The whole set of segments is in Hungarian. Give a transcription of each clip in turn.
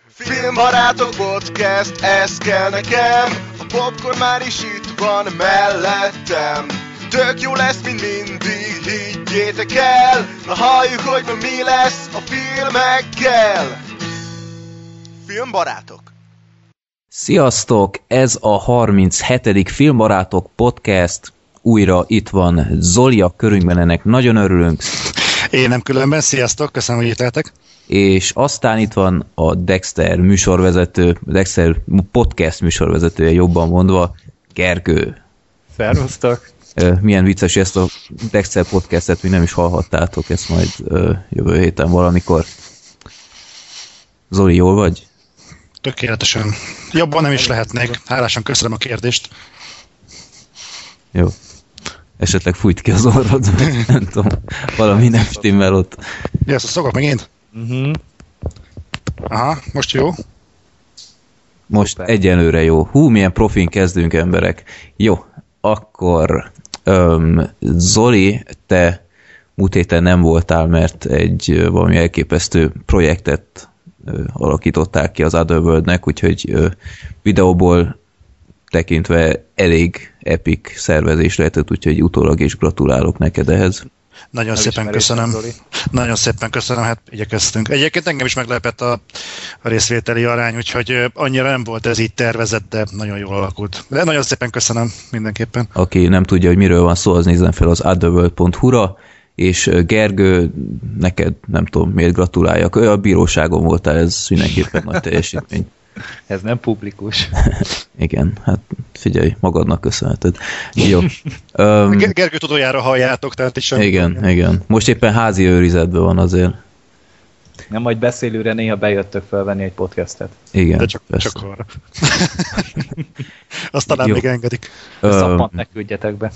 Filmbarátok podcast, ez kell nekem. A popcorn már is itt van mellettem. Tök jó lesz, mint mindig, higgyétek el. Na halljuk, hogy ma mi lesz a filmekkel. Filmbarátok. Sziasztok! Ez a 37. Filmbarátok podcast. Újra itt van Zoli a körünkben, ennek nagyon örülünk. Én nem különben, sziasztok, köszönöm, hogy itt lehetek. És aztán itt van a Dexter műsorvezető, Dexter podcast műsorvezetője, jobban mondva, Gergő. Szervusztok! Milyen vicces, ezt a Dexter podcastet még nem is hallhattátok, ezt majd jövő héten valamikor. Zoli, jól vagy? Tökéletesen. Jobban nem is lehetnék. Hálásan köszönöm a kérdést. Jó. Esetleg fújt ki az orrod, nem tudom, valami nem stimmel ott. Ja, ezt szokok megint? Aha, most jó? Most egyenlőre jó. Hú, milyen profin kezdünk, emberek. Jó, akkor Zoli, te múlt héten nem voltál, mert egy valami elképesztő projektet alakítottál ki az Otherworldnek, úgyhogy videóból tekintve elég epic szervezés lehetett, úgyhogy utólag is gratulálok neked ehhez. Nagyon szépen köszönöm. Nagyon szépen köszönöm, hát igyekeztünk. Egyébként engem is meglepett a részvételi arány, úgyhogy annyira nem volt ez így tervezett, de nagyon jól alakult. De nagyon szépen köszönöm mindenképpen. Aki nem tudja, hogy miről van szó, az nézzen fel az otherworld.hu-ra, és Gergő, neked nem tudom, miért gratuláljak. A bíróságon voltál, ez mindenképpen nagy teljesítmény. Ez nem publikus. Igen, hát figyelj, magadnak köszönheted. Jó. Gergő tudójára halljátok, tehát is sem. Igen. Most éppen házi őrizetben van azért. Nem, majd beszélőre néha bejöttök felvenni egy podcastet. Igen, de csak arra. Azt talán még engedik. Szappant ne küldjetek be.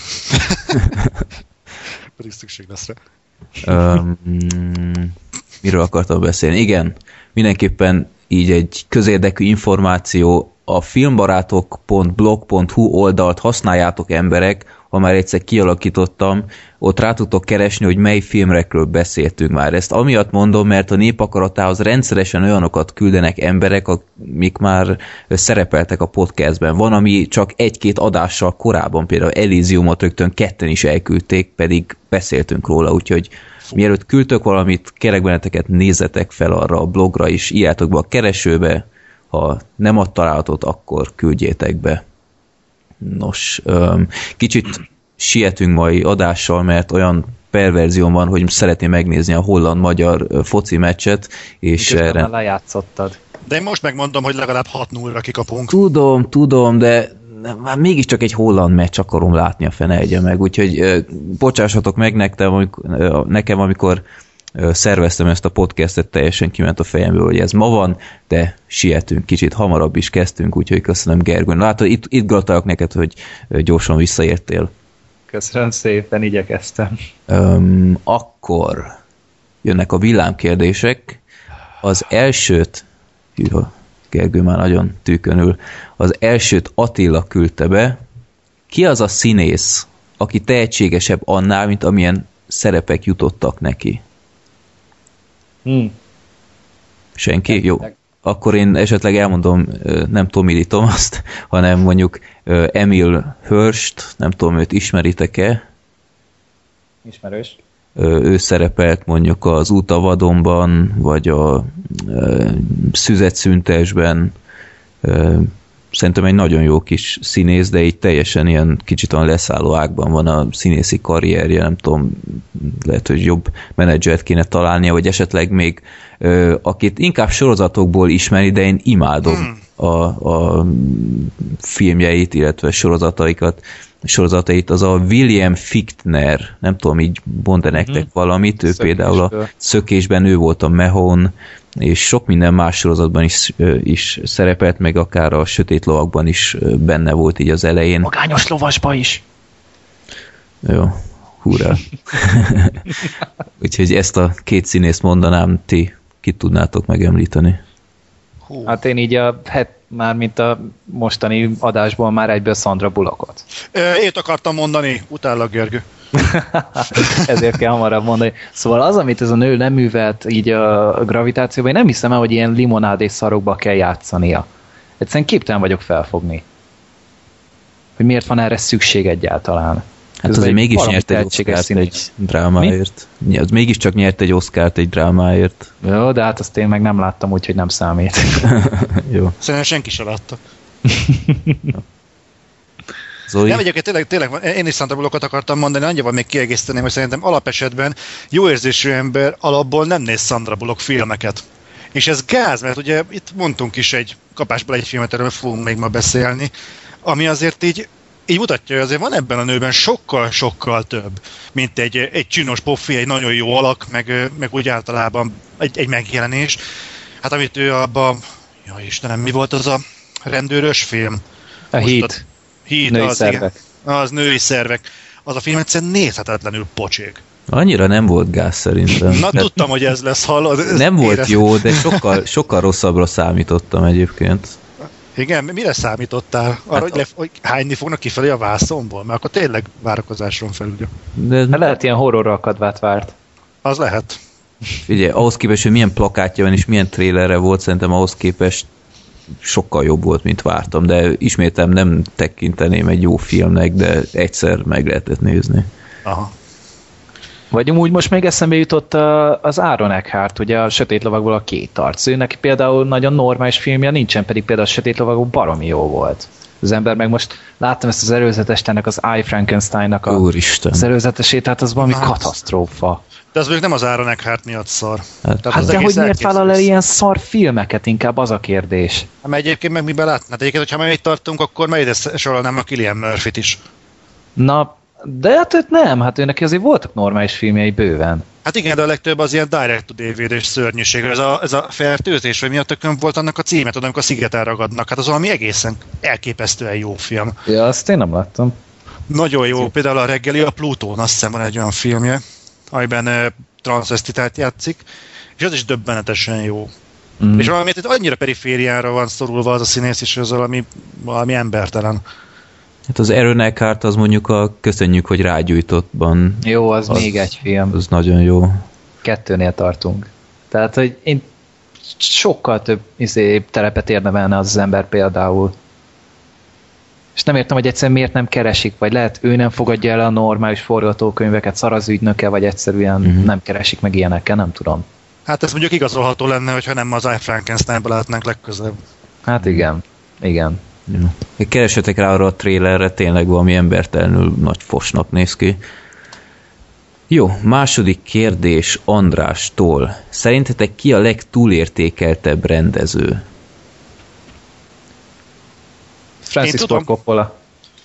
Pedig szükség lesz rá. Miről akartam beszélni? Igen, mindenképpen így egy közérdekű információ, a filmbarátok.blog.hu oldalt használjátok, emberek, ha már egyszer kialakítottam, ott rá tudtok keresni, hogy mely filmekről beszéltünk már. Ezt amiatt mondom, mert a nép akaratához rendszeresen olyanokat küldenek emberek, amik már szerepeltek a podcastben. Van, ami csak egy-két adással korábban, például Elysiumot rögtön ketten is elküldték, pedig beszéltünk róla, úgyhogy mielőtt küldtök valamit, kérlek benneteket, nézzetek fel arra a blogra is, írjátok be a keresőbe, ha nem ad találatot, akkor küldjétek be. Nos, kicsit sietünk mai adással, mert olyan perverzióm van, hogy szeretném megnézni a holland-magyar foci meccset, és erre... Már lejátszottad. De én most megmondom, hogy legalább 6-0-ra kikapunk. Tudom, de már mégiscsak egy holland meccs akarom látni, a fene egye meg, úgyhogy bocsássatok meg nekem, amikor szerveztem ezt a podcastet, teljesen kiment a fejemből, hogy ez ma van, de sietünk, kicsit hamarabb is kezdtünk, úgyhogy köszönöm, Gergő. Látod, itt gratulálok neked, hogy gyorsan visszaértél. Köszönöm szépen, igyekeztem. Akkor jönnek a villámkérdések. Az elsőt, Gergő már nagyon tűkönül, az elsőt Attila küldte be. Ki az a színész, aki tehetségesebb annál, mint amilyen szerepek jutottak neki? Senki? Jó. Akkor én esetleg elmondom, nem Tommy Thomas-t, hanem mondjuk Emil Hirst, nem tudom, őt ismeritek-e? Ismerős. Ő szerepelt mondjuk az Út a vadonban, vagy a Szüzetszüntesben. Szerintem egy nagyon jó kis színész, de így teljesen ilyen kicsit olyan leszálló ágban van a színészi karrierje, nem tudom, lehet, hogy jobb menedzsert kéne találnia, vagy esetleg még akit inkább sorozatokból ismeri, de én imádom a filmjeit, illetve sorozatait, az a William Fichtner, nem tudom, így mond-e nektek valamit, ő például a Szökésben ő volt a Mahone, és sok minden más sorozatban is szerepelt, meg akár a Sötét lovakban is benne volt így az elején. Magányos lovasba is! Jó, hurrá! Úgyhogy ezt a két színészt mondanám, ti kit tudnátok megemlíteni? Hát én így már mint a mostani adásból már egyből Sandra Bullockot. Én akartam mondani, utállak, Gergő. Ezért kell hamarabb mondani. Szóval az, amit ez a nő nem művelt így a gravitációban, én nem hiszem el, hogy ilyen limonádés szarokba kell játszania. Egyszerűen képtelen vagyok felfogni. Hogy miért van erre szükség egyáltalán. Hát azért mégis nyert egy Oscárt egy drámáért. Mégiscsak nyert egy Oscárt egy drámáért. Jó, de hát azt én meg nem láttam, úgyhogy nem számít. Jó. Szerintem senki se látta. Zoli? Nem, egyébként tényleg én is Sandra Bullockot akartam mondani, annyival még kiegészíteném, hogy szerintem alapesetben jó érzésű ember alapból nem néz Sandra Bullock filmeket. És ez gáz, mert ugye itt mondtunk is egy kapásból egy filmet, erről fogunk még ma beszélni, ami azért így mutatja, hogy azért van ebben a nőben sokkal több, mint egy csinos pofi, egy nagyon jó alak, meg úgy általában egy megjelenés. Hát amit ő abban, jaj Istenem, mi volt az a rendőrös film? A Heat. Női az, szervek. Igen, az női szervek. Az a film egyszerűen nézhetetlenül pocsék. Annyira nem volt gáz szerintem. Na tudtam, hogy ez lesz, hallod. Nem volt jó, de sokkal rosszabbra számítottam egyébként. Igen, mire számítottál? Arra, hogy hányni fognak kifelé a vászonból? Mert akkor tényleg várakozáson felül. De lehet ilyen horrorrakadvát várt. Az lehet. Ugye, ahhoz képest, hogy milyen plakátja van és milyen trélerre volt, szerintem ahhoz képest sokkal jobb volt, mint vártam, de ismétem nem tekinteném egy jó filmnek, de egyszer meg lehetett nézni. Aha. Vagy úgy most még eszembe jutott az Aaron Eckhart, ugye a Sötét lovagból a Két arc. Ő neki például nagyon normális filmje nincsen, pedig például a Sötét lovagból baromi jó volt. Az ember meg most láttam ezt az előzetestennek, az I, Frankensteinnak az előzetesét, tehát az valami katasztrófa. De az mondjuk nem az Aaron Eckhart miatt szar. Hát de hogy miért vállal el ilyen szar filmeket, inkább az a kérdés. Hát mert egyébként meg miben látnád? Egyébként, hogyha meg itt tartunk, akkor meg ide sorolnám a Cillian Murphyt is. Na, de hát őt nem, hát ő neki azért voltak normális filmjei bőven. Hát igen, de a legtöbb az ilyen direct-to-DVD-s szörnyűség. Ez a fertőzés, vagy mi a tökön volt annak a címe, tudom, amikor a szigeten ragadnak. Hát az valami egészen elképesztően jó film. Ja, azt én nem láttam. Nagyon jó, például a Reggeli a Plutón, azt hiszem van egy olyan filmje, amiben transvestitát játszik, és az is döbbenetesen jó. Mm. És valamiért itt annyira perifériára van szorulva az a színész is, az valami embertelen. Hát az Aaron Eckhart az mondjuk a Köszönjük, hogy rágyújtottban. Jó, az még egy film. Az nagyon jó. 2-nél tartunk. Tehát, hogy én sokkal több telepet érdemelne az ember például. És nem értem, hogy egyszerűen miért nem keresik, vagy lehet ő nem fogadja el a normális forgatókönyveket, szar az ügynöke, vagy egyszerűen nem keresik meg ilyenekkel, nem tudom. Hát ez mondjuk igazolható lenne, hogyha nem az I, Frankensteinba látnánk legközelebb. Hát igen. Ja. Keresetek rá arra a trélerre, tényleg valami embertelenül nagy fosnak néz ki. Jó, második kérdés Andrástól. Szerintetek ki a legtúlértékeltebb rendező? Francis Ford Coppola.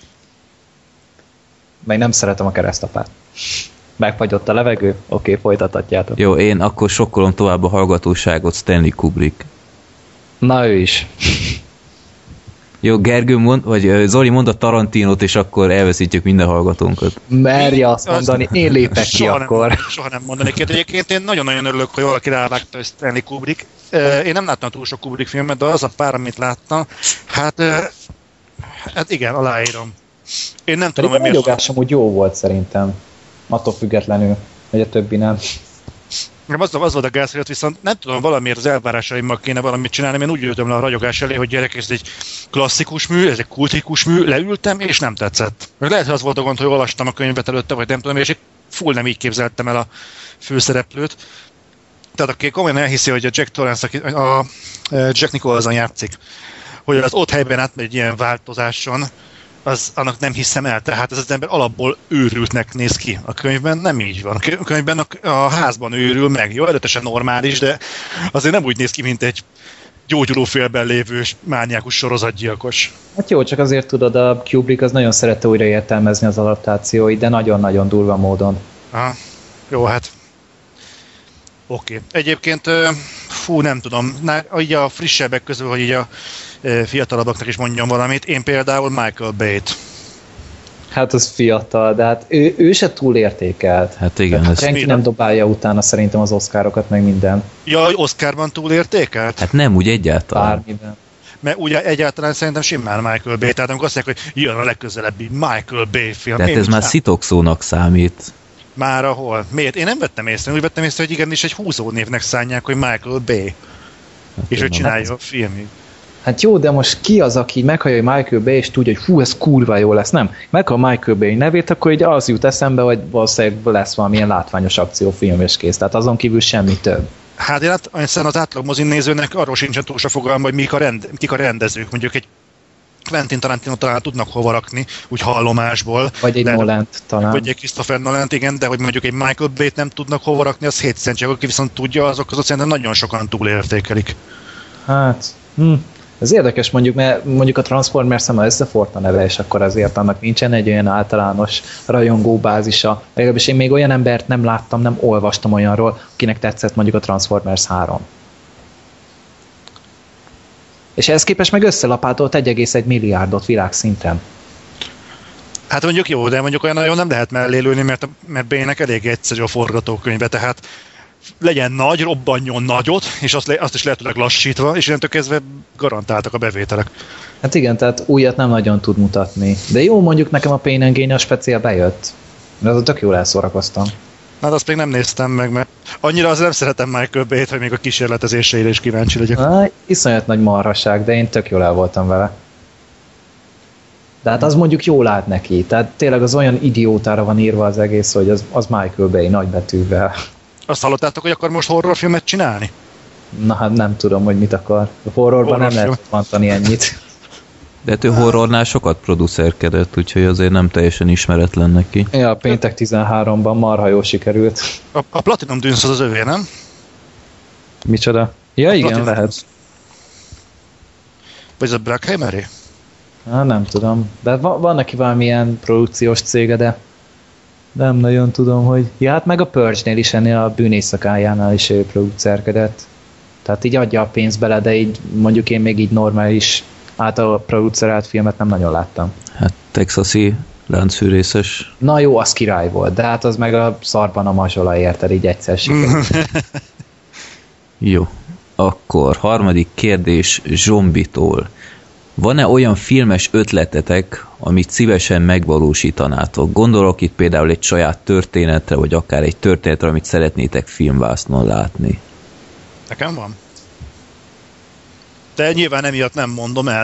Meg nem szeretem a Keresztapát. Megfagyott a levegő? Oké, folytathatjátok. Jó, én akkor sokkolom tovább a hallgatóságot, Stanley Kubrick. Na, ő is. Jó, Gergő vagy Zoli mond a Tarantinót, és akkor elveszítjük minden hallgatónkat. Merje azt mondani, én lépek ki akkor. Soha nem mondanék. Egyébként én nagyon-nagyon örülök, hogy valaki rávágta, hogy Stanley Kubrick. Én nem láttam túl sok Kubrick filmet, de az a pár, amit láttam, hát igen, aláírom. Én nem tudom, hogy miért... A ragyogás amúgy jó volt szerintem. Attól függetlenül, hogy a többi nem. Az volt a gáz, hogy viszont nem tudom, valamiért az elvárásaimmal kéne valamit csinálni, én úgy ültem le a ragyogás elé, hogy gyerek, ez egy klasszikus mű, ez egy kultikus mű, leültem, és nem tetszett. Meg lehet, hogy az volt a gond, hogy olvastam a könyvet előtte, vagy nem tudom, és full nem így képzeltem el a főszereplőt. Tehát aki komolyan elhiszi, hogy a Jack Torrance, a Jack Nicholson játszik, hogy az ott helyben átmegy egy ilyen változáson, annak nem hiszem el, tehát ez az ember alapból őrültnek néz ki. A könyvben nem így van. A könyvben a házban őrül meg. Jó, előttesen normális, de azért nem úgy néz ki, mint egy gyógyulófélben lévő mániákus sorozatgyilkos. Hát jó, csak azért tudod, a Kubrick az nagyon szerette újra értelmezni az adaptációit, de nagyon-nagyon durva módon. Aha. Jó, hát oké. Egyébként, nem tudom, így a frissebbek közül, hogy így a fiatalabbaknak is mondjam valamit, én például Michael Bay-t. Hát az fiatal, de hát ő se túl értékelt. Hát igen. Senki nem dobálja utána szerintem az Oscarokat, meg minden. Ja, hogy Oscarban túl értékelt? Hát nem, úgy egyáltalán. Bármiben. mert ugye egyáltalán szerintem simán Michael Bay, tehát amikor azt mondják, hogy jön a legközelebbi Michael Bay film. Tehát ez már szitokszónak számít. Már ahol? Miért? Én nem vettem észre, úgy vettem észre, hogy igenis egy húzónévnek szánják, hogy Michael Bay. Hát és hogy csinálja a filmig. Hát jó, de most ki az, aki meghallja, hogy Michael Bay, és tudja, hogy hú, ez kurva jó lesz, nem? Meghall Michael Bay nevét, akkor így az jut eszembe, hogy valószínűleg lesz valamilyen látványos akciófilm és kész. Tehát azon kívül semmi több. Hát én az átlag mozinézőnek arról sincsen túl se fogalma, hogy kik a rendezők. Mondjuk egy Quentin Tarantino talán tudnak hova rakni, úgy hallomásból. Vagy egy Nolant talán. Vagy egy Christopher Nolant, igen, de hogy mondjuk egy Michael Bay-t nem tudnak hova rakni, az 7 cent, aki viszont tudja, azok szerintem nagyon sokan túlértékelik. Hát, ez érdekes mondjuk, mert mondjuk a Transformers-en összefort a neve, és akkor azért annak nincsen egy olyan általános rajongó bázisa. Legalábbis én még olyan embert nem láttam, nem olvastam olyanról, akinek tetszett mondjuk a Transformers 3. És ehhez képest meg összelapátolt 1,1 milliárdot világszinten. Hát mondjuk jó, de mondjuk olyan nagyon nem lehet mellélőni, mert Bay-nek elég egyszerű a forgatókönyve, tehát legyen nagy, robbanjon nagyot, és azt is lehetőleg lassítva, és innentől kezdve garantáltak a bevételek. Hát igen, tehát újat nem nagyon tud mutatni. De jó, mondjuk nekem a Pain and Gain a speciál bejött. Mert azon tök jól elszórakoztam. Hát azt még nem néztem meg, mert annyira azért nem szeretem Michael Bay-t, hogy még a kísérletezéseire is kíváncsi legyek. Iszonyat nagy marhaság, de én tök jól el voltam vele. De hát az mondjuk jól állt neki. Tehát tényleg az olyan idiótára van írva az egész, hogy az Michael Bay nagybetűvel. Azt hallottátok, hogy akar most horrorfilmet csinálni? Na hát nem tudom, hogy mit akar. A horrorban nem lehet mondani ennyit. De ő horrornál sokat producerkedett, úgyhogy azért nem teljesen ismeretlen neki. Ja, péntek 13-ban marha jól sikerült. A Platinum Dunes az övé, nem? Micsoda? Ja, igen, Platinum lehet. Vagy ez a Bruckheimeré? Nem tudom. De van neki valamilyen produkciós cége, de nem nagyon tudom, hogy... Ja, hát meg a Purge-nél is, ennél a bűnészszakájánál is ő producerkedett. Tehát így adja a pénzt bele, de így mondjuk én még így normális által producerált filmet nem nagyon láttam. Hát texasi láncfűrészes. Na jó, az király volt, de hát az meg a szarban a mazsola, érted, így egyszer sikerült. Jó. Akkor harmadik kérdés Zsombitól. Van-e olyan filmes ötletetek, amit szívesen megvalósítanátok? Gondolok itt például egy saját történetre, vagy akár egy történetre, amit szeretnétek filmvásznon látni. Nekem van. De nyilván emiatt nem mondom el,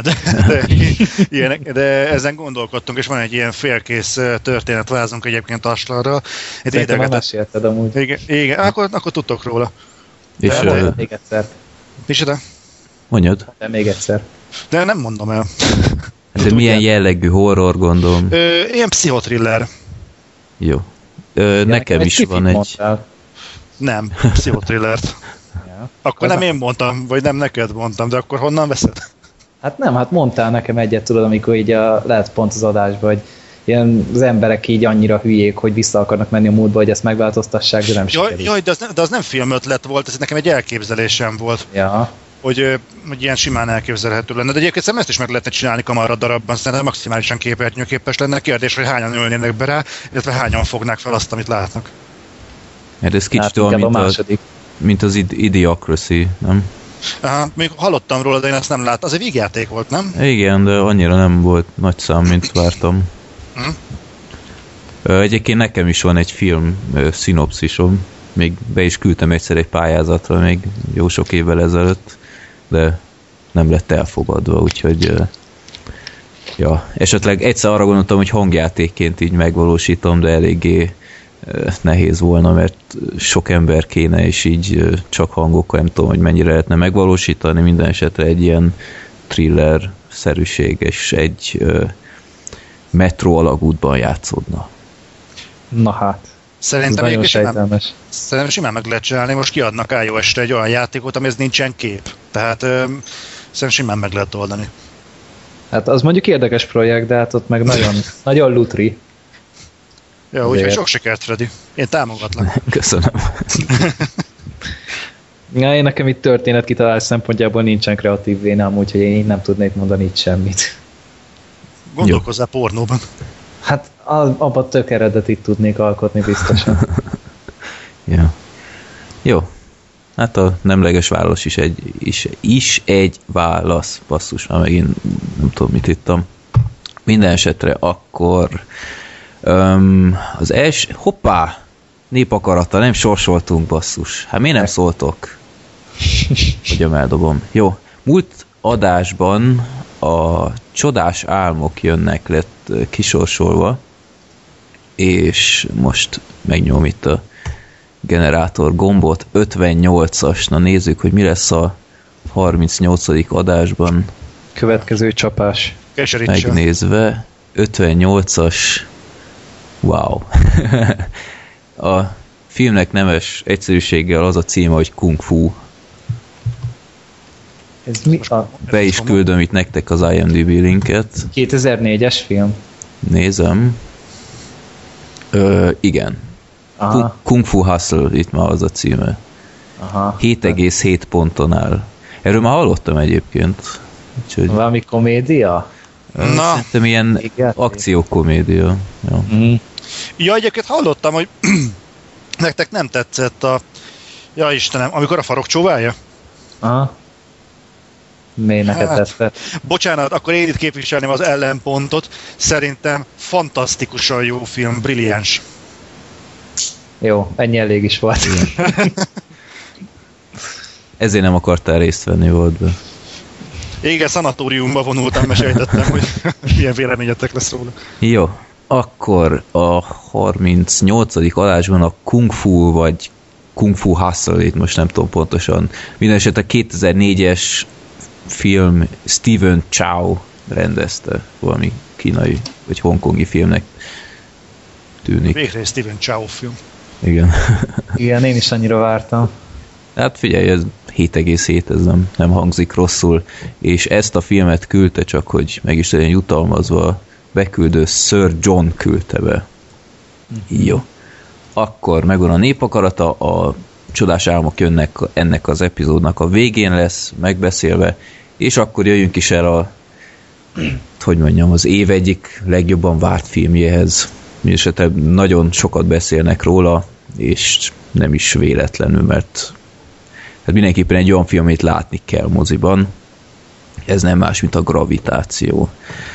de ezen gondolkodtunk, és van egy ilyen félkész történetvázunk egyébként Aslanra. Szerintem már mesélted amúgy. Igen, akkor tudtok róla. És még egyszer. Micsoda? Mondjad. De még egyszer. De nem mondom el. De milyen jellegű horror, gondolom? Ilyen pszichotriller. Jó. Nekem is van egy... Mondtál. Nem, pszichotrillert. Ja. Akkor nem én mondtam, vagy nem neked mondtam, de akkor honnan veszed? Hát nem, hát mondtál nekem egyet, tudod, amikor így lehet pont az adásban, hogy ilyen az emberek így annyira hülyék, hogy vissza akarnak menni a múltba, hogy ezt megváltoztassák, de nem sikerült. Jaj, de az nem filmötlet volt, ez nekem egy elképzelésem volt. Ja. Hogy ilyen simán elképzelhető lenne. De egyébként ezt is meg lehetne csinálni kamara darabban, szerintem maximálisan képernyőképes lenne. Kérdés, hogy hányan ülnének be rá, illetve hányan fognák fel azt, amit látnak. Hát ez kicsit olyan, mint az Idiocracy, nem? Aha, még hallottam róla, de én ezt nem láttam. Az egy vígjáték volt, nem? Igen, de annyira nem volt nagy szám, mint vártam. Egyébként nekem is van egy film szinopszisom. Még be is küldtem egyszer egy pályázatra, még jó sok évvel ezelőtt, de nem lett elfogadva, úgyhogy ja, esetleg egyszer arra gondoltam, hogy hangjátékként így megvalósítom, de eléggé nehéz volna, mert sok ember kéne, és így csak hangokkal nem tudom, hogy mennyire lehetne megvalósítani, minden esetre egy ilyen thriller-szerűség, és egy metró alagútban játszódna. Na hát. Szerintem simán meg lehet csinálni, most kiadnak iOS-re egy olyan játékot, amihez nincsen kép. Tehát szerintem simán meg lehet oldani. Hát az mondjuk érdekes projekt, de hát ott meg nagyon, nagyon lutri. Ja, úgyhogy sok sikert, Freddy. Én támogatlak. Köszönöm. Ja, én nekem itt történetkitalálás szempontjából nincsen kreatív vénám, úgyhogy én nem tudnék mondani itt semmit. Gondolkozzál pornóban. Hát abban tök eredetit tudnék alkotni biztosan. Ja. Jó. Hát a nemleges válasz is egy válasz. Basszus, már megint nem tudom, mit ittam. Minden esetre akkor az első... Hoppá! Népakarata, nem sorsoltunk, basszus. Hát miért nem szóltok? Hogyan eldobom. Jó. Múlt adásban a Csodás álmok jönnek lett kisorsolva, és most megnyom itt a generátor gombot, 58-as. Na nézzük, hogy mi lesz a 38. adásban. Következő csapás. Megnézve, 58-as. Wow. A filmnek nemes egyszerűséggel az a címe, hogy Kung Fu. Ez mi a... Be is küldöm itt nektek az IMDb linket. 2004-es film? Nézem. Igen. Kung Fu Hustle, itt már az a címe. 7,7 ponton áll. Erről már hallottam egyébként. Úgyhogy... Valami komédia? Szerintem ilyen akciókomédia. Ja. Ja, egyébként hallottam, hogy nektek nem tetszett a... Ja, Istenem, amikor a farok csóválja? Aha. Miért neked tetszett? Bocsánat, akkor én itt képviselném az ellenpontot. Szerintem fantasztikusan jó film, brilliáns. Jó, ennyi elég is volt. Ezért nem akartál részt venni, volt be. Igen, szanatóriumba vonultam, meséltettem, hogy milyen véleményetek lesz róla. Jó, akkor a 38. adásban a Kung Fu, vagy Kung Fu Hustle, itt most nem tudom pontosan. Mindenesetre a 2004-es film Stephen Chow rendezte, valami kínai vagy hongkongi filmnek tűnik. Végre egy Stephen Chow film. Igen. Igen, én is annyira vártam. Hát figyelj, ez 7,7, ez nem hangzik rosszul, és ezt a filmet küldte, csak hogy meg is legyen jutalmazva, beküldő Sir John küldte be. Jó. Akkor megvan a népakarata, a Csodás álmok jönnek ennek az epizódnak a végén lesz megbeszélve, és akkor jöjjünk is el a, hogy mondjam, az év egyik legjobban várt filmjéhez. Mindenesetre nagyon sokat beszélnek róla, és nem is véletlenül, mert hát mindenképpen egy olyan film, amit látni kell moziban. Ez nem más, mint a Gravitáció.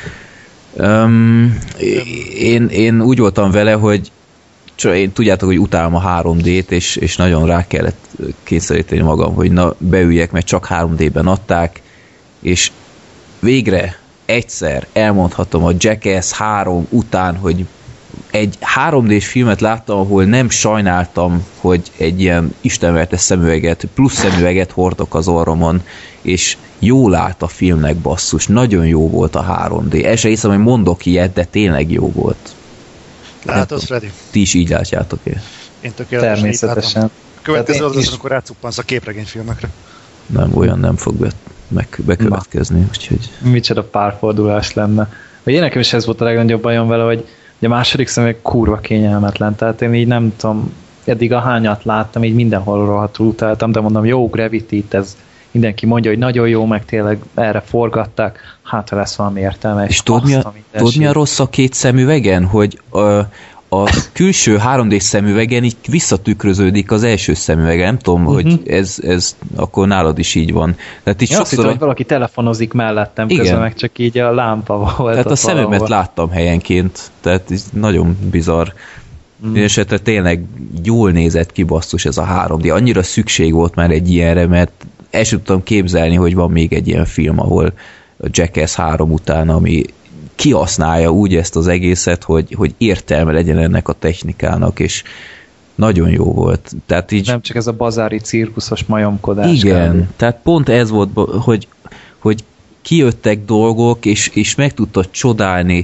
Én úgy voltam vele, hogy én tudjátok, hogy utálom a 3D-t, és nagyon rá kellett kényszeríteni magam, hogy na, beüljek, mert csak 3D-ben adták, és végre egyszer elmondhatom a Jackass 3 után, hogy egy 3D-s filmet láttam, ahol nem sajnáltam, hogy egy ilyen istenvertes szemüveget, plusz szemüveget hordok az orromon, és jól állt a filmnek, basszus, nagyon jó volt a 3D. El se hiszem, hogy mondok ilyet, de tényleg jó volt. Látod, Freddy? Ti is így látjátok-e? Én tökéletesen. Természetesen. Következő az, amikor rátszuppansz a képregényfilmekre. Nem, olyan nem fog bekövetkezni, úgyhogy... Micsoda párfordulás lenne. Vagy én nekem is ez volt a legnagyobb bajom vele, hogy a második szemüveg kurva kényelmetlen, tehát én így nem tudom, eddig a hányat láttam, így mindenhol rohadtul utáltam, de mondom, jó, Gravity-t, ez mindenki mondja, hogy nagyon jó, meg tényleg erre forgatták, hát ha lesz valami értelme. És tudod mi a rossz a két szemüvegen? Hogy a külső 3D szemüvegen így visszatükröződik az első szemüvegen. Nem tudom, hogy ez akkor nálad is így van. Tehát így sokszor... Azt hittem, hogy valaki telefonozik mellettem, közben meg csak így a lámpa volt. Tehát a szememet láttam helyenként, tehát ez nagyon bizarr. Mindenesetre tényleg jól nézett ki, basszus, ez a 3D. Annyira szükség volt már egy ilyenre, mert el sem tudtam képzelni, hogy van még egy ilyen film, ahol a Jackass 3 után, ami kihasználja úgy ezt az egészet, hogy értelme legyen ennek a technikának, és nagyon jó volt. Tehát így... Nem csak ez a bazári cirkuszos majomkodás. Igen, tehát pont ez volt, hogy kijöttek dolgok, és meg tudtad csodálni.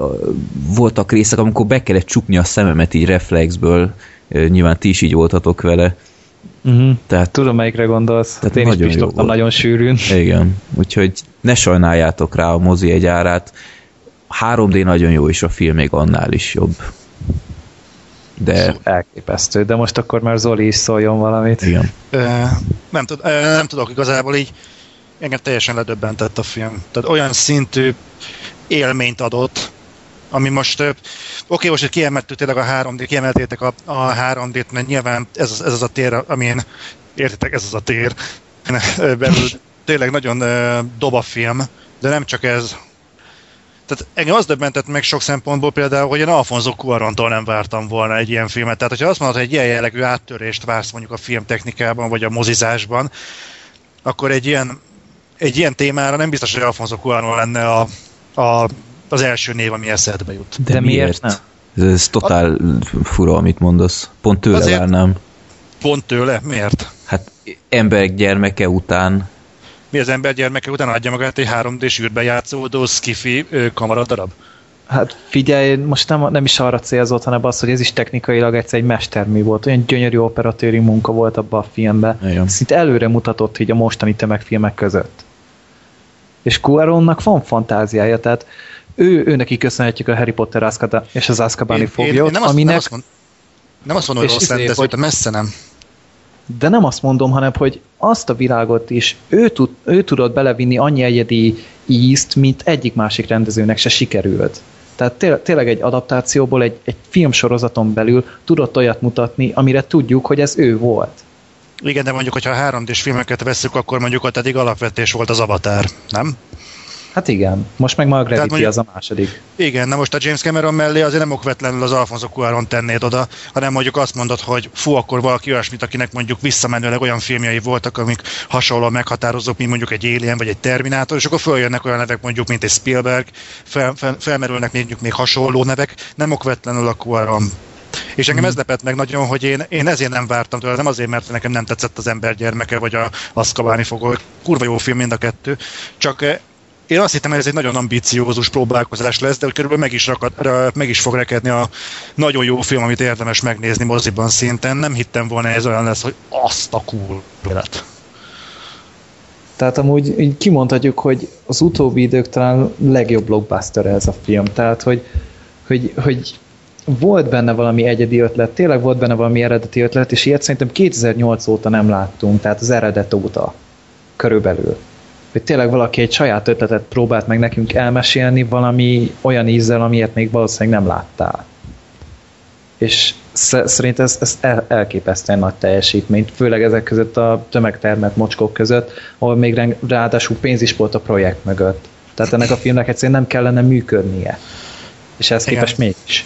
Voltak részek, amikor be kellett csukni a szememet így reflexből, nyilván ti is így voltatok vele. Tehát, tudom, melyikre gondolsz. Tehát én is pislogtam nagyon sűrűn. Igen, úgyhogy ne sajnáljátok rá a mozi egyárát. 3D nagyon jó, és a film még annál is jobb. De... Elképesztő, de most akkor már Zoli is szóljon valamit. Igen. Nem tudok igazából így, engem teljesen ledöbbentett a film. Tehát olyan szintű élményt adott, ami most, oké, most kiemeltük tényleg a 3D, kiemeltétek a 3D-t, mert nyilván ez az a tér, amin Értitek, ez az a tér. Belül tényleg nagyon dob a film, de nem csak ez. Tehát engem az döbbentett meg sok szempontból például, hogy én Alfonso Cuarontól nem vártam volna egy ilyen filmet. Tehát, hogyha azt mondod, hogy egy ilyen jellegű áttörést vársz mondjuk a filmtechnikában, vagy a mozizásban, akkor egy ilyen témára nem biztos, hogy Alfonso Cuarón lenne az első név, ami eszedbe jut. De miért nem? Ez totál fura, amit mondasz. Pont tőle várnám. Pont tőle? Miért? Hát emberek gyermeke után. Mi az ember gyermeke után adja magát egy 3D-s űrben játszódó skifi kamaradarab? Hát figyelj, most nem is arra célzott, hanem az, hogy ez is technikailag egyszer egy mestermű volt. Olyan gyönyörű operatőri munka volt abban a filmben. Szinte előre mutatott így a mostani tömegfilmek között. És Cuarónnak van fantáziája, tehát ő neki köszönhetjük a Harry Potter és az Azkabani foglyot, aminek... Nem azt mondom, hogy rossz lenne, de messze nem. De nem azt mondom, hanem, hogy azt a világot is ő tudott belevinni annyi egyedi ízt, mint egyik másik rendezőnek se sikerült. Tehát tényleg egy adaptációból, egy filmsorozaton belül tudott olyat mutatni, amire tudjuk, hogy ez ő volt. Igen, de mondjuk, hogyha a 3D-s filmeket vesszük, akkor mondjuk ott eddig alapvetés volt az Avatar, nem? Hát igen, most meg Margravity mondjuk, az a második. Igen, na most a James Cameron mellé azért nem okvetlenül az Alfonso Cuarón tennéd oda, hanem mondjuk azt mondod, hogy fú, akkor valaki olyasmit, akinek mondjuk visszamenőleg olyan filmjei voltak, amik hasonlóan meghatározók, mint mondjuk egy Alien vagy egy Terminátor, és akkor följönnek olyan nevek mondjuk, mint egy Spielberg, felmerülnek még hasonló nevek, nem okvetlenül a Cuarón. És engem ez lepett meg nagyon, hogy én ezért nem vártam tőle, nem azért, mert nekem nem tetszett az Ember gyermeke, vagy a Azkabani foglyok. Kurva jó film mind a kettő, csak én azt hittem, hogy ez egy nagyon ambiciózus próbálkozás lesz, de hogy körülbelül meg is fog rekedni a nagyon jó film, amit érdemes megnézni moziban szinten. Nem hittem volna, ez olyan lesz, hogy azt a cool élet. Tehát amúgy így kimondhatjuk, hogy az utóbbi idők talán legjobb blockbuster ez a film. Tehát, hogy volt benne valami egyedi ötlet, tényleg volt benne valami eredeti ötlet, és ilyet szerintem 2008 óta nem láttunk, tehát az eredet óta körülbelül. Hogy tényleg valaki egy saját ötletet próbált meg nekünk elmesélni valami olyan ízzel, amilyet még valószínűleg nem láttál. És szerintem ez elképesztően nagy teljesítmény, főleg ezek között a tömegtermelt mocskok között, ahol még ráadásul pénz is volt a projekt mögött. Tehát ennek a filmnek egyszerűen nem kellene működnie. És ehhez képest mégis.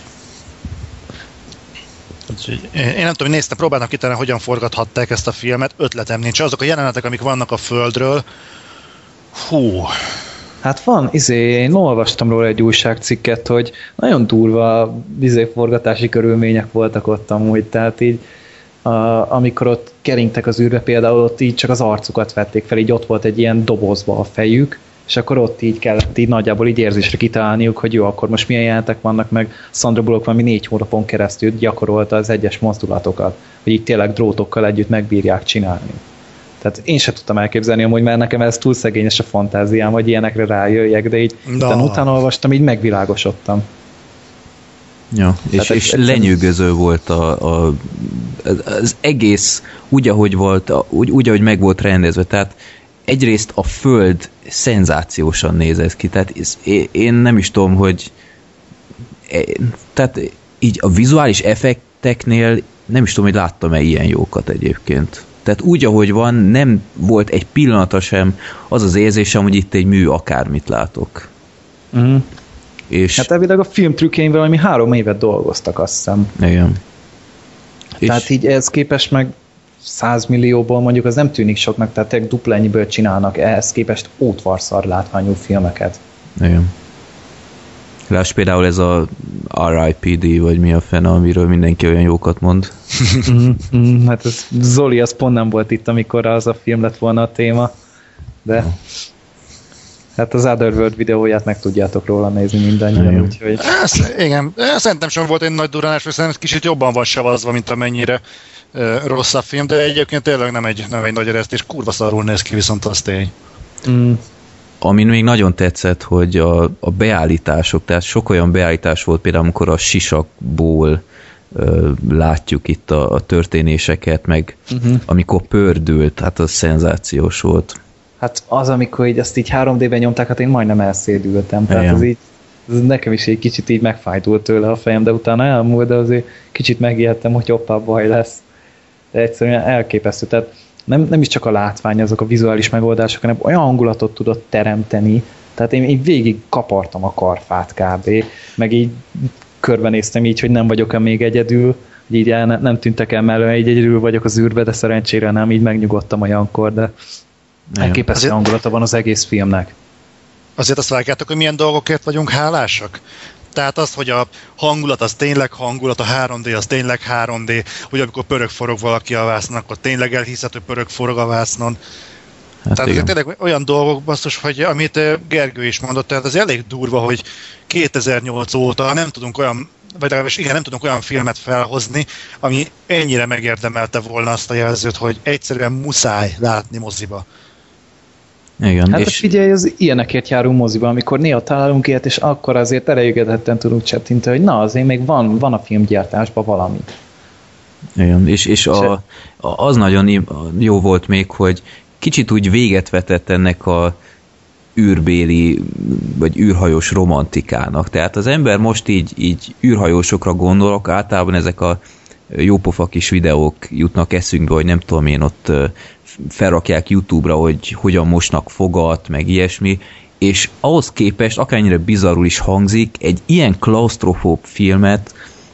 Én nem tudom, néztem, próbálnak kitalálni, hogyan forgathatták ezt a filmet, ötletem nincs. Azok a jelenetek, amik vannak a Földről, hú. Hát van, én olvastam róla egy újságcikket, hogy nagyon durva forgatási körülmények voltak ott amúgy, tehát így amikor ott keringtek az űrbe, például ott így csak az arcukat vették fel, így ott volt egy ilyen dobozba a fejük, és akkor ott így kellett így nagyjából így érzésre kitalálniuk, hogy jó, akkor most milyen jelentek vannak, meg Sandra Bullock valami 4 hónapon keresztül gyakorolta az egyes mozdulatokat, hogy így tényleg drótokkal együtt megbírják csinálni. Tehát én sem tudtam elképzelni amúgy, mert nekem ez túl szegényes a fantáziám, hogy ilyenekre rájöjjek, de így utána olvastam, így megvilágosodtam. Ja, és lenyűgöző volt az egész úgy, ahogy volt, úgy, ahogy meg volt rendezve. Tehát egyrészt a Föld szenzációsan nézett ki, tehát én nem is tudom, hogy tehát így a vizuális effekteknél nem is tudom, hogy láttam-e ilyen jókat egyébként. Tehát úgy, ahogy van, nem volt egy pillanata sem az az érzésem, hogy itt egy mű akármit látok. Uh-huh. És hát elvileg a film trükkein valami 3 évet dolgoztak, azt hiszem. Igen. Tehát így ehhez képest meg 100 millióból mondjuk az nem tűnik soknak, tehát dupla ennyiből csinálnak ehhez képest ótvarszar látványú filmeket. Igen. Láss például ez a R.I.P.D. vagy mi a fene, amiről mindenki olyan jókat mond. Hát ez, Zoli, az pont nem volt itt, amikor az a film lett volna a téma, de hát az Otherworld videóját meg tudjátok róla nézni mindannyian, úgyhogy... Igen, szerintem sem volt egy nagy durranás, mert szerintem kicsit jobban van savazva, mint amennyire rossz a film, de egyébként tényleg nem egy nagy eresztés, kurva szarul néz ki, viszont az tény. Amin még nagyon tetszett, hogy a beállítások, tehát sok olyan beállítás volt, például amikor a sisakból látjuk itt a történéseket, meg amikor pördült, hát az szenzációs volt. Hát az, amikor így azt így 3D-ben nyomták, hát én majdnem elszédültem, tehát ez így, ez nekem is egy kicsit így megfájdult tőle a fejem, de utána elmúlt, de azért kicsit megijedtem, hogy hoppá, baj lesz. De egyszerűen elképesztő, tehát nem is csak a látvány, azok a vizuális megoldások, hanem olyan hangulatot tudott teremteni, tehát én végig kapartam a karfát kb. Meg így körbenéztem így, hogy nem vagyok-e még egyedül, hogy így nem tűntek el mellően, így egyedül vagyok az űrbe, de szerencsére nem, így megnyugodtam olyankor, de elképesztő hangulata van az egész filmnek. Azért azt vágjátok, hogy milyen dolgokért vagyunk hálásak? Tehát az, hogy a hangulat az tényleg hangulat, a 3D az tényleg 3D, hogy amikor pörög-forog valaki a vásznon, akkor tényleg elhiszhető pörög-forog a vásznon. Hát tehát ez tényleg olyan dolgok basszus, hogy amit Gergő is mondott, tehát ez elég durva, hogy 2008 óta nem tudunk olyan, vagy legalábbis igen, nem tudunk olyan filmet felhozni, ami ennyire megérdemelte volna azt a jelzőt, hogy egyszerűen muszáj látni moziba. Igen, hát és figyelj, az ilyenekért járunk moziba, amikor néha találunk ilyet, és akkor azért elégedetlen tudunk csettinteni, hogy na, azért még van a filmgyártásban valami. Igen, és az nagyon jó volt még, hogy kicsit úgy véget vetett ennek a űrbéli, vagy űrhajós romantikának. Tehát az ember most így űrhajósokra gondolok, általában ezek a jópofa kis videók jutnak eszünkbe, hogy nem tudom én, ott felrakják YouTube-ra, hogy hogyan mosnak fogat, meg ilyesmi, és ahhoz képest, akárnyire bizarrul is hangzik, egy ilyen klaustrofób filmet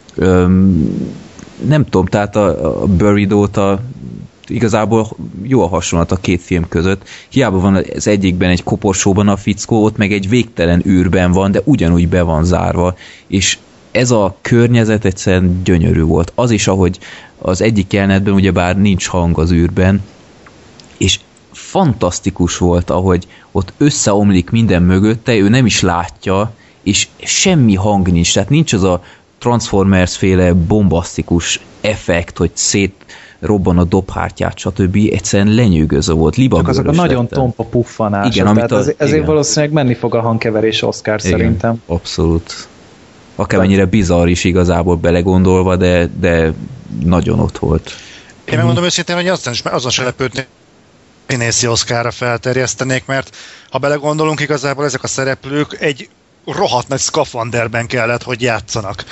nem tudom, tehát a Buried óta igazából jó a hasonlat a két film között. Hiába van az egyikben egy koporsóban a fickó, ott meg egy végtelen űrben van, de ugyanúgy be van zárva, és ez a környezet egyszerűen gyönyörű volt. Az is, ahogy az egyik jelenetben ugyebár nincs hang az űrben, és fantasztikus volt, ahogy ott összeomlik minden mögötte, ő nem is látja, és semmi hang nincs, tehát nincs az a Transformers-féle bombasztikus effekt, hogy szétrobban a dobhártyát, stb. Egyszerűen lenyűgöző volt. Csak azok a nagyon tompa puffanások, igen, tehát ezért valószínűleg menni fog a hangkeverés Oscar igen, szerintem. Abszolút. Akármennyire bizarr is igazából belegondolva, de nagyon ott volt. Én megmondom őszintén, hogy azon se lepődni, színészi Oscarra felterjesztenék, mert ha belegondolunk, igazából ezek a szereplők egy rohadt nagy szkafanderben kellett, hogy játszanak.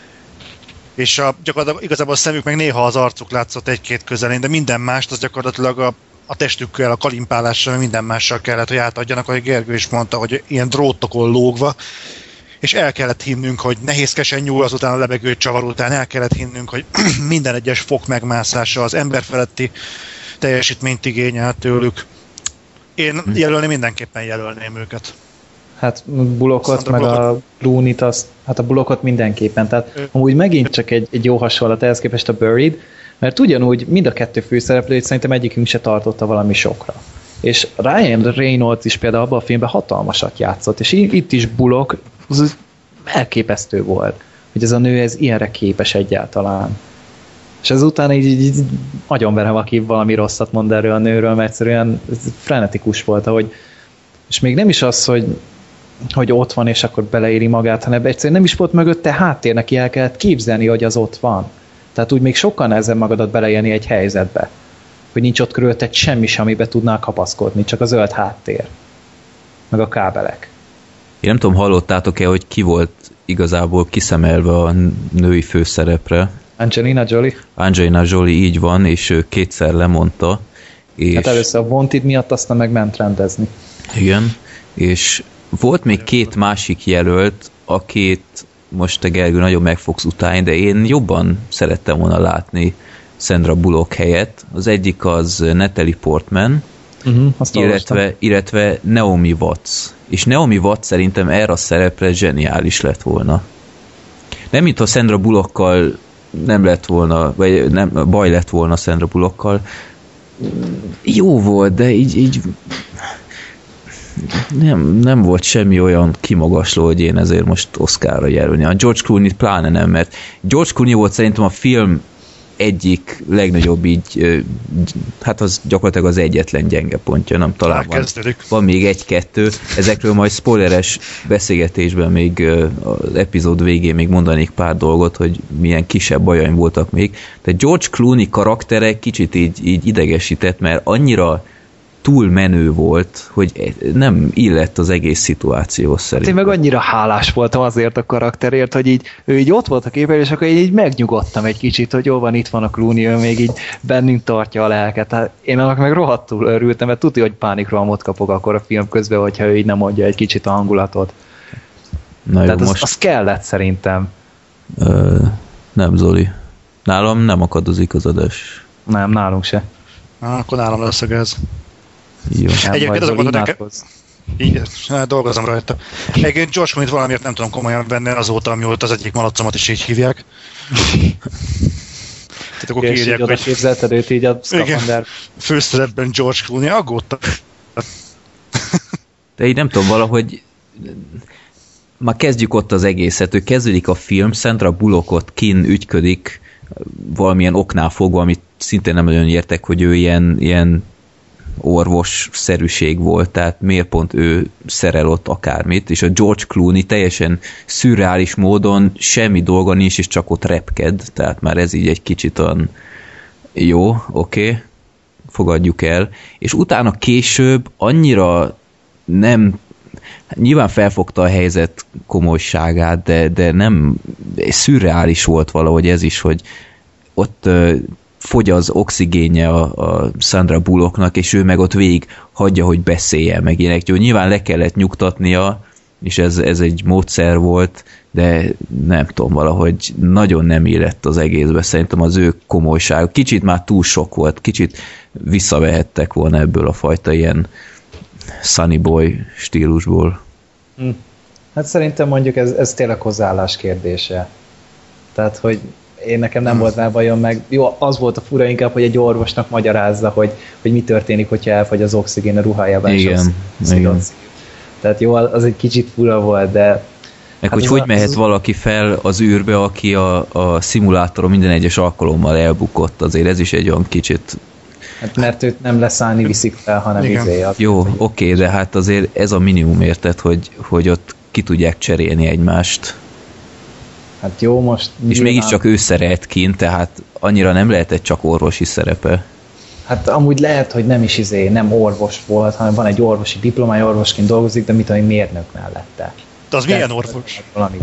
És gyakorlatilag igazából a szemük meg néha az arcuk látszott egy-két közelén, de minden mást az gyakorlatilag a testükkel, a kalimpálással, minden mással kellett, hogy átadjanak, ahogy Gergő is mondta, hogy ilyen drótokon lógva, és el kellett hinnünk, hogy nehézkesen nyúl azután a lebegő csavar után, el kellett hinnünk, hogy minden egyes fok megmászása az emberfeletti teljesítményt igényel tőlük. Én mindenképpen jelölném őket. Hát Bullockot, meg a Clooney-t, hát a Bullockot mindenképpen. Tehát amúgy megint csak egy jó hasonlat ehhez képest a Buried, mert ugyanúgy mind a kettő főszereplőt szerintem egyikünk se tartotta valami sokra. És Ryan Reynolds is például abban a filmben hatalmasat játszott, és itt is Bullock az elképesztő volt, hogy ez a nő ez ilyenre képes egyáltalán. És ezután így agyonverem, aki valami rosszat mond erről a nőről, mert egyszerűen frenetikus volt, ahogy, és még nem is az, hogy ott van, és akkor beleéri magát, hanem egyszerűen nem is volt mögötte háttér, neki el kellett képzelni, hogy az ott van. Tehát úgy még sokkal nehezebb magadat beleélni egy helyzetbe, hogy nincs ott körülötted semmi, amiben tudnál kapaszkodni, csak a zöld háttér, meg a kábelek. Én nem tudom, hallottátok-e, hogy ki volt igazából kiszemelve a női főszerepre? Angelina Jolie? Angelina Jolie, így van, és ő kétszer lemondta. És hát először a Wanted miatt, aztán meg ment rendezni. Igen, és volt még két másik jelölt, akit most te Gergő nagyon meg fogsz utálni, de én jobban szerettem volna látni Sandra Bullock helyett. Az egyik az Natalie Portman, illetve Naomi Watts. És Naomi Watts szerintem erre a szerepre zseniális lett volna. Nem, mintha Sandra Bullockkal nem lett volna, vagy nem, baj lett volna Sandra Bullockkal. Jó volt, de így nem volt semmi olyan kimagasló, hogy én ezért most Oscarra jelölni. A George Clooney pláne nem, mert George Clooney volt szerintem a film egyik legnagyobb így, hát az gyakorlatilag az egyetlen gyenge pontja, nem talán van még egy-kettő. Ezekről majd spoileres beszélgetésben még az epizód végén még mondanék pár dolgot, hogy milyen kisebb bajaim voltak még. De George Clooney karaktere kicsit így idegesített, mert annyira túl menő volt, hogy nem illett az egész szituáció szerint. Én meg annyira hálás voltam azért a karakterért, hogy ő így ott volt a képen, és akkor így megnyugodtam egy kicsit, hogy jó van, itt van a Clooney, ő még így bennünk tartja a lelket. Hát én annak meg rohadtul örültem, mert tudja, hogy pánikrohamot kapok akkor a film közben, hogyha ő így nem mondja egy kicsit a hangulatot. Na tehát jó, az kellett szerintem. Nem, Zoli. Nálam nem akadozik az adás. Nem, nálunk se. Akkor nálam lesz a gáz. Jó. Egyébként azok mondod nekem... Igen, dolgozom rajta. Egyébként George Clooney-t valamiért nem tudom komolyan venni azóta, amióta az egyik malacomat is így hívják. Tehát akkor és így oda képzelted őt így a szkafander. Főszerepben George Clooney, aggódtam. De így nem tudom, valahogy már kezdjük ott az egészet, ő kezdődik a film, Sandra Bullockot kin ügyködik valamilyen oknál fogva, amit szintén nem nagyon értek, hogy ő ilyen orvos-szerűség volt, tehát miért pont ő szerel ott akármit, és a George Clooney teljesen szürreális módon semmi dolga nincs, és csak ott repked, tehát már ez így egy kicsit olyan jó, oké, fogadjuk el, és utána később annyira nem, nyilván felfogta a helyzet komolyságát, de nem, szürreális volt valahogy ez is, hogy ott fogy az oxigénje a Sandra Bullocknak, és ő meg ott végig hagyja, hogy beszéljen meg ilyenek. Jó, nyilván le kellett nyugtatnia, és ez egy módszer volt, de nem tudom, valahogy nagyon nem illett az egészbe. Szerintem az ő komolyság kicsit már túl sok volt, kicsit visszavehettek volna ebből a fajta ilyen Sunny Boy stílusból. Hát szerintem mondjuk ez tényleg hozzáállás kérdése. Tehát, hogy én nekem nem volt rá bajom, meg jó, az volt a fura inkább, hogy egy orvosnak magyarázza, hogy mi történik, hogyha elfogy az oxigén a ruhájában. Igen. Tehát jó, az egy kicsit fura volt, de... Meg hát hogy mehet valaki fel az űrbe, aki a szimulátoron minden egyes alkalommal elbukott, azért ez is egy olyan kicsit... Hát mert őt nem leszállni viszik fel, hanem izé. Jó, oké, de hát azért ez a minimum, érted, hogy ott ki tudják cserélni egymást. Hát jó, most... És mégiscsak ő szerelt kint, tehát annyira nem lehetett csak orvosi szerepe. Hát amúgy lehet, hogy nem is nem orvos volt, hanem van egy orvosi diplomája, orvosként dolgozik, de mit tudom, mérnök mellette. De az milyen orvos? Valami.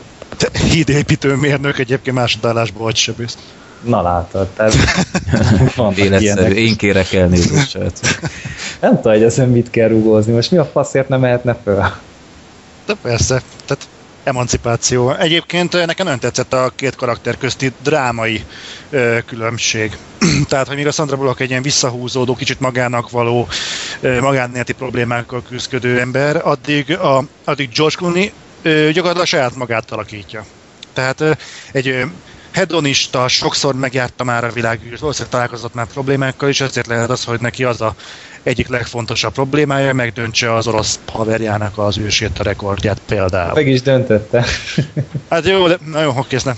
Hídépítő mérnök, egyébként másodállásban vagy sebész. Na látod, tehát életszerű. Én kérek elnézést. Nem tudom, hogy ezen mit kell rugózni. Most mi a faszért nem mehetne föl? De persze, tehát emancipáció. Egyébként nekem nagyon tetszett a két karakter közti drámai különbség. Tehát, hogy még a Sandra Bullock egy ilyen visszahúzódó, kicsit magának való, magánéleti problémákkal küzdködő ember, addig George Clooney gyakorlatilag saját magát alakítja. Tehát egy hedonista, sokszor megjárta már a világűrt, valószínűleg találkozott már problémákkal, és ezért lehet az, hogy neki az a egyik legfontosabb problémája, megdöntse az orosz haverjának az űrsét rekordját például. Meg is döntötte. Hát jó, de nagyon hokkészne.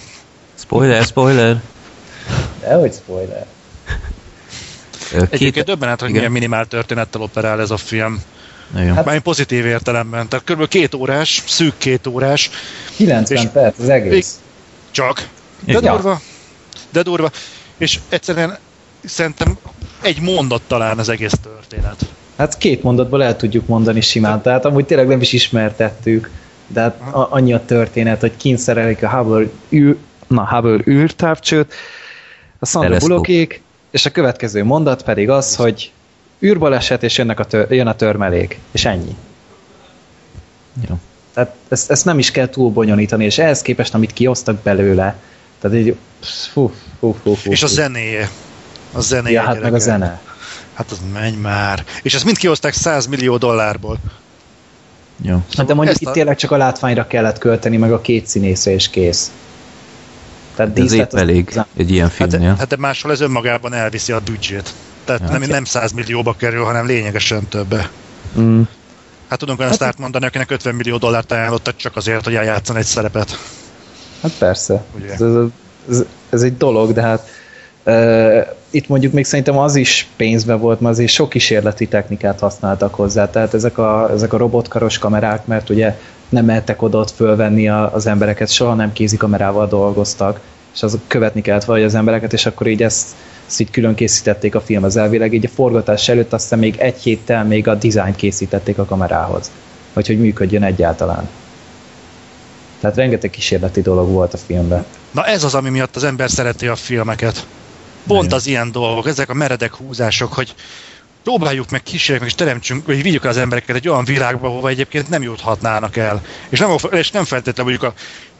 Spoiler. Dehogy spoiler. Egyébként döbbenet, hogy milyen minimál történettel operál ez a film. Hát, már pozitív értelemben. Tehát kb. 2 órás, szűk 2 órás. 90 perc az egész. Csak. De durva. És egyszerűen szerintem egy mondat talán az egész történet. Hát 2 mondatból el tudjuk mondani simán. Tehát amúgy tényleg nem is ismertettük. De hát annyi a történet, hogy kínszerelik a Hubble űrtávcsőt, a Sandra Bullockék, és a következő mondat pedig az, hogy űrbaleset, és jön a törmelék. És ennyi. Jó. Tehát ezt nem is kell túl bonyolítani, és ehhez képest, amit kiosztak belőle, tehát így És a zenéje. A zenéje. Ja, hát meg a zene. Hát az menj már. És ezt mind kihozták $100 millió. Jó. Hát de mondjuk itt tényleg csak a látványra kellett költeni, meg a 2 színészre, és kész. Tehát ez épp elég egy ilyen filmnél. Hát de máshol ez önmagában elviszi a büdzsét. Tehát nem 100 millióba kerül, hanem lényegesen többe. Hát tudunk olyan sztárt mondani, akinek $50 millió ajánlottak csak azért, hogy eljátszon egy szerepet. Hát persze. Ez egy dolog, de hát itt mondjuk még szerintem az is pénzbe volt, mert azért sok kísérleti technikát használtak hozzá. Tehát ezek a robotkaros kamerák, mert ugye nem mehettek oda ott fölvenni az embereket, soha nem kézikamerával dolgoztak, és az követni kellett valahogy az embereket, és akkor így ezt Ezt így külön készítették a film az elvileg, így a forgatás előtt aztán még egy héttel még a dizájnt készítették a kamerához. Vagy hogy működjön egyáltalán. Tehát rengeteg kísérleti dolog volt a filmben. Na ez az, ami miatt az ember szereti a filmeket. Pont az ilyen dolgok, ezek a meredek húzások, hogy próbáljuk meg, kísérjük meg, és teremtsünk, vagy vigyük az embereket egy olyan világba, hova egyébként nem juthatnának el. És nem feltétlenül mondjuk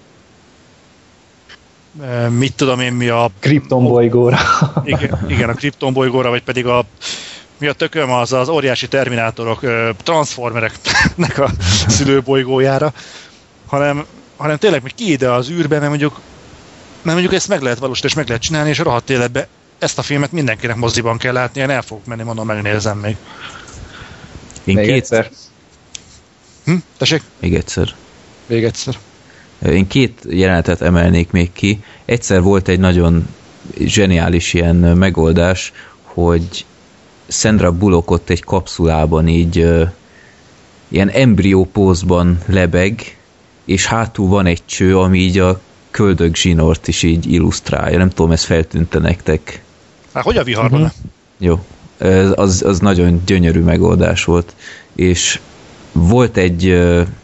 mit tudom én, mi a... Krypton bolygóra. Igen, a Krypton bolygóra, vagy pedig mi a tököm az óriási terminátorok, transformereknek a szülőbolygójára, hanem tényleg még ki ide az űrbe, mert mondjuk ezt meg lehet valósítani, és meg lehet csinálni, és a rohadt életbe ezt a filmet mindenkinek moziban kell látni, én el fogok menni, mondom, megnézem még. Még egyszer? Tessék? Még egyszer. Még egyszer. Én 2 jelenetet emelnék még ki. Egyszer volt egy nagyon zseniális ilyen megoldás, hogy Sandra Bullock ott egy kapszulában így ilyen embrió pózban lebeg, és hátul van egy cső, ami így a köldög zsinort is így illusztrálja. Nem tudom, ez feltűnte nektek. Hát hogy a viharban? Jó. Az nagyon gyönyörű megoldás volt. És volt egy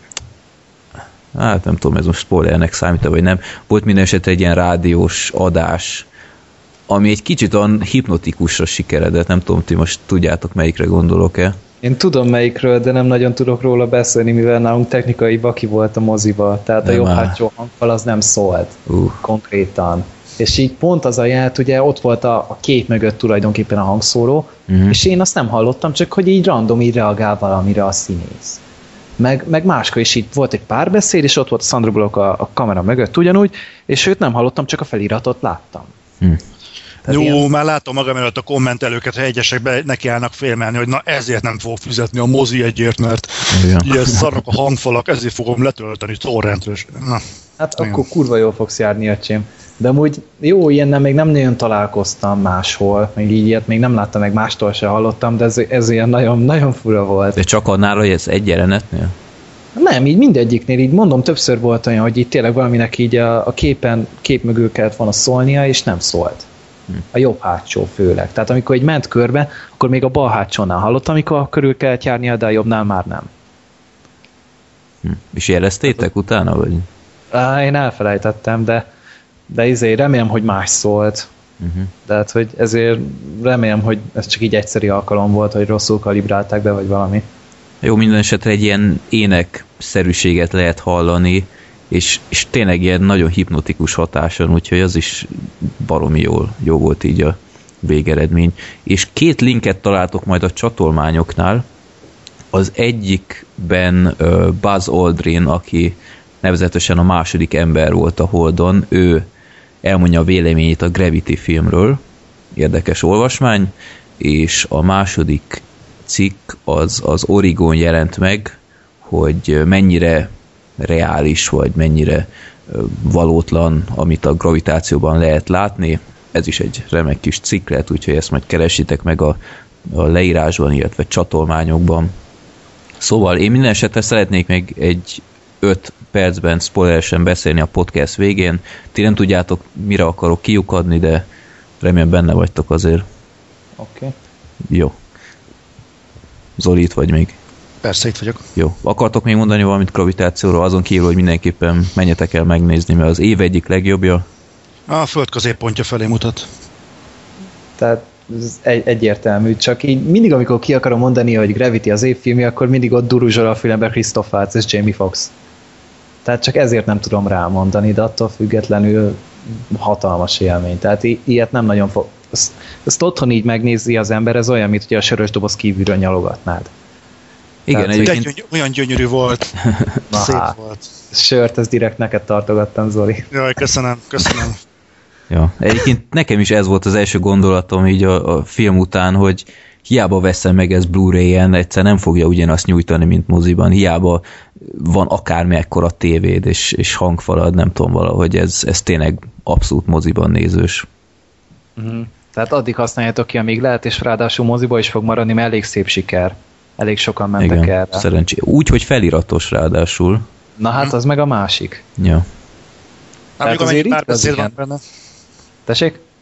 hát nem tudom, ez most spoilernek számít, vagy nem. Volt minden esetre egy ilyen rádiós adás, ami egy kicsit olyan hipnotikusra sikeredett. Nem tudom, ti most tudjátok, melyikre gondolok-e? Én tudom melyikről, de nem nagyon tudok róla beszélni, mivel nálunk technikai vaki volt a moziba, tehát a jobb hátsó hangfal az nem szólt konkrétan. És így pont az a ját, ugye ott volt a kép mögött tulajdonképpen a hangszóró, és én azt nem hallottam, csak hogy így random így reagál valamire a színész. Meg máskor is itt volt egy párbeszéd, és ott volt a Sandra Bullock a kamera mögött ugyanúgy, és őt nem hallottam, csak a feliratot láttam. Jó, ilyen... már látom magam előtt a kommentelőket, ha egyesek nekiállnak félmelni, hogy na ezért nem fogok fizetni a mozi egyért, mert ilyen szarok a hangfalak, ezért fogom letölteni torrentről. Hát igen. Akkor kurva jól fogsz járni, öcsém. De amúgy jó, ilyennel még nem nagyon találkoztam máshol, még így ilyet még nem láttam, meg mástól se hallottam, de ez ilyen nagyon, nagyon fura volt. De csak annál, hogy ez egy jelenetnél? Nem, így mindegyiknél, így mondom, többször volt olyan, hogy itt tényleg valaminek így a kép mögül kellett volna szólnia, és nem szólt. A jobb hátsó főleg. Tehát amikor így ment körbe, akkor még a bal hátsónál hallottam, amikor körül kellett járnia, de a jobbnál már nem. És jeleztétek utána, vagy? Én elfelejtettem, de remélem, hogy más szólt. Tehát, hogy ezért remélem, hogy ez csak így egyszeri alkalom volt, hogy rosszul kalibrálták be, vagy valami. Jó, minden esetre egy ilyen énekszerűséget lehet hallani, és tényleg ilyen nagyon hipnotikus hatáson, úgyhogy az is baromi jó volt így a végeredmény. És 2 linket találtok majd a csatolmányoknál. Az egyikben Buzz Aldrin, aki nevezetesen a második ember volt a Holdon, ő elmondja a véleményét a Gravity filmről, érdekes olvasmány, és a második cikk az Origon jelent meg, hogy mennyire reális, vagy mennyire valótlan, amit a gravitációban lehet látni. Ez is egy remek kis cikk lehet, úgyhogy ezt majd keresitek meg a leírásban, illetve csatolmányokban. Szóval én minden esetre szeretnék még egy 5 percben spoileresen beszélni a podcast végén. Ti nem tudjátok, mire akarok kiukadni, de remélem benne vagytok azért. Oké. Jó. Zoli, itt vagy még? Persze, itt vagyok. Jó. Akartok még mondani valamit gravitációról, azon kívül, hogy mindenképpen menjetek el megnézni, mert az év egyik legjobbja? A föld középpontja felé mutat. Tehát ez egyértelmű, csak így mindig, amikor ki akarom mondani, hogy Gravity az évfilmje, akkor mindig ott duruzsol a filmben Christoph Waltz és Jamie Foxx. Tehát csak ezért nem tudom rámondani, de attól függetlenül hatalmas élmény. Tehát ilyet nem nagyon fog... Ezt otthon így megnézi az ember, ez olyan, mint hogy a sörös doboz kívülről nyalogatnád. Igen, egyébként... olyan gyönyörű volt. Szép volt. Sört, ezt direkt neked tartogattam, Zoli. Jaj, köszönöm. Ja, egyébként nekem is ez volt az első gondolatom így a film után, hogy hiába veszem meg ezt Blu-ray-en, egyszer nem fogja ugyanazt nyújtani, mint moziban. Hiába van akármekkora tévéd és hangfalad, nem tudom valahogy, ez tényleg abszolút moziban nézős. Tehát addig használjátok ki, amíg lehet, és ráadásul moziba is fog maradni, mert elég szép siker. Elég sokan mentek erre. Szerencsé. Úgy, hogy feliratos ráadásul. Na hát, az meg a másik. Ja. Tehát azért párbeszéd van benne. Tessék?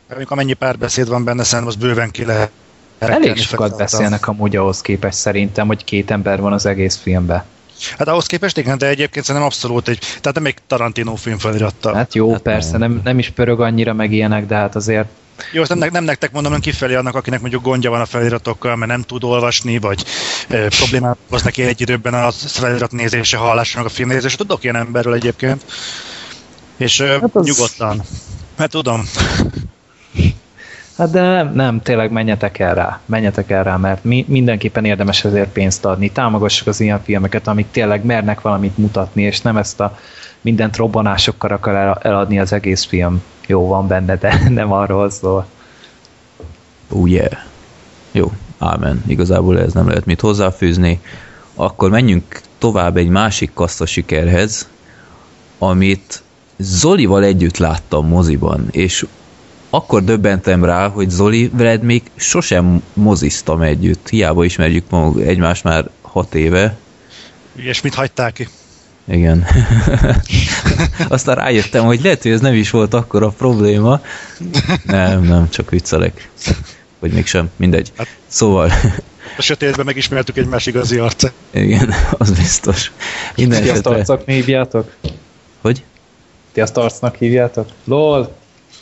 Amennyi párbeszéd van benne, szerintem az bőven ki lehet. Elég sokat beszélnek amúgy ahhoz képest szerintem, hogy két ember van az egész filmben. Hát ahhoz képest igen, de egyébként szerintem abszolút tehát nem egy Tarantino film felirattal. Hát jó, hát persze, nem is pörög annyira meg ilyenek, de hát azért... Jó, azt nem nektek mondom, hanem kifelé annak, akinek mondjuk gondja van a feliratokkal, mert nem tud olvasni, vagy problémát hoz neki egy időben a felirat nézése, hallása, meg a filmnézése. Tudok ilyen emberről egyébként. És hát az... nyugodtan. Hát tudom. Hát de nem, tényleg menjetek el rá, mert mindenképpen érdemes ezért pénzt adni. Támogassuk az ilyen filmeket, amik tényleg mernek valamit mutatni, és nem ezt a mindent robbanásokkal akar eladni az egész film. Jó van benne, de nem arról szól. Yeah. Jó, ámen. Igazából ez nem lehet mit hozzáfűzni. Akkor menjünk tovább egy másik kassza sikerhez, amit Zolival együtt láttam moziban, és akkor döbbentem rá, hogy Zoli, veled még sosem moziztam együtt. Hiába ismerjük egymást már 6 éve. És mit hagytál ki? Igen. Aztán rájöttem, hogy lehet, hogy ez nem is volt akkora probléma. Nem, csak viccelek. Vagy mégsem, mindegy. Hát, szóval... A sötétben megismertük egymás igazi arcát. Igen, az biztos. Ti azt arcnak hívjátok? Hogy? Ti azt arcnak hívjátok? LOL!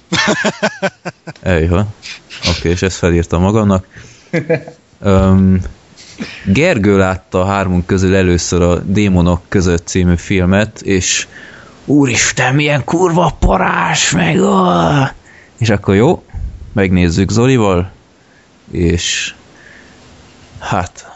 Ejha. Oké, és ezt felírtam magamnak. Gergő látta a 3 közül először a Démonok között című filmet, és úristen, milyen kurva parás, meg és akkor jó, megnézzük Zolival, és hát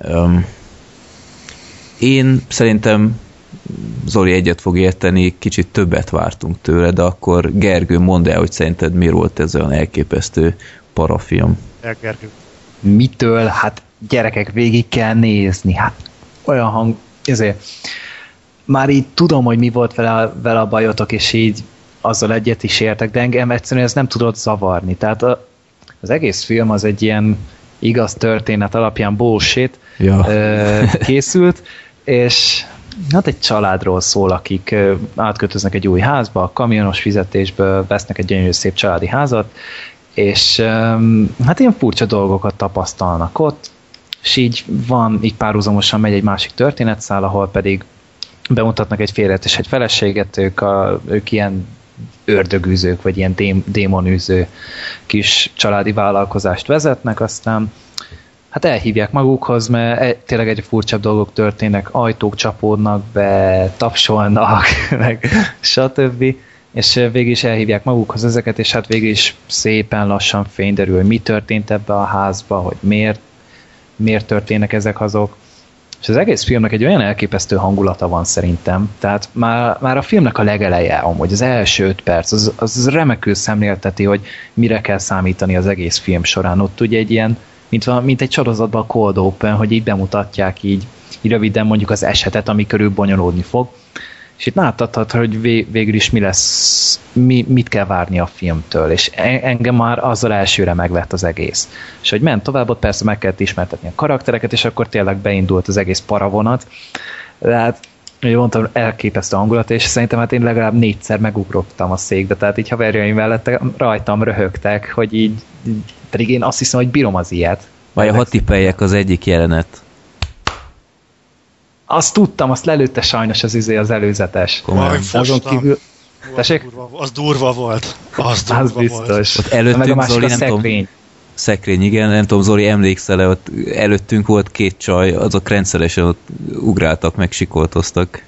én szerintem Zoli egyet fog érteni, kicsit többet vártunk tőle, de akkor Gergő, mondd el, hogy szerinted miért volt ez olyan elképesztő parafilm. Gergő. Mitől? Hát gyerekek, végig kell nézni. Hát olyan hang... Ezért már így tudom, hogy mi volt vele a bajotok, és így azzal egyet is értek, de engem egyszerűen ez nem tudott zavarni. Tehát az egész film az egy ilyen igaz történet alapján bullshit készült, és hát egy családról szól, akik átköltöznek egy új házba, a kamionos fizetésből vesznek egy gyönyörű szép családi házat, és hát ilyen furcsa dolgokat tapasztalnak ott, és így párhuzamosan megy egy másik történetszál, ahol pedig bemutatnak egy férjet és egy feleséget, ők ilyen ördögűzők, vagy ilyen démonűző kis családi vállalkozást vezetnek, aztán hát elhívják magukhoz, mert tényleg egy furcsabb dolgok történnek, ajtók csapódnak be, tapsolnak, meg stb. És végül is elhívják magukhoz ezeket, és hát végül is szépen lassan fényderül, mi történt ebbe a házba, hogy miért történnek ezek azok. És az egész filmnek egy olyan elképesztő hangulata van szerintem, tehát már a filmnek a legeleje, amúgy az első 5 perc, az remekül szemlélteti, hogy mire kell számítani az egész film során. Ott ugye egy ilyen, mint egy sorozatban a Cold Open, hogy így bemutatják így röviden mondjuk az esetet, ami körül bonyolódni fog. És itt láthatod, hogy végül is mi lesz, mit kell várni a filmtől, és engem már azzal elsőre megvett az egész. És hogy ment tovább, ott persze meg kellett ismertetni a karaktereket, és akkor tényleg beindult az egész paravonat. Tehát, ugye mondtam, elképesztő hangulat, és szerintem hát én legalább 4-szer megugrottam a székbe, tehát így haverjaim mellett rajtam röhögtek, hogy így, pedig én azt hiszem, hogy bírom az ilyet. Vagy ha tippeljek az egyik jelenet. Azt tudtam, azt lelőtte sajnos az előzetes. Azon kívül... Az durva volt. Az biztos. Ott előttünk Zoli, nem tudom, szekrény, igen, nem tudom, Zoli, emlékszel-e, ott előttünk volt 2 csaj, azok rendszeresen ott ugráltak, meg sikoltoztak.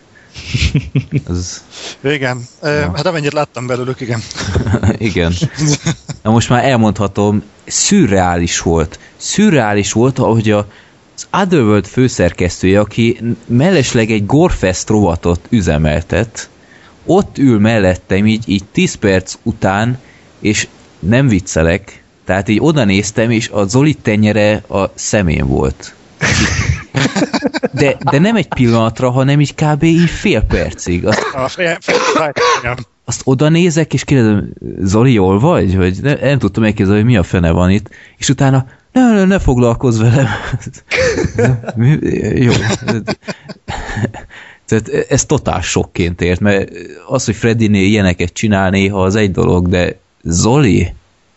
Igen, hát amennyit láttam belőlük, igen. Igen. Na most már elmondhatom, szürreális volt, ahogy az Otherworld főszerkesztője, aki mellesleg egy Gorefest rovatot üzemeltet, ott ül mellettem így 10 perc után, és nem viccelek, tehát így oda néztem, és a Zoli tenyere a szemén volt. De nem egy pillanatra, hanem így kb. Így fél percig. Azt oda nézek, és kérdezem, Zoli, jól vagy? Vagy nem tudtam megkérdezni, hogy mi a fene van itt. És utána, ne foglalkozz velem. Jó. Tehát ez totál sokként ért, mert az, hogy Freddynél ilyeneket csinál néha, az egy dolog, de Zoli,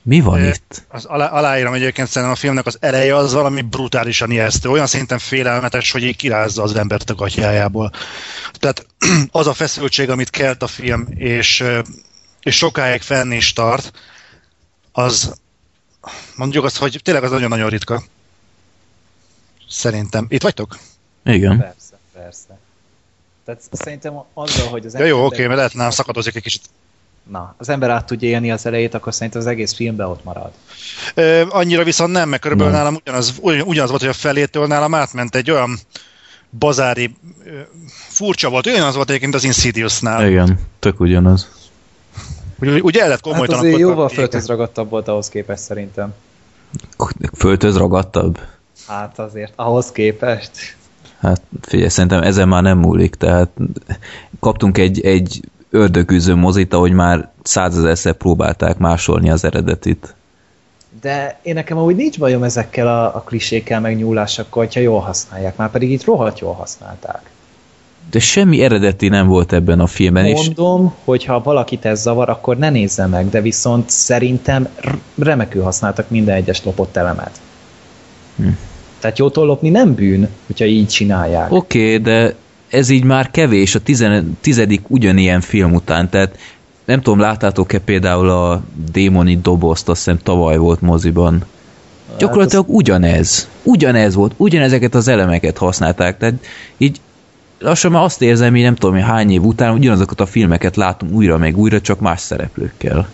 Mi van itt? Aláírom egyébként, szerintem a filmnek az eleje az valami brutálisan ijesztő. Olyan szinten félelmetes, hogy így kirázza az embert a gatyájából. Tehát az a feszültség, amit kelt a film, és sokáig fenn is tart, az mondjuk azt, hogy tényleg az nagyon-nagyon ritka. Szerintem. Itt vagytok? Igen. Persze. Tehát szerintem azzal, hogy az ember... Jó, oké, mert lehet nálam szakadozik egy kicsit. Na, az ember át tudja élni az elejét, akkor szerintem az egész filmben ott marad. Annyira viszont nem, mert körülbelül nálam ugyanaz volt, hogy a felétől nálam átment egy olyan bazári, furcsa volt, ugyanaz volt egyébként az Insidiousnál. Igen, tök ugyanaz. Ugye el lett komolytalan. Hát azért jóval földhöz ragadtabb volt ahhoz képest szerintem. Földhöz ragadtabb? Hát azért, ahhoz képest. Hát figyelj, szerintem ezen már nem múlik, tehát kaptunk egy ördögűző mozit, ahogy már 100 000-szer próbálták másolni az eredetit. De én nekem amúgy nincs bajom ezekkel a klisékkel, meg nyúlásokkal, hogyha jól használják, már pedig itt rohadt jól használták. De semmi eredeti nem volt ebben a filmben. Mondom, hogy ha valakit ez zavar, akkor ne nézze meg, de viszont szerintem remekül használtak minden egyes lopott elemet. Tehát jótól lopni nem bűn, hogyha így csinálják. Oké, de ez így már kevés a 10. ugyanilyen film után, tehát nem tudom, láttátok-e például a Démoni dobozt, azt hiszem tavaly volt moziban. Gyakorlatilag ugyanez volt, ugyanezeket az elemeket használták, tehát így lassan már azt érzem, hogy nem tudom, hogy hány év után ugyanazokat a filmeket látom újra meg újra, csak más szereplőkkel.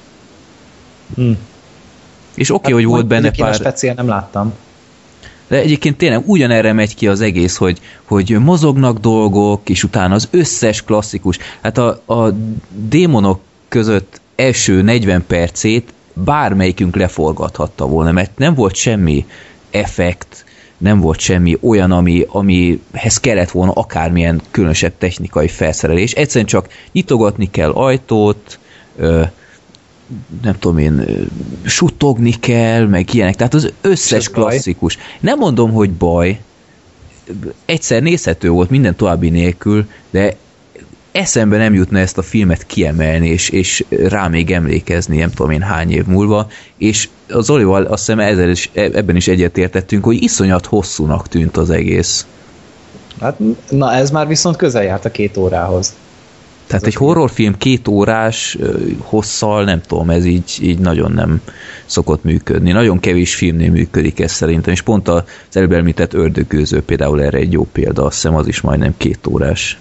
És oké, hogy volt benne pár... Speciál nem láttam. De egyébként tényleg ugyanerre megy ki az egész, hogy mozognak dolgok, és utána az összes klasszikus. Hát a démonok között első 40 percét bármelyikünk leforgathatta volna, mert nem volt semmi effekt, nem volt semmi olyan, amihez kellett volna akármilyen különösebb technikai felszerelés. Egyszerűen csak nyitogatni kell ajtót, nem tudom én, suttogni kell, meg ilyenek. Tehát az összes klasszikus. Nem mondom, hogy baj. Egyszer nézhető volt minden további nélkül, de eszembe nem jutna ezt a filmet kiemelni, és rá még emlékezni, nem tudom én hány év múlva, és az Zolival azt hiszem ebben is egyetértettünk, hogy iszonyat hosszúnak tűnt az egész. Hát, na ez már viszont közel járt a 2 órához. Tehát egy horrorfilm 2 órás hosszal, nem tudom, ez így nagyon nem szokott működni. Nagyon kevés filmnél működik ez szerintem, és pont az előbb említett Ördögűző például erre egy jó példa, azt hiszem az is majdnem 2 órás.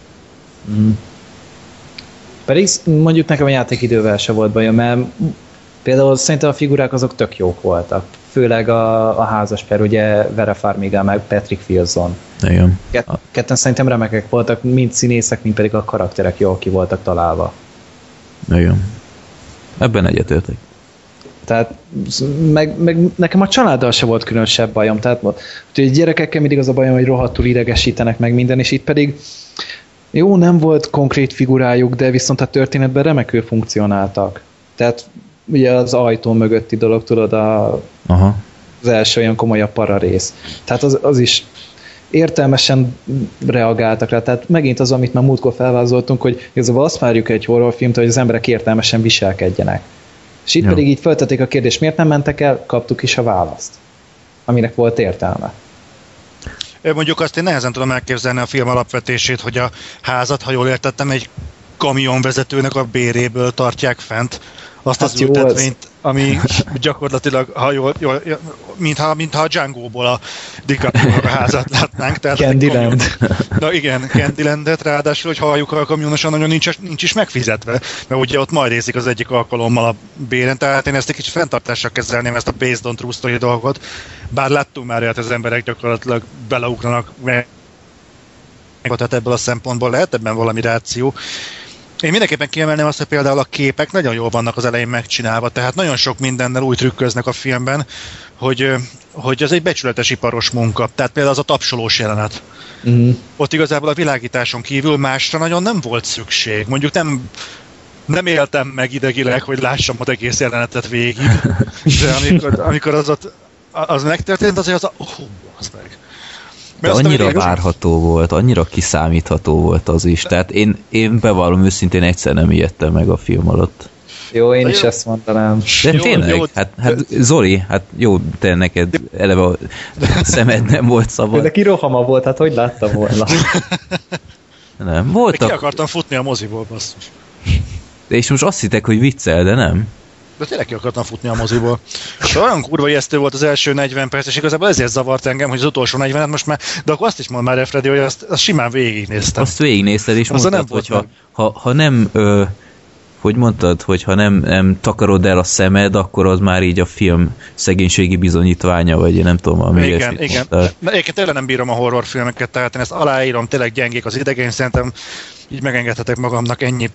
Pedig mondjuk nekem a játékidővel se volt bajom, mert például szerintem a figurák azok tök jók voltak. Főleg a házaspár, ugye Vera Farmiga meg Patrick Wilson. Igen. Ketten szerintem remekek voltak, mind színészek, mind pedig a karakterek jól ki voltak találva. Igen. Ebben egyetértek. Tehát meg nekem a családdal se volt különösebb bajom. Tehát hogy gyerekekkel mindig az a bajom, hogy rohadtul idegesítenek meg minden, és itt pedig jó, nem volt konkrét figurájuk, de viszont a történetben remekül funkcionáltak. Tehát ugye az ajtó mögötti dolog, tudod, az első olyan komolyabb pararész. Tehát az is értelmesen reagáltak rá. Tehát megint az, amit már múltkor felvázoltunk, hogy igazából azt várjuk egy horrorfilmt, hogy az emberek értelmesen viselkedjenek. És itt pedig így feltették a kérdést, miért nem mentek el, kaptuk is a választ, aminek volt értelme. Mondjuk azt én nehezen tudom elképzelni a film alapvetését, hogy a házat, ha jól értettem, egy kamionvezetőnek a béréből tartják fent azt az ültetvényt, ami gyakorlatilag, ha jól mintha a Django-ból a DiCaprio-nak a házat látnánk. Candyland. Na igen, Candylandet, ráadásul, hogy halljuk a kamionosan, nagyon nincs is megfizetve, mert ugye ott majd részik az egyik alkalommal a béren, tehát én ezt egy kicsit fenntartással kezelném, ezt a based on true story dolgot, bár láttunk már olyat, az emberek gyakorlatilag beleugranak, tehát ebből a szempontból lehet ebben valami ráció. Én mindenképpen kiemelném azt, hogy például a képek nagyon jól vannak az elején megcsinálva, tehát nagyon sok mindennel úgy trükköznek a filmben, hogy ez egy becsületes iparos munka. Tehát például az a tapsolós jelenet. Ott igazából a világításon kívül másra nagyon nem volt szükség. Mondjuk nem éltem meg idegileg, hogy lássam az egész jelenetet végig, de amikor az megtörtént, azért az meg. De annyira várható volt, annyira kiszámítható volt az is. Tehát én bevallom őszintén egyszer nem ijedtem meg a film alatt. Jó, én is ezt mondanám. De tényleg, jó. Hát Zoli, hát jó, te neked eleve a szemed nem volt szabad. Neki rohama volt, hát hogy láttam volna? Nem, voltak. Ki akartam futni a moziból, basszus. És most azt hittek, hogy viccel, de nem. De tényleg ki akartam futni a moziból. Olyan kurva ijesztő volt az első 40 perc, és igazából ezért zavart engem, hogy az utolsó 40-et most már, de akkor azt is mondd már, Freddy, hogy azt simán végignéztem. Azt végignézted, és mondtad, hogy ha nem, hogy mondtad, hogy ha nem takarod el a szemed, akkor az már így a film szegénységi bizonyítványa, vagy én nem tudom, ami igen. Egyébként tényleg nem bírom a horrorfilmeket, tehát én ezt aláírom, tényleg gyengék az idegén, szerintem így megengedhetek magamnak ennyit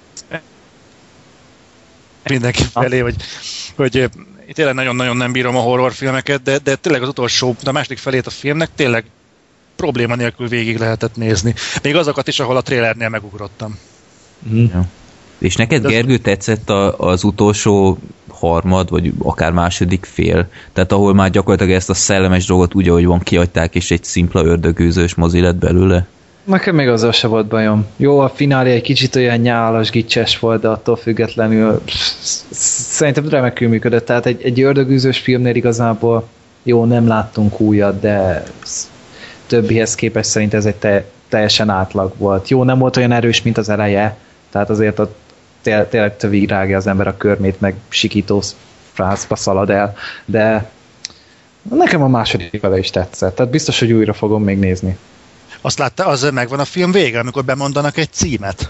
mindenki felé, hogy tényleg nagyon-nagyon nem bírom a horrorfilmeket, de tényleg az utolsó, a második felét a filmnek tényleg probléma nélkül végig lehetett nézni. Még azokat is, ahol a trailernél megugrottam. Ja. És neked, Gergő, tetszett az utolsó harmad, vagy akár második fél? Tehát ahol már gyakorlatilag ezt a szellemes dolgot úgy, ahogy van, kiadták, és egy szimpla ördögűzős mozi lett belőle? Nekem még azzal se volt bajom. Jó, a finálé egy kicsit olyan nyálas, gicses volt, de attól függetlenül szerintem remekül működött. Tehát egy ördögűzős filmnél igazából jó, nem láttunk újat, de többihez képest szerint ez egy teljesen átlag volt. Jó, nem volt olyan erős, mint az eleje, tehát azért ott tényleg tövig rágja az ember a körmét, meg sikító frázba szalad el, de nekem a második vele is tetszett, tehát biztos, hogy újra fogom még nézni. Azt látta, az megvan a film vége, amikor bemondanak egy címet.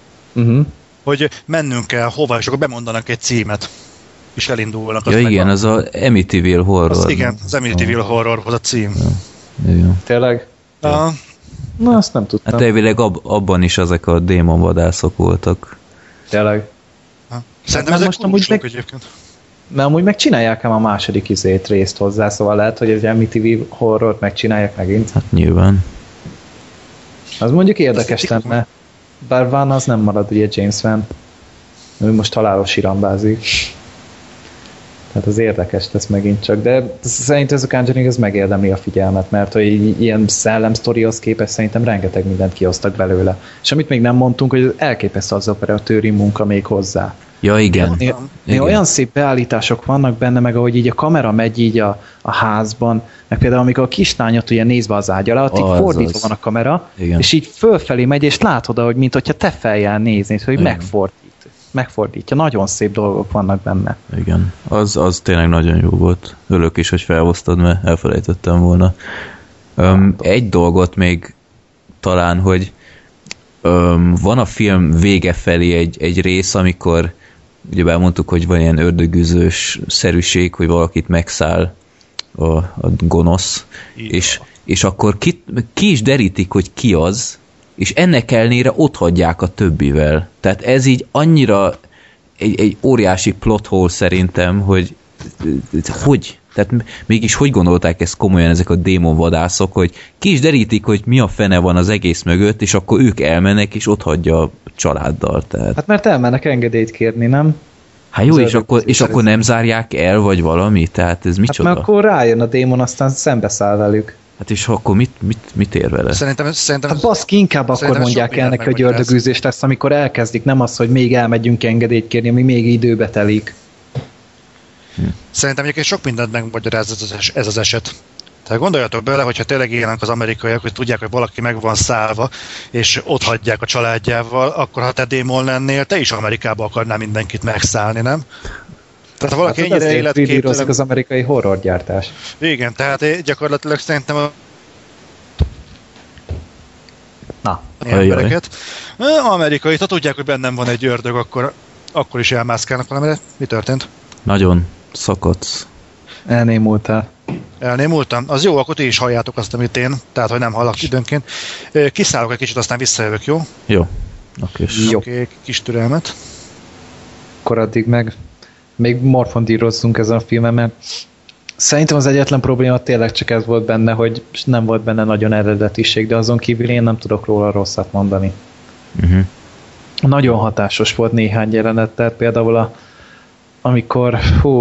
Hogy mennünk kell hova, és akkor bemondanak egy címet. És elindulnak. Ja igen, az a Amityville Horror. Az, igen, az Amityville Horror volt a cím. Ja. Tényleg? Ja. Na, azt nem tudtam. Hát elvileg abban is ezek a démonvadászok voltak. Tényleg? Szerintem ezek most amúgy egyébként. Mert amúgy megcsinálják ám a második részt hozzá, szóval lehet, hogy az Amityville Horrort megcsinálják megint. Hát nyilván. Az mondjuk érdekes lenne. Bár Van az nem marad, ugye James Van. Ő most halálos irambázik. Tehát az érdekes lesz megint csak. De szerintem ez a Conjuring az megérdemli a figyelmet, mert hogy ilyen szellemsztorihoz képest szerintem rengeteg mindent kiosztak belőle. És amit még nem mondtunk, hogy elképesztő az operatőri munka még hozzá. Ja, igen. Igen. Olyan szép beállítások vannak benne, meg ahogy így a kamera megy így a házban, meg például amikor a kislányot ugye nézve az ágy alá, ott fordítva van a kamera, igen. És így fölfelé megy, és látod, hogy mint hogyha te feljel néznéd, hogy megfordítja. Nagyon szép dolgok vannak benne. Igen, az tényleg nagyon jó volt. Örülök is, hogy felhoztad, mert elfelejtettem volna. Egy dolgot még talán, hogy van a film vége felé egy rész, amikor ugye elmondtuk, hogy van ilyen ördögűzős szerűség, hogy valakit megszáll a gonosz, és akkor ki is derítik, hogy ki az, és ennek ellenére otthagyják a többivel. Tehát ez így annyira egy óriási plot hole szerintem, hogy tehát mégis hogy gondolták ezt komolyan ezek a démonvadászok, hogy ki is derítik, hogy mi a fene van az egész mögött, és akkor ők elmennek, és otthagyja a családdal. Tehát. Hát mert elmennek engedélyt kérni, nem? Hát jó, és akkor nem zárják el, vagy valami? Tehát ez micsoda? Hát mert akkor rájön a démon, aztán szembeszáll velük. Hát és akkor mit ér vele? Szerintem hát baszki, inkább akkor mondják el neki, hogy ördögűzés lesz, amikor elkezdik, nem az, hogy még elmegyünk engedélyt kérni, ami még időbe telik. Szerintem egyébként sok mindent megmagyaráz ez az eset. Tehát gondoljatok bele, hogyha tényleg élnek az amerikaiak, hogy tudják, hogy valaki meg van szállva, és ott hagyják a családjával, akkor ha te démon lennél, te is Amerikába akarnál mindenkit megszállni, nem? Tehát ha valaki ennyire életképtelen... az amerikai horrorgyártás. Igen, tehát gyakorlatilag szerintem embereket. Amerikai, ha tudják, hogy bennem van egy ördög, akkor is elmászkálnak valamire. Mi történt? Nagyon szakadsz. Elnémultál. Elnémultam? Az jó, akkor ti is halljátok azt, amit én, tehát, hogy nem hallak időnként. Kiszállok egy kicsit, aztán visszajövök, jó? Jó. Oké, kis türelmet. Akkor addig még morfondírozzunk ezen a filmen, mert szerintem az egyetlen probléma tényleg csak ez volt benne, hogy nem volt benne nagyon eredetiség, de azon kívül én nem tudok róla rosszat mondani. Nagyon hatásos volt néhány jelenet, tehát például amikor,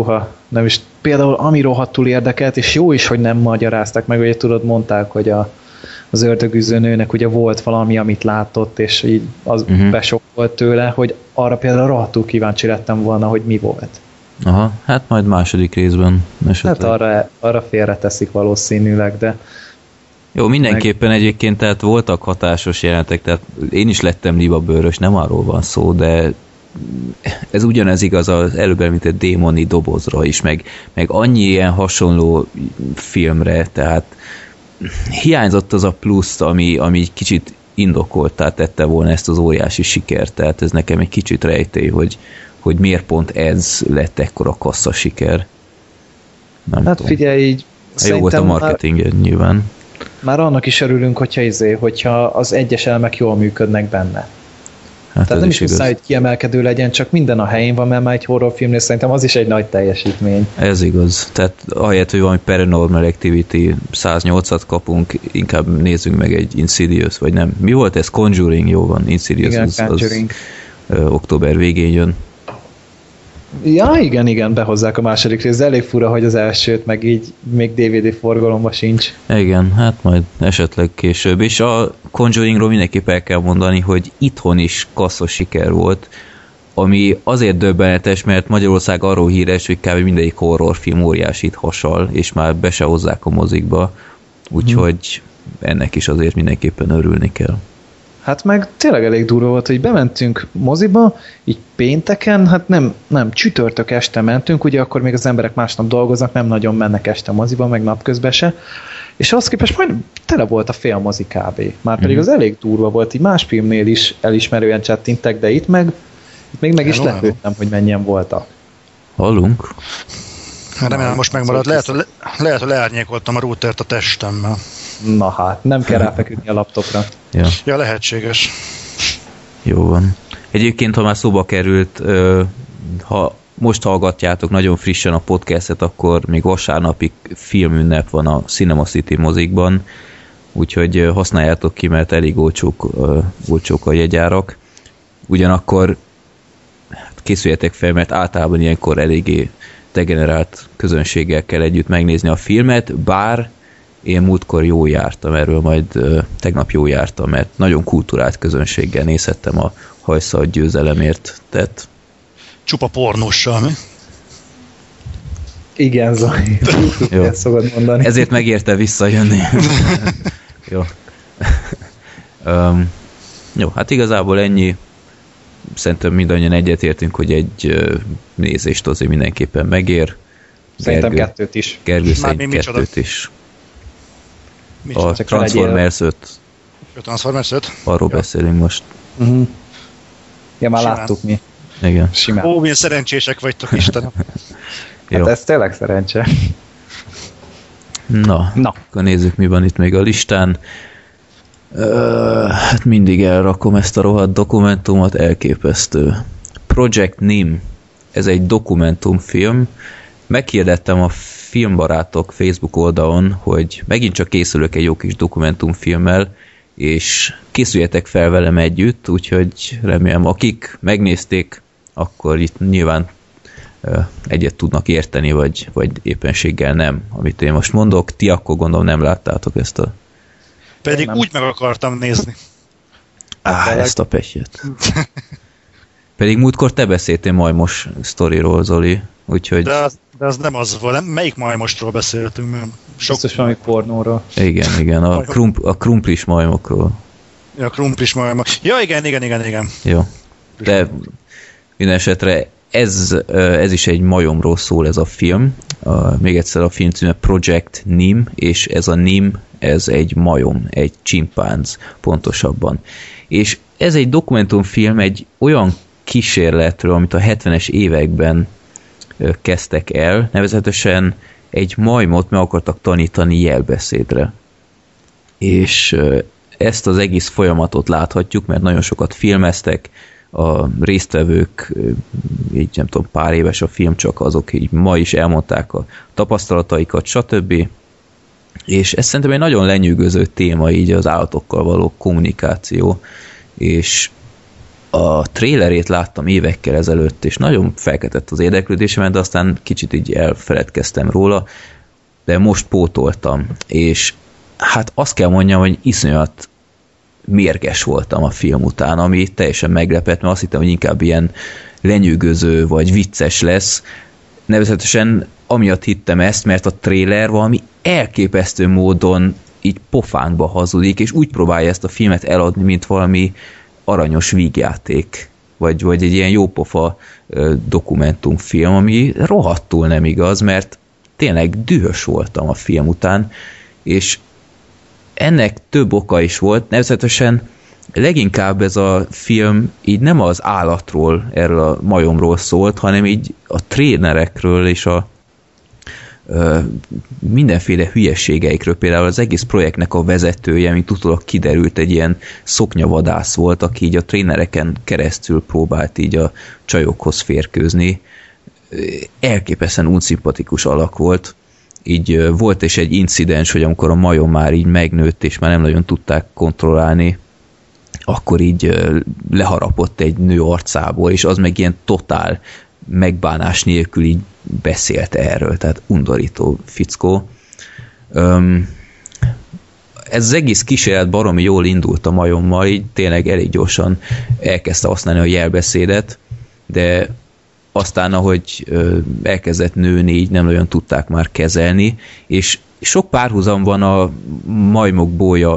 például ami rohadtul érdekelt, és jó is, hogy nem magyarázták meg, ugye tudod, mondták, hogy az ördögűző nőnek ugye volt valami, amit látott, és így az besokkolt tőle, hogy arra például rohadtul kíváncsi lettem volna, hogy mi volt. Aha, hát majd második részben esetleg. Hát arra félreteszik valószínűleg, de jó, mindenképpen egyébként, tehát voltak hatásos jelenetek, tehát én is lettem libabőrös, nem arról van szó, de ez ugyanez igaz az előbb említett démoni dobozra is, meg annyi ilyen hasonló filmre, tehát hiányzott az a plusz, ami kicsit indokoltá tette volna ezt az óriási sikert, tehát ez nekem egy kicsit rejtély, hogy miért pont ez lett ekkora kassza siker. Nem hát tudom. figyelj, így jó volt a marketing nyilván. Már annak is örülünk, hogyha az egyes elemek jól működnek benne. Hát tehát nem is muszáj, hogy kiemelkedő legyen, csak minden a helyén van, mert már egy horrorfilmnél szerintem az is egy nagy teljesítmény. Ez igaz. Tehát ahelyett, hogy valami Paranormal Activity 108-at kapunk, inkább nézzünk meg egy Insidious, vagy nem. Mi volt ez? Conjuring, jó van. Insidious igen, az október végén jön. Ja, igen, behozzák a második részt, de elég fura, hogy az elsőt, meg így még DVD forgalomban sincs. Igen, hát majd esetleg később. És a Conjuringról mindenképp el kell mondani, hogy itthon is kasszos siker volt, ami azért döbbenetes, mert Magyarország arról híres, hogy kb. Mindegyik horrorfilm óriásit hasal, és már be se hozzák a mozikba, úgyhogy ennek is azért mindenképpen örülni kell. Hát meg tényleg elég durva volt, hogy bementünk moziba, így pénteken, hát nem csütörtök este mentünk, ugye akkor még az emberek másnap dolgoznak, nem nagyon mennek este moziba, meg napközben se, és ahhoz képest majd tele volt a fél mozi kb. Már pedig az elég durva volt, így más filmnél is elismerően csettintek, de itt még meg is lepődtem, hogy mennyien voltak. Hallunk? Remélem most megmarad. Lehet, hogy leárnyékoltam a routert a testemmel. Na hát, nem kell ráfeküdni a laptopra. Ja, lehetséges. Jó van. Egyébként, ha már szóba került, ha most hallgatjátok nagyon frissen a podcastet, akkor még vasárnapig filmünnep van a Cinema City mozikban, úgyhogy használjátok ki, mert elég olcsók a jegyárak. Ugyanakkor készüljetek fel, mert általában ilyenkor eléggé degenerált közönséggel kell együtt megnézni a filmet, bár én múltkor jó jártam, erről majd tegnap jó jártam, mert nagyon kulturált közönséggel nézhettem a Hajszal győzelemért, tehát... Csupa pornossal, mi? Igen, Zoli. Ezt szokod mondani. Ezért megérte visszajönni. Jó. Jó, hát igazából ennyi. Szerintem mindannyian egyetértünk, hogy egy nézést azért mindenképpen megér. Szerintem kettőt is. Gergő szerint kettőt is. A Csak Transformers 5. A Transformers 5? Arról beszélünk most. Ja, már simán láttuk mi. Igen. Simán. Ó, milyen szerencsések vagytok, Istenem. Hát ez tényleg szerencse. Na, akkor nézzük, mi van itt még a listán. Hát mindig elrakom ezt a rohadt dokumentumot, elképesztő. Project Nim, ez egy dokumentumfilm. Meghirdettem a Filmbarátok Facebook oldalon, hogy megint csak készülök egy jó kis dokumentumfilmmel, és készüljetek fel velem együtt, úgyhogy remélem, akik megnézték, akkor itt nyilván egyet tudnak érteni, vagy éppenséggel nem, amit én most mondok. Ti akkor gondolom nem láttátok ezt a... Pedig nem. Úgy meg akartam nézni. Ezt a petyet. Pedig múltkor te beszéltél majmos sztoriról, Zoli, úgyhogy... De az nem az volt, melyik majmostról beszéltünk? Biztos valami pornóról. Igen, a krumplis majmokról. Ja, a krumplis majmok. Ja, igen. Jó. De minden esetre ez is egy majomról szól ez a film. Még egyszer a film címe Project Nim, és ez a Nim, ez egy majom, egy csimpánz pontosabban. És ez egy dokumentumfilm egy olyan kísérletről, amit a 70-es években kezdtek el, nevezetesen egy majmot meg akartak tanítani jelbeszédre. És ezt az egész folyamatot láthatjuk, mert nagyon sokat filmeztek, a résztvevők, így nem tudom, pár éves a film, csak azok így ma is elmondták a tapasztalataikat, stb. És ez szerintem egy nagyon lenyűgöző téma, így az állatokkal való kommunikáció, és a trailerét láttam évekkel ezelőtt, és nagyon felkeltett az érdeklődésemet, de aztán kicsit így elfeledkeztem róla, de most pótoltam, és hát azt kell mondjam, hogy iszonyat mérges voltam a film után, ami teljesen meglepett, mert azt hittem, hogy inkább ilyen lenyűgöző vagy vicces lesz. Nevezetesen amiatt hittem ezt, mert a trailer valami elképesztő módon így pofánkba hazudik, és úgy próbálja ezt a filmet eladni, mint valami aranyos vígjáték, vagy egy ilyen jópofa dokumentumfilm, ami rohadtul nem igaz, mert tényleg dühös voltam a film után, és ennek több oka is volt, nevezetesen leginkább ez a film így nem az állatról, erről a majomról szólt, hanem így a trénerekről és a mindenféle hülyeségeikről. Például az egész projektnek a vezetője, mint utólag kiderült, egy ilyen szoknyavadász volt, aki így a trénereken keresztül próbált így a csajokhoz férkőzni. Elképesztően unszimpatikus alak volt. Így volt is egy incidens, hogy amikor a majom már így megnőtt, és már nem nagyon tudták kontrollálni, akkor így leharapott egy nő arcából, és az meg ilyen totál megbánás nélkül így beszélt erről, tehát undorító fickó. Ez az egész kísérlet baromi jól indult a majommal, így tényleg elég gyorsan elkezdte használni a jelbeszédet, de aztán, ahogy elkezdett nőni, így nem nagyon tudták már kezelni, és sok párhuzam van a Majmok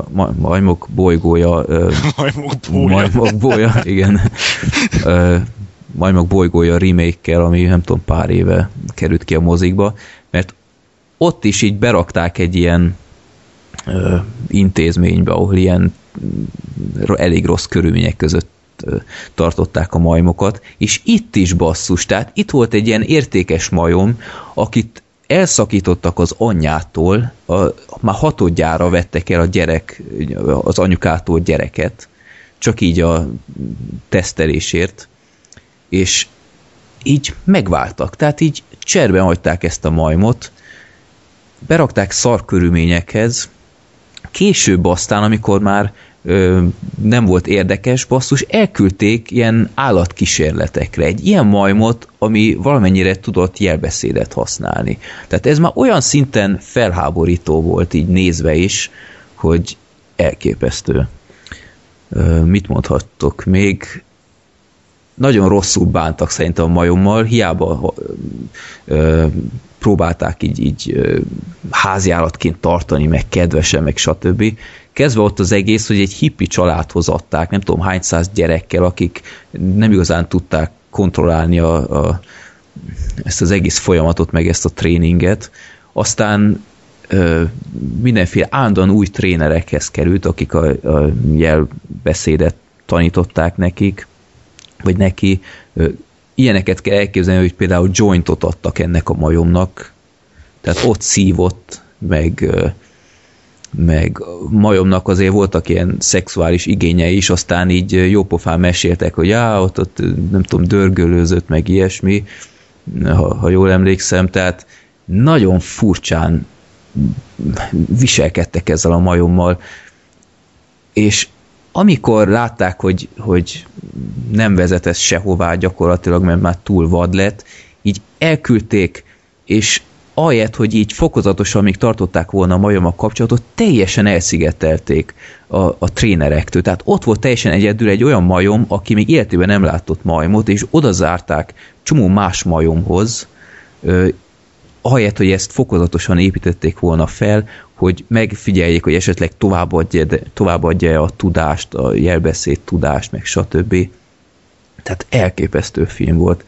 bolygója remake-kel, ami nem tudom, pár éve került ki a mozikba, mert ott is így berakták egy ilyen intézménybe, ahol ilyen elég rossz körülmények között tartották a majmokat, és itt is basszus, tehát itt volt egy ilyen értékes majom, akit elszakítottak az anyjától, már 6. vettek el az anyukától gyereket, csak így a tesztelésért, és így megváltak, tehát így cserben hagyták ezt a majmot, berakták szarkörülményekhez, később aztán, amikor már nem volt érdekes, basszus, elküldték ilyen állatkísérletekre. Egy ilyen majmot, ami valamennyire tudott jelbeszédet használni. Tehát ez már olyan szinten felháborító volt így nézve is, hogy elképesztő. Mit mondhattok még? Nagyon rosszul bántak szerintem a majommal, hiába próbálták így háziállatként tartani, meg kedvesen, meg stb. Kezdve ott az egész, hogy egy hippi családhoz adták, nem tudom hány száz gyerekkel, akik nem igazán tudták kontrollálni ezt az egész folyamatot, meg ezt a tréninget. Aztán mindenféle állandóan új trénerekhez került, akik a jelbeszédet tanították nekik, vagy neki. Ilyeneket kell elképzelni, hogy például jointot adtak ennek a majomnak, tehát ott szívott, meg majomnak azért voltak ilyen szexuális igényei is, aztán így jópofán meséltek, hogy ott nem tudom, dörgölőzött, meg ilyesmi, ha jól emlékszem, tehát nagyon furcsán viselkedtek ezzel a majommal, és amikor látták, hogy nem vezet ez sehová gyakorlatilag, mert már túl vad lett, így elküldték, és ahelyett, hogy így fokozatosan még tartották volna a majommal kapcsolatot, teljesen elszigetelték a trénerektől. Tehát ott volt teljesen egyedül egy olyan majom, aki még életében nem látott majmot, és oda zárták csomó más majomhoz, ahelyett, hogy ezt fokozatosan építették volna fel, hogy megfigyeljék, hogy esetleg továbbadja a tudást, a jelbeszéd tudást, meg stb. Tehát elképesztő film volt.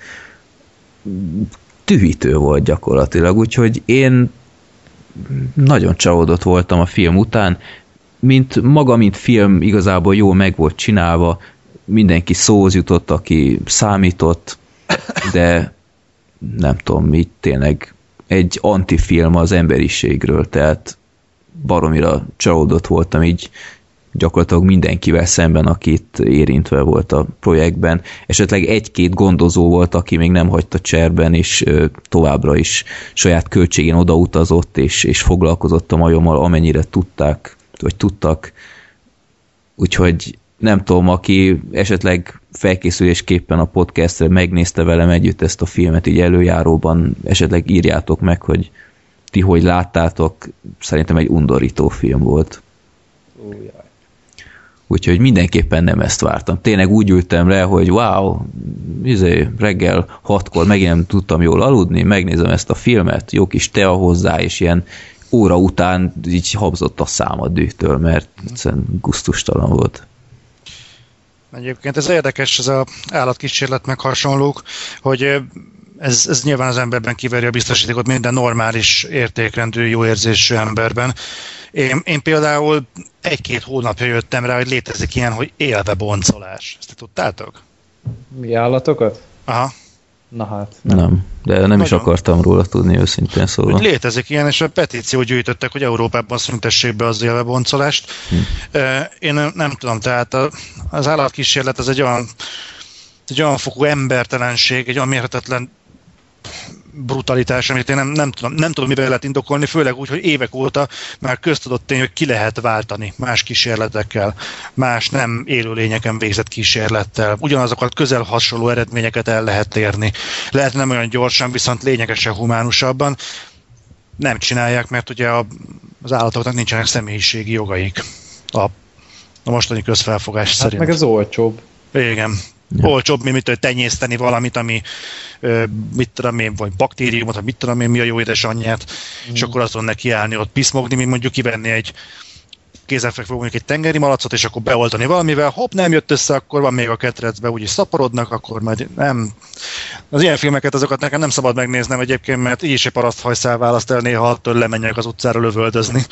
Tühítő volt gyakorlatilag, úgyhogy én nagyon csalódott voltam a film után. Mint film igazából jól meg volt csinálva, mindenki szóhoz jutott, aki számított, de nem tudom, így tényleg egy antifilm az emberiségről, tehát baromira csalódott voltam így gyakorlatilag mindenkivel szemben, akit érintve volt a projektben. Esetleg egy-két gondozó volt, aki még nem hagyta cserben, és továbbra is saját költségén odautazott, és foglalkozott a majommal, amennyire tudtak. Úgyhogy nem tudom, aki esetleg felkészülésképpen a podcastre megnézte velem együtt ezt a filmet így előjáróban, esetleg írjátok meg, hogy ti hogy láttátok, szerintem egy undorító film volt. Úgyhogy mindenképpen nem ezt vártam. Tényleg úgy ültem le, hogy wow, reggel 6-kor megint nem tudtam jól aludni, megnézem ezt a filmet, jó kis tea hozzá, és ilyen óra után így habzott a szám a dühtől, mert egyszerűen gusztustalan volt. Egyébként ez érdekes, ez az állatkísérlet meg hasonlók, hogy ez nyilván az emberben kiveri a biztosítékot minden normális értékrendű, jó érzésű emberben. Én például 1-2 hónapja jöttem rá, hogy létezik ilyen, hogy élve boncolás. Ezt tudtátok? Mi állatokat? Aha. Na hát. Nem, de nem is akartam róla tudni, őszintén szóval. Hogy létezik ilyen, és a petíciót gyűjtöttek, hogy Európában szüntessék be az élve boncolást. Én nem tudom, tehát az állatkísérlet az egy olyan fokú embertelenség, egy olyan mérhetetlen brutalitás, amit én nem tudom, mivel lehet indokolni, főleg úgy, hogy évek óta már köztudott tény, hogy ki lehet váltani más kísérletekkel, más nem élőlényeken végzett kísérlettel. Ugyanazokat közel hasonló eredményeket el lehet érni. Lehet nem olyan gyorsan, viszont lényegesen humánusabban. Nem csinálják, mert ugye az állatoknak nincsenek személyiségi jogaik. A mostani közfelfogás szerint. Meg az olcsóbb. Igen. Ja. Olcsóbb, mint tenyészteni valamit, ami mit tudom én, vagy baktériumot, vagy mit tudom én, mi a jó édesanyját, és akkor azon nekiállni ott piszmogni, mint mondjuk kivenni egy kézenfekvő, mondjuk egy tengeri malacot, és akkor beoltani valamivel, hopp, nem jött össze, akkor van még a ketrecbe, úgyis szaporodnak, akkor majd nem. Az ilyen filmeket, azokat nekem nem szabad megnéznem egyébként, mert így is egy paraszthajszál választ el néha, attól lemenjek az utcára lövöldözni.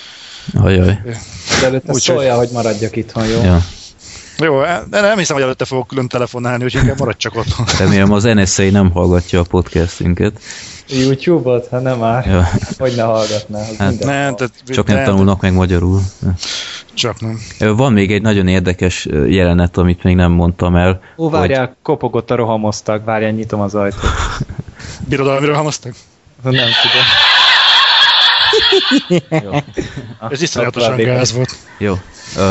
Ajaj. De előtte szólja, hogy maradjak itthon, jó? Ja. Jó, de nem hiszem, hogy előtte fogok külön telefonálni, úgyhogy inkább maradj csak otthon. Remélem az NSA nem hallgatja a podcastünket. YouTube-ot? Hát nem már. Ja. Hogy ne hallgatná. Hát, csak nem tanulnak meg magyarul. Csak nem. Van még egy nagyon érdekes jelenet, amit még nem mondtam el. Ó, várjál, kopogott a rohamoztak. Várjál, nyitom az ajtót. Birodalmi rohamoztak? Nem tudom. Jó. Ez iszonyatosan gáz volt. Jó.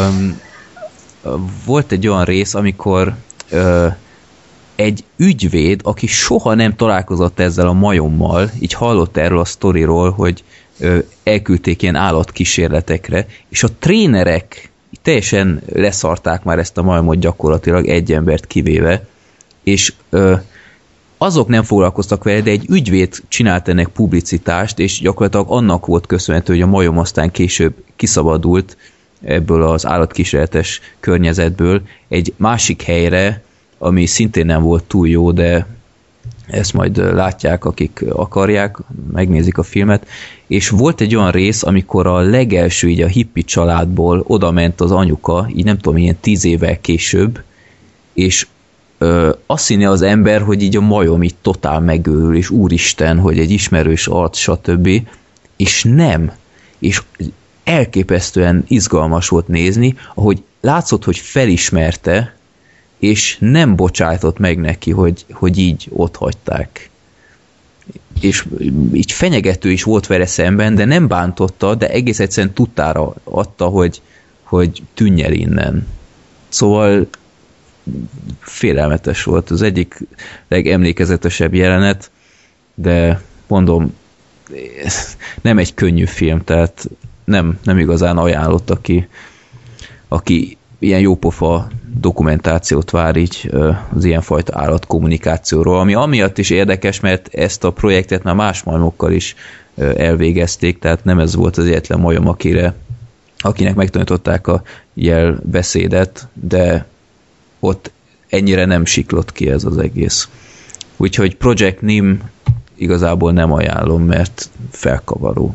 Volt egy olyan rész, amikor egy ügyvéd, aki soha nem találkozott ezzel a majommal, így hallott erről a sztoriról, hogy elküldték ilyen állatkísérletekre, és a trénerek teljesen leszarták már ezt a majomot gyakorlatilag, egy embert kivéve, és azok nem foglalkoztak vele, de egy ügyvéd csinált ennek publicitást, és gyakorlatilag annak volt köszönhető, hogy a majom aztán később kiszabadult ebből az állatkísérletes környezetből egy másik helyre, ami szintén nem volt túl jó, de ezt majd látják, akik akarják, megnézik a filmet, és volt egy olyan rész, amikor a legelső, így a hippi családból oda ment az anyuka, így nem tudom, ilyen 10 évvel később, és azt hinné az ember, hogy így a majom így totál megőrül, és úristen, hogy egy ismerős arc, stb. És nem. És elképesztően izgalmas volt nézni, ahogy látszott, hogy felismerte, és nem bocsájtott meg neki, hogy így otthagyták. És így fenyegető is volt vele szemben, de nem bántotta, de egész egyszerűen tudtára adta, hogy tűnj el innen. Szóval félelmetes volt. Az egyik legemlékezetesebb jelenet, de mondom, nem egy könnyű film, tehát nem igazán ajánlott, aki ilyen jópofa dokumentációt vár így az ilyenfajta állatkommunikációról, ami amiatt is érdekes, mert ezt a projektet már más majmokkal is elvégezték, tehát nem ez volt az egyetlen majom, akinek megtanították a jelbeszédet, de ott ennyire nem siklott ki ez az egész. Úgyhogy Project Nim igazából nem ajánlom, mert felkavaró.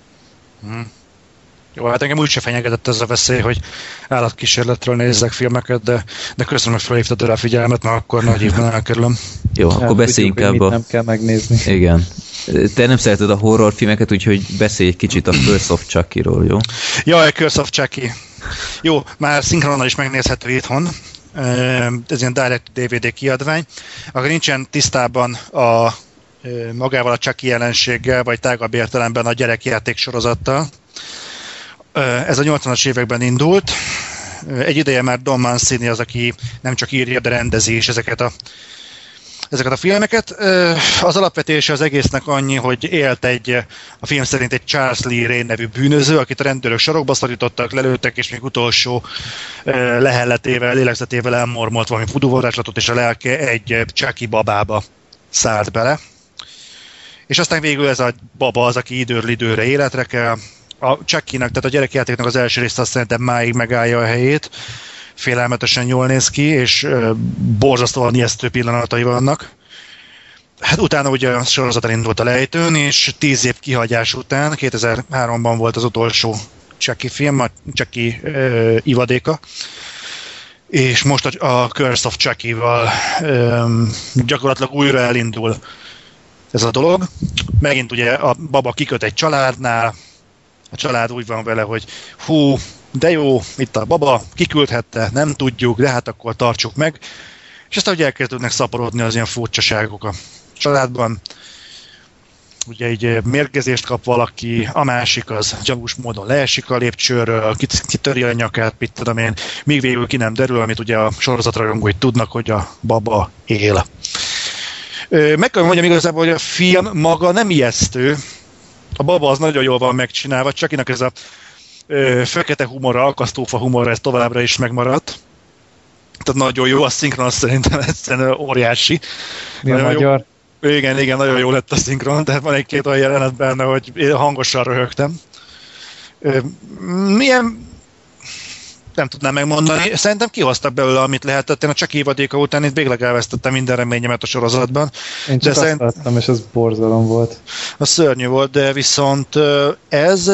Jó, hát engem úgyse fenyegetett ez a veszély, hogy állatkísérletről nézzek filmeket, de köszönöm, hogy felhívtad rá a figyelmet, mert akkor nagy évben elkerülöm. Jó, akkor beszélj inkább nem kell megnézni. Igen. Te nem szereted a horrorfilmeket, úgyhogy beszélj egy kicsit a Curse of Chucky-ról, jó? Jaj, Curse of Chucky. Jó, már szinkronnal is megnézhető itthon. Ez ilyen direct DVD kiadvány. Akkor nincsen tisztában magával a Chucky jelenséggel, vagy tágabb értelemben a gyerekjáték sorozattal. Ez a 80-as években indult. Egy ideje már Don Mancini az, aki nem csak írja, de rendezi is ezeket ezeket a filmeket. Az alapvetése az egésznek annyi, hogy élt a film szerint egy Charles Lee Ray nevű bűnöző, akit a rendőrök sarokba szorítottak, lelőttek, és még utolsó lehelletével, lélegzetével elmormolt valami voodoo-varázslatot, és a lelke egy Chucky babába szállt bele. És aztán végül ez a baba az, aki időről időre életre kell. A Chucky-nak, tehát a gyerekjátéknak az első része azt szerintem máig megállja a helyét. Félelmetesen jól néz ki, és borzasztóan ijesztő pillanatai vannak. Hát utána ugye a sorozat elindult a lejtőn, és 10 év kihagyás után, 2003-ban volt az utolsó Chucky film, a Chucky ivadéka, és most a Curse of Chucky-val gyakorlatilag újra elindul ez a dolog. Megint ugye a baba kiköt egy családnál, a család úgy van vele, hogy hú, de jó, itt a baba, kiküldhette, nem tudjuk, de hát akkor tartsuk meg. És aztán ugye elkezdődnek szaporodni az ilyen furcsaságok a családban. Ugye így mérgezést kap valaki, a másik az gyanús módon leesik a lépcsőről, kitöri a nyakát, mit tudom én, míg végül ki nem derül, amit ugye a sorozatrajongói tudnak, hogy a baba él. Meg kell mondjam igazából, hogy a film maga nem ijesztő, a baba az nagyon jól van megcsinálva, Chuckynak ez a fekete humorra, akasztófa humorra, ez továbbra is megmaradt. Tehát nagyon jó, a szinkron szerintem egyszerűen óriási. Mi a magyar? Jó, igen, nagyon jó lett a szinkron, tehát van egy-két olyan jelenet benne, hogy hangosan röhögtem. Milyen... Nem tudnám megmondani. Szerintem kihoztak belőle, amit lehetett. Én a Chucky évadéka után itt végleg elvesztettem minden reményemet a sorozatban. Én csak azt láttam, és ez borzalom volt. Az szörnyű volt, de viszont ez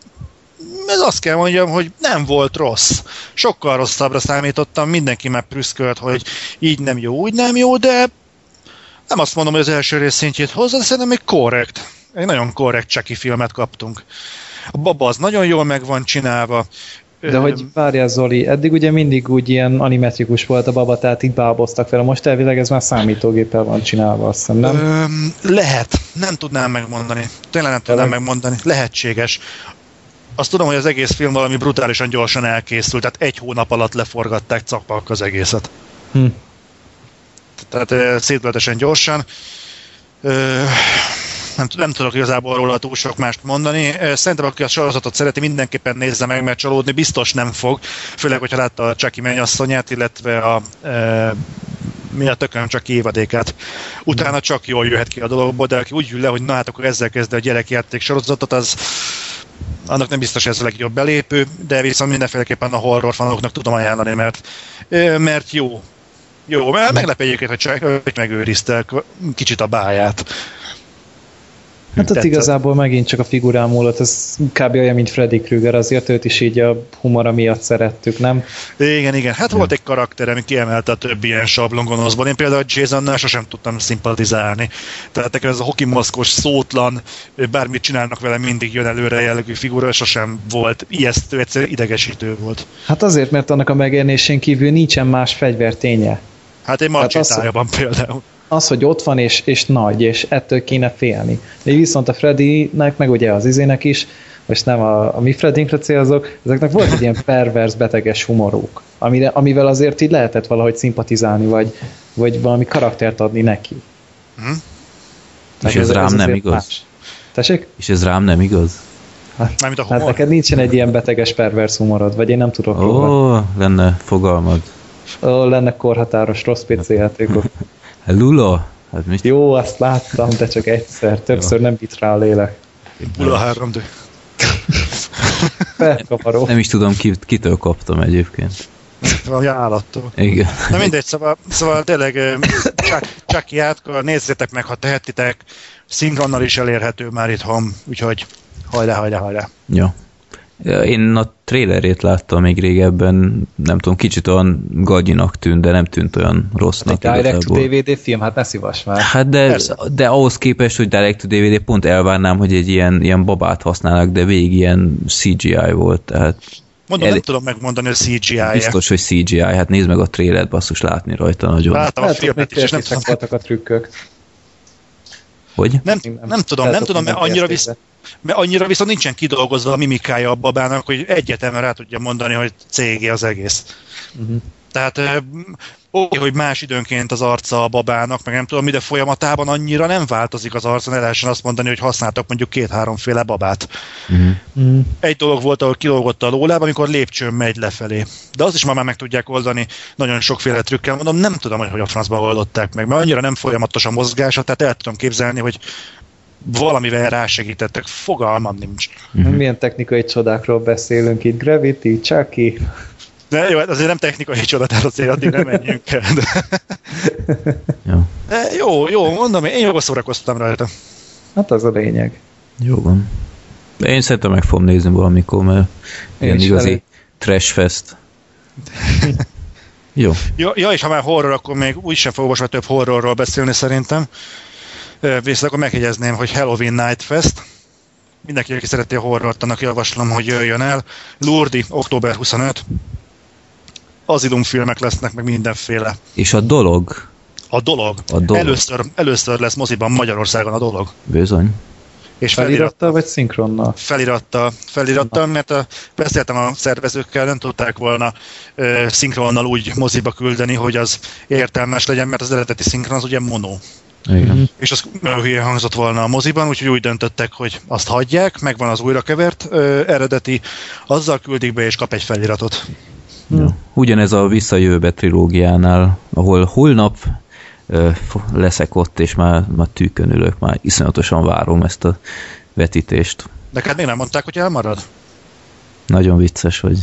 azt kell mondjam, hogy nem volt rossz. Sokkal rosszabbra számítottam, mindenki már prüszkölt, hogy így nem jó, úgy nem jó, de nem azt mondom, hogy az első rész szintjét hozza, de szerintem még korrekt. Egy nagyon korrekt Chucky filmet kaptunk. A baba az nagyon jól meg van csinálva. De hogy várjál, Zoli, eddig ugye mindig úgy ilyen animetrikus volt a baba, tehát így báboztak fel. Most elvileg ez már számítógéppel van csinálva, azt hiszem, nem? Lehet. Nem tudnám megmondani. Tényleg nem tudnám megmondani. Lehetséges. Azt tudom, hogy az egész film valami brutálisan gyorsan elkészült, tehát 1 hónap alatt leforgatták cakpak az egészet. Tehát szétletesen gyorsan. Nem tudok igazából róla túl sok mást mondani. Szerintem, aki a sorozatot szereti, mindenképpen nézze meg, mert csalódni biztos nem fog. Főleg, hogyha látta a Chucky mennyasszonyát, illetve mi a tökön Chucky évadékát. Utána csak jól jöhet ki a dologból, de aki úgy ül le, hogy na hát akkor ezzel kezd a gyerekjáték sorozatot, az annak nem biztos ez a legjobb belépő, de viszont mindenféleképpen a horror fanoknak tudom ajánlani, mert jó. Jó, mert meglepődjék, hogy megőrizte kicsit a báját. Hát ott igazából megint csak a figurán múlott, ez kb. Olyan, mint Freddy Krueger, azért őt is így a humora miatt szerettük, nem? Igen. Hát volt egy karakter, ami kiemelte a többi ilyen sablongonoszból. Én például Jasonnál sosem tudtam szimpatizálni. Tehát ez a hokimaszkos, szótlan, bármit csinálnak vele, mindig jön előre jellegű figura, sosem volt ijesztő, egyszerűen idegesítő volt. Hát azért, mert annak a megjelenésén kívül nincsen más fegyverténye. Hát egy mancsitája van például. Az, hogy ott van és nagy, és ettől kéne félni. De viszont a Freddynek, meg ugye az izének is, most nem a mi Freddynkre célzok, ezeknek volt egy ilyen pervers, beteges humoruk, amivel azért így lehetett valahogy szimpatizálni, vagy valami karaktert adni neki. És ez rám nem igaz? Más. Tessék? És ez rám nem igaz? Hát neked nincsen egy ilyen beteges, pervers humorod, vagy én nem tudok róla. Lenne fogalmad. Lenne korhatáros rossz PC játékok. Lula? Hát mit? Jó, azt láttam, de csak egyszer. Többször nem bit rá a lélek. Lula 3D. Felkavaró. Nem is tudom, kitől kaptam egyébként. Valami állattól. Igen. Na mindegy, szóval tényleg Chucky átkor, nézzétek meg, ha tehetitek. Szinkronnal is elérhető már itthon, úgyhogy hajrá. Ja. Én a trailerét láttam még régebben, nem tudom, kicsit olyan gagyinak tűnt, de nem tűnt olyan rossznak. Hát egy direct DVD film, hát ne szívass már. Hát de ahhoz képest, hogy direct DVD, pont elvárnám, hogy egy ilyen babát használnak, de végig ilyen CGI volt, tehát... Mondom, nem tudom megmondani, hogy CGI-e. Biztos, hogy CGI, hát nézd meg a trailert, basszus, látni rajta nagyon. Láttam a filmet is, és nem tudom. Voltak a trükkök. Hogy? Nem tudom, mert annyira viszont nincsen kidolgozva a mimikája a babának, hogy egyetemben rá tudja mondani, hogy CG az egész. tehát oké, hogy más időnként az arca a babának, meg nem tudom, de folyamatában annyira nem változik az arca, ne lehessen azt mondani, hogy használtak mondjuk 2-3 féle babát. Egy dolog volt, ahol kilógott a lóláb, amikor lépcsőn megy lefelé. De azt is már meg tudják oldani nagyon sokféle trükkel. Mondom, nem tudom, hogy a francban oldották meg, mert annyira nem folyamatos a mozgása, tehát el tudom képzelni, hogy valamivel rásegítettek. Fogalmam nincs. Milyen technikai csodákról beszélünk itt? Gravity, Chucky... De jó, azért nem technikai csoda, tehát azért addig nem menjünk el. De jó, mondom, én jól szórakoztam rajta. Hát az a lényeg. Jó van. De én szerintem meg fogom nézni valamikor, mert ilyen igazi trash fest. Jó. Ja, és ha már horror, akkor még úgysem fogok most már több horrorról beszélni szerintem. Viszont akkor megjegyezném, hogy Halloween Night Fest. Mindenki, aki szereti a horrort, annak javaslom, hogy jöjjön el. Lourdes, október 25. Azilum filmek lesznek, meg mindenféle. És a dolog? A dolog. Először lesz moziban Magyarországon a dolog. Bizony. És felirattal vagy szinkronnal? Felirattal, mert beszéltem a szervezőkkel, nem tudták volna szinkronnal úgy moziba küldeni, hogy az értelmes legyen, mert az eredeti szinkron az ugye mono. Igen. És az hülye hangzott volna a moziban, úgyhogy úgy döntöttek, hogy azt hagyják, megvan az újrakevert eredeti, azzal küldik be és kap egy feliratot. Ja. Ugyanez a Visszajövőbe trilógiánál, ahol holnap leszek ott, és már tűkön ülök, már iszonyatosan várom ezt a vetítést. De hát még nem mondták, hogy elmarad? Nagyon vicces vagy.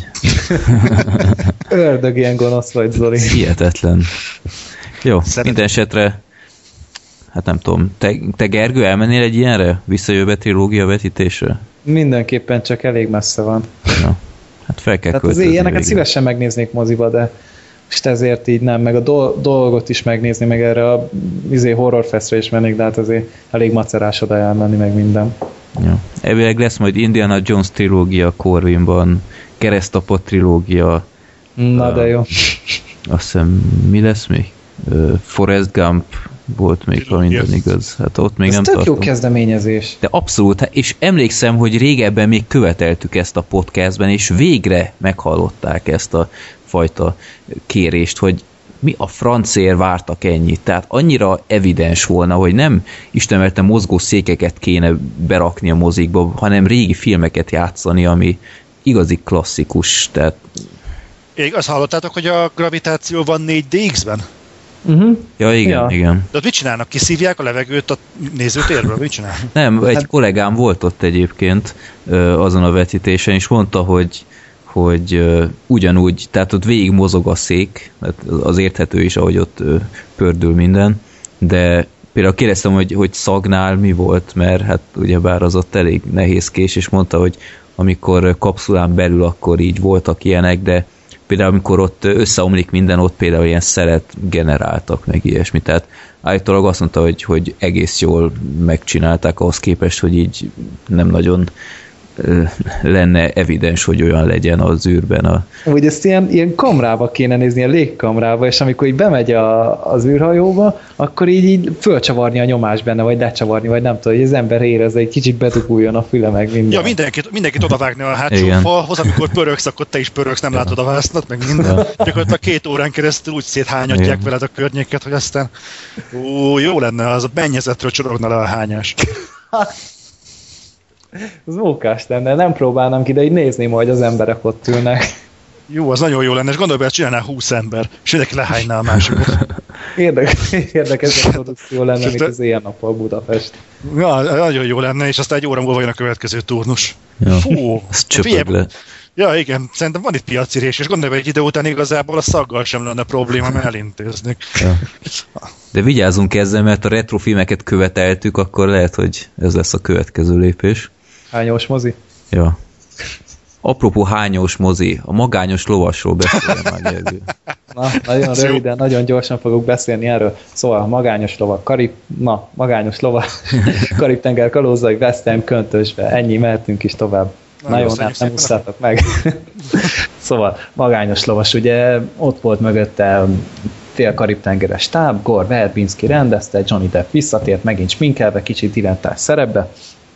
Ördög, ilyen gonosz vagy, Zoli. Hihetetlen. Jó, minden esetre hát nem tudom, te Gergő elmennél egy ilyenre? Visszajövőbe trilógia vetítésre? Mindenképpen, csak elég messze van. Ja. Hát fel kell költözni. Tehát az ilyeneket szívesen megnéznék moziba, de most ezért így nem, meg a dolgot is megnézni, meg erre a horrorfestre is mennék, de hát azért elég macerás oda elmenni, meg minden. Ja. Elvileg lesz majd Indiana Jones trilógia Corvinban, Keresztapa trilógia. Na de jó. Azt hiszem, mi lesz még? Forrest Gump volt még, ha minden igaz. Hát ott még ez nem tök tartom. Jó kezdeményezés. De abszolút, és emlékszem, hogy régebben még követeltük ezt a podcastben, és végre meghallották ezt a fajta kérést, hogy mi a francért vártak ennyit. Tehát annyira evidens volna, hogy nem istenverte mozgó székeket kéne berakni a mozikba, hanem régi filmeket játszani, ami igazi klasszikus. Tehát... Azt hallottátok, hogy a Gravitáció van 4DX-ben? Ja, igen. De ott mit csinálnak? Kiszívják a levegőt a nézőtérből? Mit csinálnak? Nem, egy kollégám volt ott egyébként azon a vetítésen, és mondta, hogy ugyanúgy, tehát ott végig mozog a szék, az érthető is, ahogy ott pördül minden, de például kérdeztem, hogy szagnál mi volt, mert hát ugyebár az ott elég nehézkés, és mondta, hogy amikor kapszulán belül akkor így voltak ilyenek, de például amikor ott összeomlik minden, ott például ilyen szeret generáltak, meg ilyesmi. Tehát állítólag azt mondta, hogy egész jól megcsinálták ahhoz képest, hogy így nem nagyon lenne evidens, hogy olyan legyen az űrben. Vagy ezt ilyen kamrába kéne nézni, ilyen légkamrába, és amikor így bemegy az űrhajóba, akkor így fölcsavarni a nyomás benne, vagy lecsavarni, vagy nem tudom, hogy az ember érezze, egy kicsit beduguljon a füle, meg minden. Ja, mindenkit odavágni a hátsó falhoz, amikor pörögsz, akkor te is pörögsz, nem látod a vásznat, meg minden. Gyakorlatilag 2 órán keresztül úgy széthányadják veled a környéket, hogy aztán jó lenne, az a mennyezetről csorogna le a hányás. Az mókás lenne, nem próbálnám ki, de így nézni majd az emberek ott ülnek. Jó, az nagyon jó lenne, és gondolj be, hogy csinálnál 20 ember, és mindenki lehányná a másikot. Érdekes a produkció lenne, mint az éjjel-nappal Budapest. Ja, nagyon jó lenne, és aztán 1 óra múlva jön a következő turnus. Ja, fú, ez csöpög le. Ja, igen, szerintem van itt piacirés, és gondolj be, egy idő után igazából a szaggal sem lenne probléma, mert elintéznék. Ja. De vigyázzunk ezzel, mert a retrofilmeket követeltük, akkor lehet, hogy ez lesz a következő lépés. Hányós mozi? Ja. Apropó hányós mozi, a magányos lovasról beszéljem már, Gergő. Na, nagyon röviden, nagyon gyorsan fogok beszélni erről. Szóval a magányos lovak, magányos lovak, Karib-tenger kalózai, West Ham köntösbe, ennyi, mehetünk is tovább. Na jó, nem ússzátok meg. Szóval, magányos lovas, ugye ott volt mögötte fél Karib-tengeres stáb, Gore Verbinski rendezte, Johnny Depp visszatért, megint sminkelve, kicsit dilettáns szerepbe.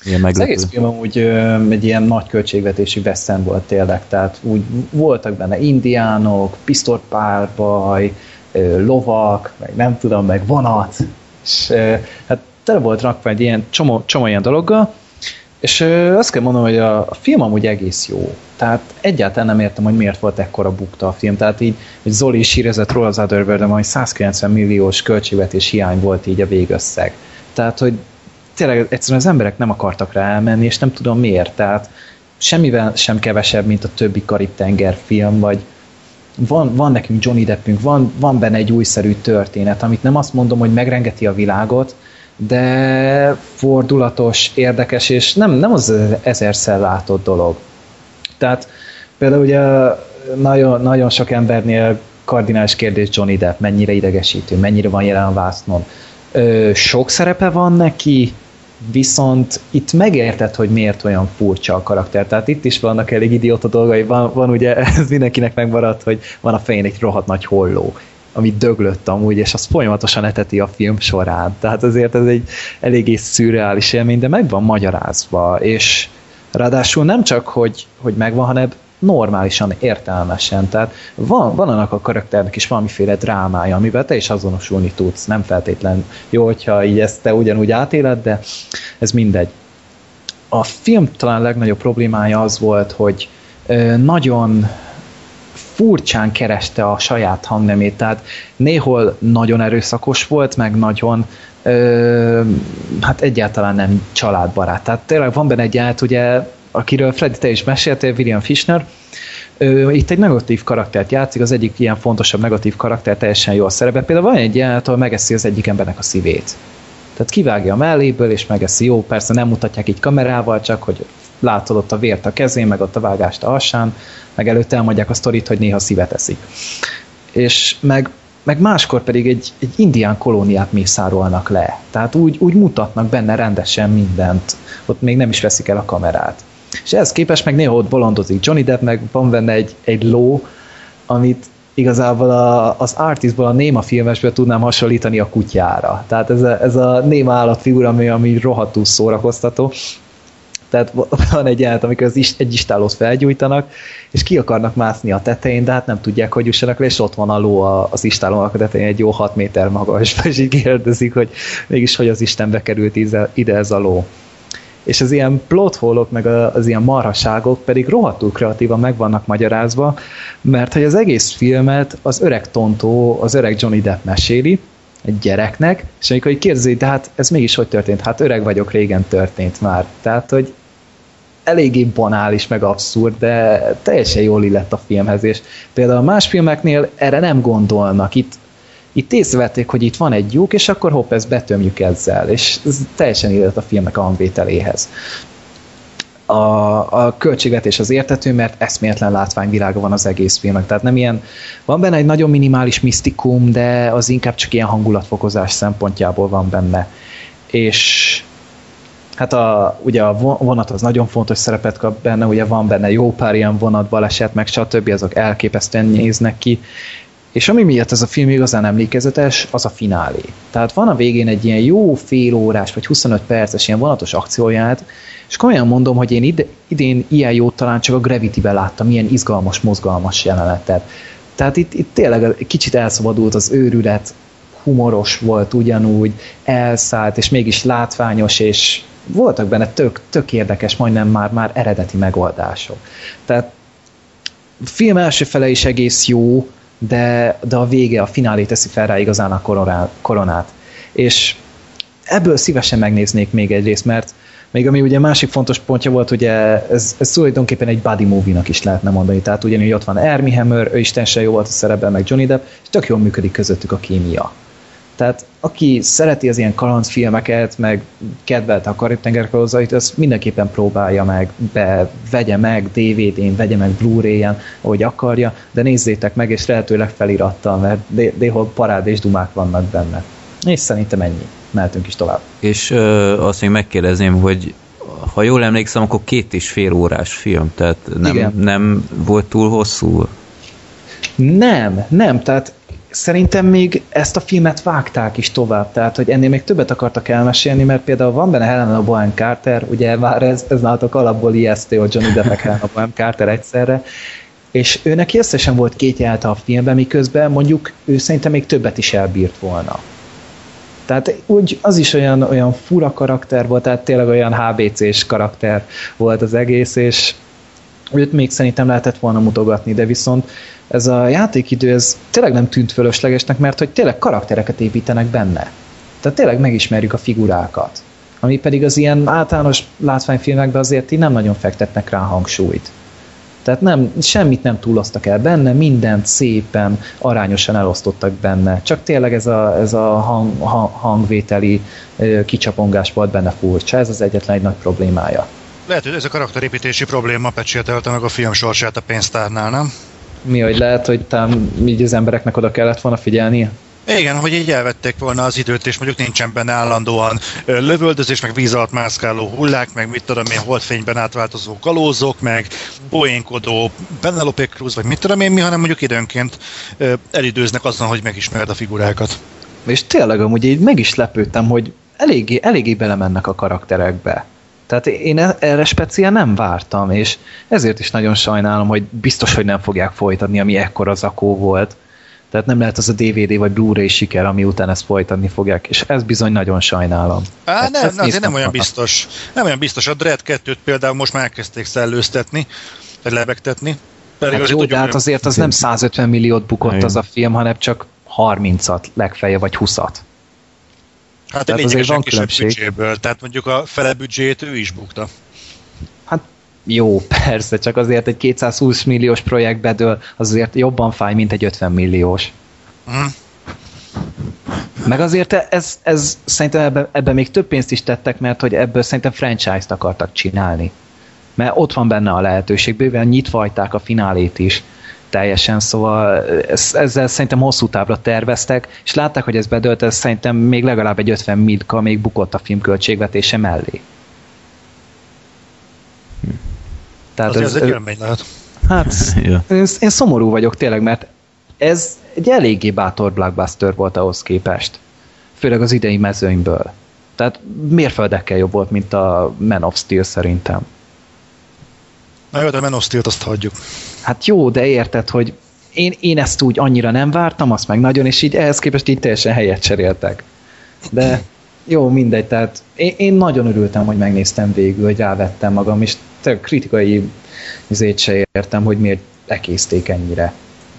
Az egész film amúgy egy ilyen nagy költségvetési western volt tényleg, tehát úgy voltak benne indiánok, pisztolypárbaj, lovak, meg nem tudom, meg vonat, és hát tele volt rakva egy ilyen csomó ilyen dologgal, és azt kell mondanom, hogy a film amúgy egész jó. Tehát egyáltalán nem értem, hogy miért volt ekkora bukta a film. Tehát így, hogy Zoli is hírezett róla az Otherworld-en, hogy 190 milliós költségvetés hiány volt így a végösszeg. Tehát, hogy tényleg egyszerűen az emberek nem akartak rá elmenni, és nem tudom miért. Tehát semmivel sem kevesebb, mint a többi Karib-tenger film, vagy van nekünk Johnny Deppünk, van benne egy újszerű történet, amit nem azt mondom, hogy megrengeti a világot, de fordulatos, érdekes, és nem az ezerszer látott dolog. Tehát például ugye nagyon, nagyon sok embernél kardinális kérdés Johnny Depp, mennyire idegesítő, mennyire van jelen a vásznon. Sok szerepe van neki, viszont itt megérted, hogy miért olyan furcsa a karakter. Tehát itt is vannak elég idióta dolgai, van ugye, ez mindenkinek megmaradt, hogy van a fején egy rohadt nagy holló, amit döglött amúgy, és az folyamatosan eteti a film során. Tehát azért ez egy eléggé szürreális élmény, de meg van magyarázva, és ráadásul nem csak, hogy megvan, hanem normálisan, értelmesen. Tehát van annak a karakternek is valamiféle drámája, amivel te is azonosulni tudsz. Nem feltétlen jó, hogyha így ezt te ugyanúgy átéled, de ez mindegy. A film talán legnagyobb problémája az volt, hogy nagyon furcsán kereste a saját hangnemét, tehát néhol nagyon erőszakos volt, meg nagyon hát egyáltalán nem családbarát. Tehát tényleg van benne egy jelenet, ugye, akiről Freddy, te is meséltél, William Fichtner, itt egy negatív karaktert játszik, az egyik ilyen fontosabb negatív karakter teljesen jól szerepel. Például van egy jelenet, ahol megeszi az egyik embernek a szívét. Tehát kivágja a melléből, és megeszi. Jó, persze nem mutatják így kamerával, csak hogy látod ott a vért a kezén, meg ott a vágást a hasán, meg előtte elmondják a sztorit, hogy néha szívet eszik. És meg máskor pedig egy indián kolóniát mészárolnak le. Tehát úgy mutatnak benne rendesen mindent. Ott még nem is veszik el a kamerát. És ehhez képest meg néha ott bolondozik Johnny Depp, meg van benne egy ló, amit igazából az Artistból, a Néma filmesből tudnám hasonlítani a kutyára. Tehát ez a néma állatfigura, ami rohadtul szórakoztató. Tehát van egy jelenet, amikor egy istálót felgyújtanak, és ki akarnak mászni a tetején, de hát nem tudják, hogy jussanak le, és ott van a ló az istálónak a tetején egy jó 6 méter magasban, és így kérdezik, hogy mégis hogy az Istenbe került ide ez a ló. És az ilyen plot hole-ok, meg az ilyen marhaságok pedig rohadtul kreatívan meg vannak magyarázva, mert hogy az egész filmet az öreg tontó, az öreg Johnny Depp meséli egy gyereknek, és amikor így kérdezi, de hát ez mégis hogy történt? Hát öreg vagyok, régen történt már. Tehát, hogy eléggé banális, meg abszurd, de teljesen jól illett a filmhez, és például más filmeknél erre nem gondolnak. Itt észrevették, hogy itt van egy lyuk, és akkor hopp, ezt betömjük ezzel, és ez teljesen illett a filmnek a hangvételéhez. A költségvetés az értető, mert eszméletlen látványvilága van az egész filmnek, tehát nem ilyen, van benne egy nagyon minimális misztikum, de az inkább csak ilyen hangulatfokozás szempontjából van benne. És hát ugye a vonat az nagyon fontos szerepet kap benne, ugye van benne jó pár ilyen vonatbaleset, meg stb. Azok elképesztően néznek ki, és ami miatt ez a film igazán emlékezetes, az a finálé. Tehát van a végén egy ilyen jó fél órás, vagy 25 perces ilyen vonatos akcióját, és komolyan mondom, hogy én idén ilyen jót talán csak a Gravity-ben láttam, ilyen izgalmas, mozgalmas jelenetet. Tehát itt tényleg kicsit elszabadult az őrület, humoros volt ugyanúgy, elszállt, és mégis látványos, és voltak benne tök érdekes, majdnem már eredeti megoldások. Tehát a film első fele is egész jó, de a vége, a finálé teszi fel rá igazán a koronát. És ebből szívesen megnéznék még egy részt, mert még ami ugye másik fontos pontja volt, ugye ez tulajdonképpen egy buddy movie-nak is lehetne mondani. Tehát ugyanúgy ott van Armie Hammer, ő is teljesen jó volt a szerepben, meg Johnny Depp, és tök jól működik közöttük a kémia. Tehát aki szereti az ilyen kalandfilmeket, meg kedvelte a Karib-tenger kalózait, az mindenképpen próbálja meg, vegye meg DVD-n, vegye meg Blu-ray-en, ahogy akarja, de nézzétek meg, és lehetőleg felirattal, mert néhol parád és dumák vannak benne. És szerintem ennyi. Mehetünk is tovább. És azt még megkérdezném, hogy ha jól emlékszem, akkor 2,5 órás film, tehát nem volt túl hosszú? Nem, tehát szerintem még ezt a filmet vágták is tovább, tehát hogy ennél még többet akartak elmesélni, mert például van benne Helena Bonham Carter, ugye már ez nálatok alapból ijesztő, hogy Johnny Depp meg Helena Bonham Carter egyszerre, és őnek összesen volt 2 jelenete a filmben, miközben mondjuk ő szerintem még többet is elbírt volna. Tehát úgy az is olyan fura karakter volt, tehát tényleg olyan HBC-s karakter volt az egész, és őt még szerintem lehetett volna mutogatni, de viszont ez a játékidő, ez tényleg nem tűnt fölöslegesnek, mert hogy tényleg karaktereket építenek benne. Tehát tényleg megismerjük a figurákat. Ami pedig az ilyen általános látványfilmekben azért így nem nagyon fektetnek rá hangsúlyt. Tehát semmit nem túloztak el benne, mindent szépen, arányosan elosztottak benne. Csak tényleg ez a hangvételi kicsapongás volt benne furcsa. Ez az egyetlen egy nagy problémája. Lehet, hogy ez a karakterépítési probléma pecsételte meg a film sorsát a pénztárnál, nem? Mi, hogy lehet, hogy talán így az embereknek oda kellett volna figyelnie? Igen, hogy így elvették volna az időt, és mondjuk nincsen benne állandóan lövöldözés, meg víz alatt mászkáló hullák, meg mit tudom én, holdfényben átváltozó kalózok, meg poénkodó Penelope Cruz, vagy mit tudom én mi, hanem mondjuk időnként elidőznek azon, hogy megismered a figurákat. És tényleg amúgy így meg is lepődtem, hogy eléggé belemennek a karakterekbe. Tehát én erre speciál nem vártam, és ezért is nagyon sajnálom, hogy biztos, hogy nem fogják folytatni, ami ekkora zakó volt. Tehát nem lehet az a DVD vagy Blu-ray siker, ami után ezt folytatni fogják, és ez bizony nagyon sajnálom. Azért nem olyan biztos. Nem olyan biztos. A Dread 2-t például most már elkezdték szellőztetni, vagy lebegtetni. Hát jó, de hát azért az nem 150 milliót bukott az a film, hanem csak 30-at legfeljebb, vagy 20-at. Hát egy lényegesen kisebb büdzséből, tehát mondjuk a fele büdzsét ő is bukta. Hát jó, persze, csak azért egy 220 milliós projektbedől azért jobban fáj, mint egy 50 milliós. Meg azért ez szerintem ebben még több pénzt is tettek, mert hogy ebből szerintem franchise-t akartak csinálni. Mert ott van benne a lehetőség, bőven nyitva hagyták a finálét is teljesen, szóval ezzel szerintem hosszú távra terveztek, és látták, hogy ez bedölt, ez szerintem még legalább egy 50 millió még bukott a film költségvetése mellé. Tehát ez egy élmény lehet. Hát, ja. Én szomorú vagyok tényleg, mert ez egy eléggé bátor blockbuster volt ahhoz képest. Főleg az idei mezőnyből. Tehát mérföldekkel jobb volt, mint a Man of Steel szerintem. Na jó, de a Man of Steel-t azt hagyjuk. Hát jó, de érted, hogy én ezt úgy annyira nem vártam, azt meg nagyon, és így ehhez képest így teljesen helyet cseréltek. De jó, mindegy, tehát én nagyon örültem, hogy megnéztem végül, hogy rávettem magam, és kritikai izét se értem, hogy miért ekészték ennyire.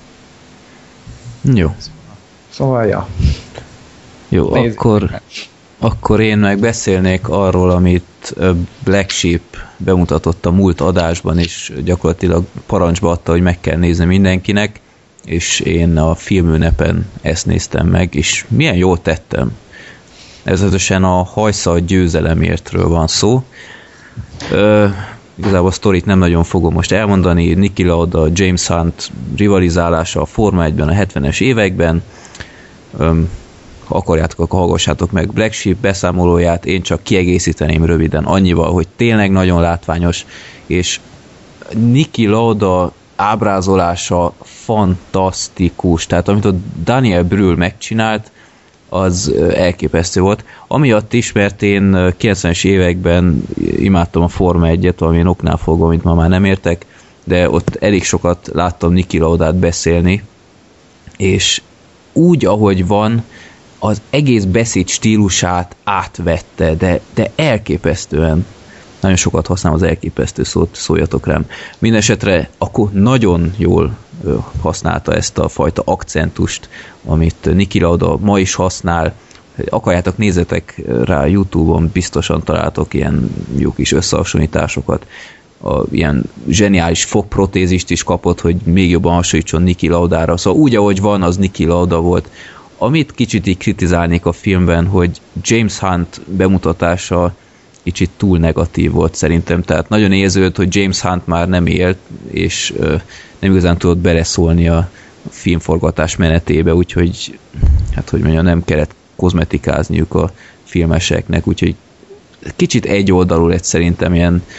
Jó. Szóval, ja. Jó, akkor én meg beszélnék arról, amit Black Sheep bemutatott a múlt adásban, és gyakorlatilag parancsba adta, hogy meg kell nézni mindenkinek, és én a filmünnepen ezt néztem meg, és milyen jól tettem. Nevezetesen a Hajszal győzelemértről van szó. Igazából a sztorit nem nagyon fogom most elmondani. Niki Lauda, James Hunt rivalizálása a Forma 1-ben a 70-es években. Ha akarjátok, akkor hallgassátok meg Black Sheep beszámolóját, én csak kiegészíteném röviden annyival, hogy tényleg nagyon látványos, és Niki Lauda ábrázolása fantasztikus, tehát amit a Daniel Brühl megcsinált, az elképesztő volt. Amiatt is, mert én 90-es években imádtam a Forma 1-et, valamilyen oknál fogva, amit ma már nem értek, de ott elég sokat láttam Niki Laudát beszélni, és úgy, ahogy van, az egész beszéd stílusát átvette, de elképesztően. Nagyon sokat használom az elképesztő szót, szóljatok rám. Mindenesetre akkor nagyon jól használta ezt a fajta akcentust, amit Niki Lauda ma is használ. Akarjátok, nézzetek rá YouTube-on, biztosan találtok ilyen jó kis összehasonlításokat. Ilyen zseniális fogprotézist is kapott, hogy még jobban hasonlítson Niki Laudára. Szóval úgy, ahogy van, az Niki Lauda volt. Amit kicsit így kritizálnék a filmben, hogy James Hunt bemutatása kicsit túl negatív volt szerintem, tehát nagyon érződött, hogy James Hunt már nem élt, és nem igazán tudott beleszólni a filmforgatás menetébe, úgyhogy hát hogy mondjam, nem kellett kozmetikázniuk a filmeseknek, úgyhogy kicsit egyoldalú lett szerintem, ilyen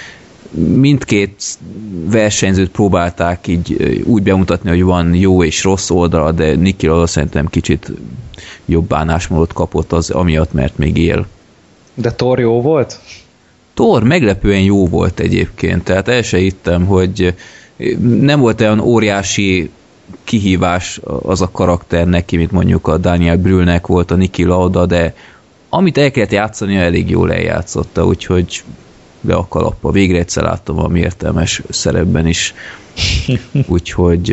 mindkét versenyzőt próbálták így úgy bemutatni, hogy van jó és rossz oldala, de Niki Lauda szerintem kicsit jobb bánásmódot kapott az amiatt, mert még él. De Thor jó volt? Thor meglepően jó volt egyébként, tehát el se hittem, hogy nem volt olyan óriási kihívás az a karakter neki, mint mondjuk a Daniel Brühlnek volt a Niki Lauda, de amit el kellett játszania, elég jól eljátszotta, úgyhogy be a kalappa. Végre egyszer láttam valami értelmes szerepben is. Úgyhogy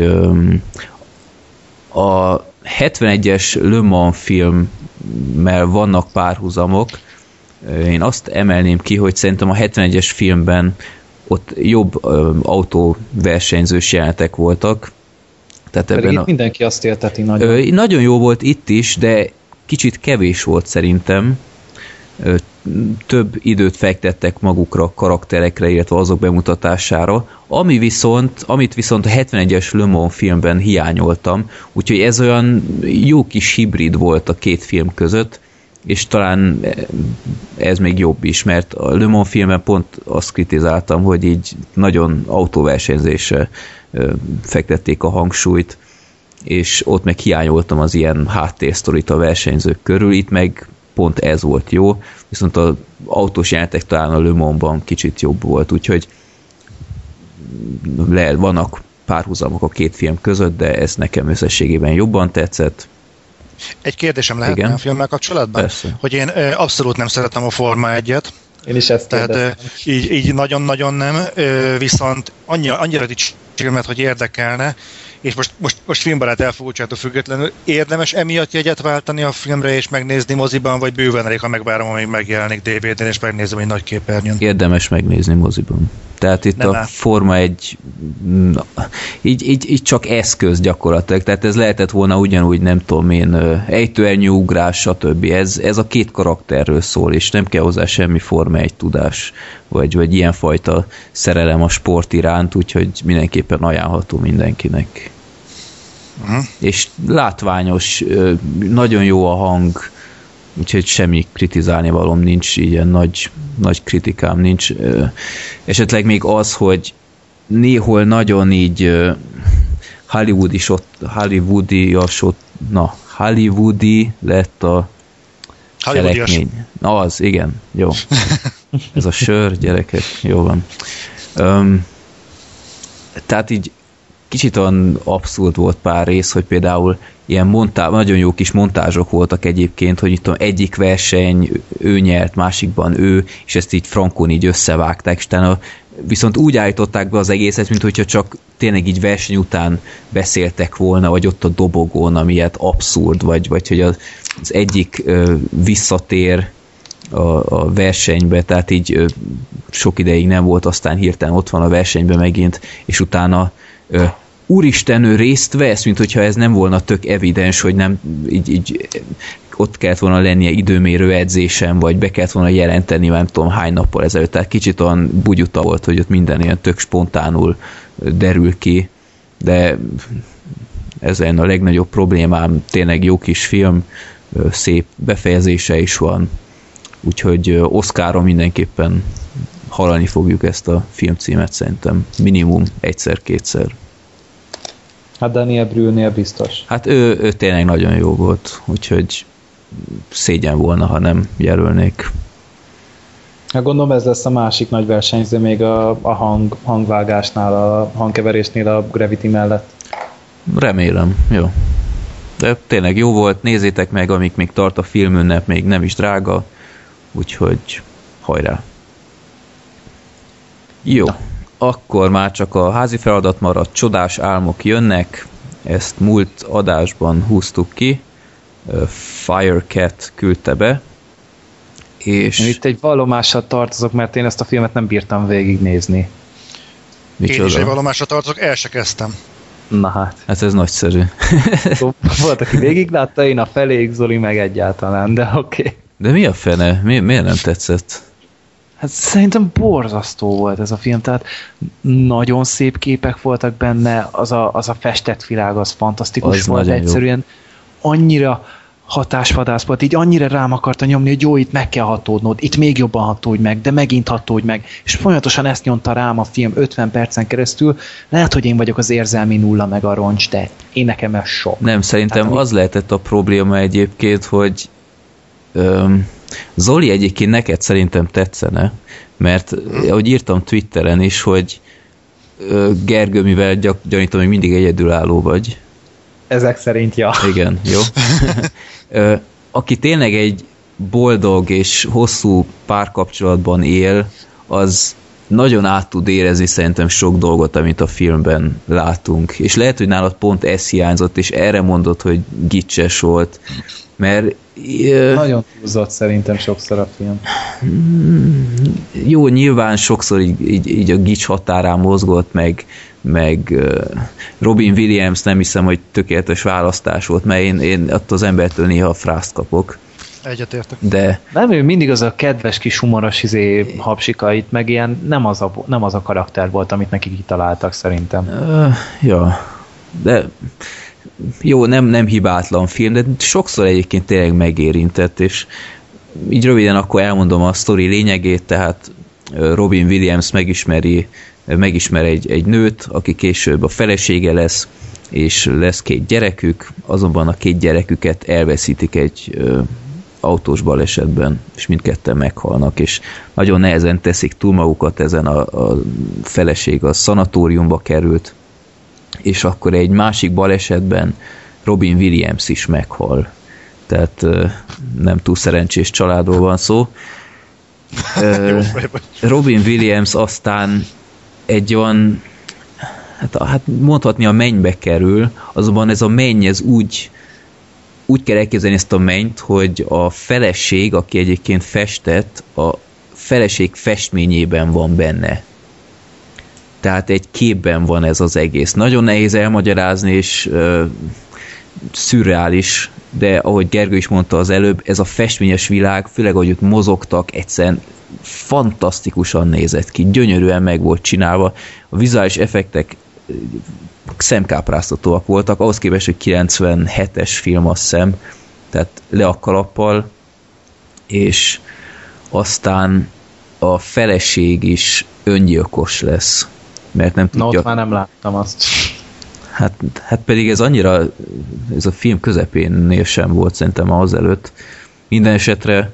a 71-es Le Mans filmmel vannak párhuzamok. Én azt emelném ki, hogy szerintem a 71-es filmben ott jobb autóversenyzős jelenetek voltak. Tehát pedig itt mindenki azt élteti nagyon. Nagyon jó volt itt is, de kicsit kevés volt szerintem. Több időt fektettek magukra a karakterekre, illetve azok bemutatására, amit viszont a 71-es Le Mans filmben hiányoltam, úgyhogy ez olyan jó kis hibrid volt a két film között, és talán ez még jobb is, mert a Le Mans filmben pont azt kritizáltam, hogy így nagyon autóversenyzésre fektették a hangsúlyt, és ott meg hiányoltam az ilyen háttérsztorit a versenyzők körül, itt meg pont ez volt jó, viszont az autós jelenetek talán a Le Mans-ban kicsit jobb volt, úgyhogy vannak párhuzamok a két film között, de ez nekem összességében jobban tetszett. Egy kérdésem lehetne a filmmel kapcsolatban? Persze. Hogy én abszolút nem szeretem a Forma 1-et. Én is ezt kérdeztem. Tehát így nagyon-nagyon nem, viszont annyira dicséremet, hogy érdekelne, és most filmbarát elfogultságtól függetlenül érdemes emiatt jegyet váltani a filmre és megnézni moziban, vagy bőven elég, ha megvárom, amíg megjelenik DVD-n, és megnézem egy nagy képernyőn? Érdemes megnézni moziban. Tehát itt nem a Forma 1 így csak eszköz gyakorlatilag, tehát ez lehetett volna ugyanúgy, nem tudom én, ejtőernyő ugrás, stb. Ez a két karakterről szól, és nem kell hozzá semmi Forma 1 tudás, vagy ilyenfajta szerelem a sport iránt, úgyhogy mindenképpen ajánlható mindenkinek. És látványos, nagyon jó a hang, úgyhogy semmi kritizálni valóm nincs, ilyen nagy kritikám nincs. Esetleg még az, hogy néhol nagyon így Hollywoodi lett a cselekmény. Az, igen, jó. Ez a sör, gyerekek, jó van. Tehát így kicsit olyan abszurd volt pár rész, hogy például ilyen nagyon jó kis montázsok voltak egyébként, hogy itt egyik verseny ő nyert, másikban ő, és ezt így frankon így összevágták, és utána viszont úgy állították be az egészet, mint hogyha csak tényleg így verseny után beszéltek volna, vagy ott a dobogón, ami ilyet abszurd, vagy hogy az egyik visszatér a versenybe, tehát így sok ideig nem volt, aztán hirtelen ott van a versenyben megint, és utána úristen, ő részt vesz, mint hogyha ez nem volna tök evidens, hogy nem így ott kellett volna lennie időmérő edzésen, vagy be kellett volna jelenteni, nem tudom hány nappal ezelőtt, tehát kicsit olyan bugyuta volt, hogy ott minden ilyen tök spontánul derül ki, de ez a legnagyobb problémám, tényleg jó kis film, szép befejezése is van, úgyhogy Oscaron mindenképpen hallani fogjuk ezt a filmcímet szerintem, minimum egyszer-kétszer. Hát Daniel Brühlnél biztos. Hát ő tényleg nagyon jó volt, úgyhogy szégyen volna, ha nem jelölnék. Hát gondolom ez lesz a másik nagy versenyző még a hangvágásnál, a hangkeverésnél a Gravity mellett. Remélem, jó. De tényleg jó volt, nézzétek meg, amíg még tart a filmünnep, még nem is drága, úgyhogy hajrá. Jó. Akkor már csak a házi feladat maradt, csodás álmok jönnek, ezt múlt adásban húztuk ki, Firecat küldte be, és... Én itt egy vallomással tartozok, mert én ezt a filmet nem bírtam végignézni. Micsoda? Én is egy vallomással tartozok, el se kezdtem. Na hát. Hát ez nagyszerű. Volt, aki végiglátta, én a feléig, Zoli meg egyáltalán, de oké. Okay. De mi a fene? Miért nem tetszett? Hát szerintem borzasztó volt ez a film, tehát nagyon szép képek voltak benne, az a festett világ, az fantasztikus az volt, egyszerűen jó. hatásvadászat, így annyira rám akarta nyomni, hogy jó, itt meg kell hatódnod, itt még jobban hatódj meg, de megint hatódj meg, és folyamatosan ezt nyomta rám a film 50 percen keresztül. Lehet, hogy én vagyok az érzelmi nulla meg a roncs, de én nekem ez sok. Nem, szerintem az lehetett a probléma egyébként, hogy Zoli, egyébként neked szerintem tetszene, mert ahogy írtam Twitteren is, hogy Gergő, mivel gyanítom, hogy mindig egyedülálló vagy. Ezek szerint, ja. Igen, jó. Aki tényleg egy boldog és hosszú párkapcsolatban él, az nagyon át tud érezni szerintem sok dolgot, amit a filmben látunk. És lehet, hogy nálad pont ez hiányzott, és erre mondod, hogy gicses volt. Mert nagyon túlzott szerintem sokszor a film. Jó, nyilván sokszor így a gics határán mozgott, meg Robin Williams nem hiszem, hogy tökéletes választás volt, mert én attól az embertől néha frászt kapok. Egyetértek. De... Nem, ő mindig az a kedves kis humoros hapsikait, meg ilyen nem az a karakter volt, amit neki kitaláltak szerintem. Ja, de jó, nem hibátlan film, de sokszor egyébként tényleg megérintett, és így röviden akkor elmondom a sztori lényegét, tehát Robin Williams megismer egy nőt, aki később a felesége lesz, és lesz 2 gyerekük, azonban a 2 gyereküket elveszítik egy autós balesetben, és mindketten meghalnak, és nagyon nehezen teszik túl magukat ezen, a feleség a szanatóriumba került, és akkor egy másik balesetben Robin Williams is meghal. Tehát nem túl szerencsés családról van szó. Robin Williams aztán egy olyan, hát mondhatni a mennybe kerül, azonban ez a menny, ez úgy kell elképzelni ezt a mennyt, hogy a feleség, aki egyébként festett, a feleség festményében van benne. Tehát egy képben van ez az egész. Nagyon nehéz elmagyarázni, és szürreális, de ahogy Gergő is mondta az előbb, ez a festményes világ, főleg ahogy ott mozogtak, egyszerűen fantasztikusan nézett ki, gyönyörűen meg volt csinálva. A vizuális effektek szemkápráztatóak voltak, ahhoz képest, hogy 97-es film, azt hiszem, tehát le a kalappal, és aztán a feleség is öngyilkos lesz, mert nem tudja... ott már nem láttam azt. Hát pedig ez annyira, ez a film közepénnél sem volt szerintem azelőtt. Minden esetre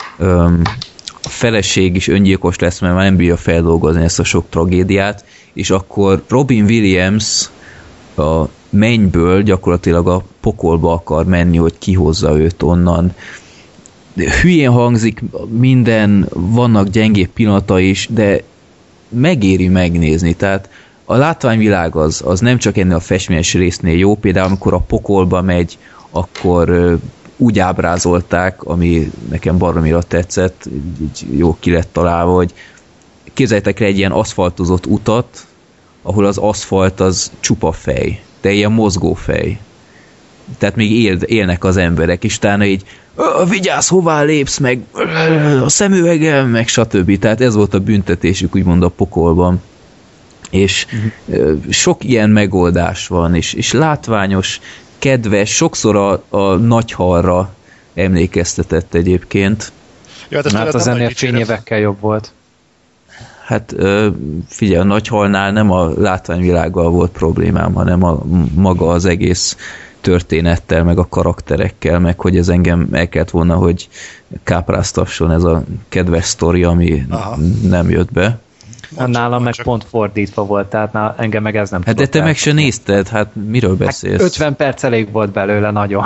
a feleség is öngyilkos lesz, mert már nem bírja feldolgozni ezt a sok tragédiát, és akkor Robin Williams a mennyből gyakorlatilag a pokolba akar menni, hogy kihozza őt onnan. Hülyén hangzik minden, vannak gyengébb pillanata is, de megéri megnézni, tehát a látványvilág az nem csak ennél a festményes résznél jó, például amikor a pokolba megy, akkor úgy ábrázolták, ami nekem baromira tetszett, így jó ki lett találva, hogy képzeljétek le egy ilyen aszfaltozott utat, ahol az aszfalt az csupa fej, de ilyen mozgó fej. Tehát még élnek az emberek, és utána így vigyázz, hová lépsz, meg a szemüvegem, meg stb. Tehát ez volt a büntetésük, úgymond a pokolban. És sok ilyen megoldás van, és látványos, kedves, sokszor a nagyhalra emlékeztetett egyébként. Ja, hát az ennél fényévekkel jobb volt. Hát figyelj, a nagyhalnál nem a látványvilággal volt problémám, hanem maga az egész történettel, meg a karakterekkel, meg hogy ez engem el kellett volna, hogy kápráztasson ez a kedves sztori, ami nem jött be. Nálam meg pont fordítva volt, tehát engem meg ez nem tudott. Hát de te meg se nézted, hát miről beszélsz? 50 perc elég volt belőle, nagyon.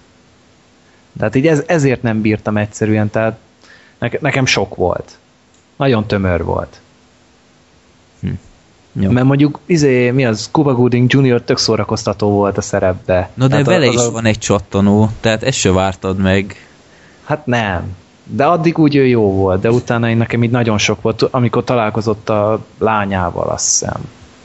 Tehát így ezért nem bírtam egyszerűen, tehát nekem sok volt. Nagyon tömör volt. Mert mondjuk, mi az, Cuba Gooding Jr. tök szórakoztató volt a szerepbe. Na de vele is van egy csattanó, tehát ezt se vártad meg. Hát nem. De addig úgy ő jó volt, de utána nekem így nagyon sok volt, amikor találkozott a lányával, azt hiszem.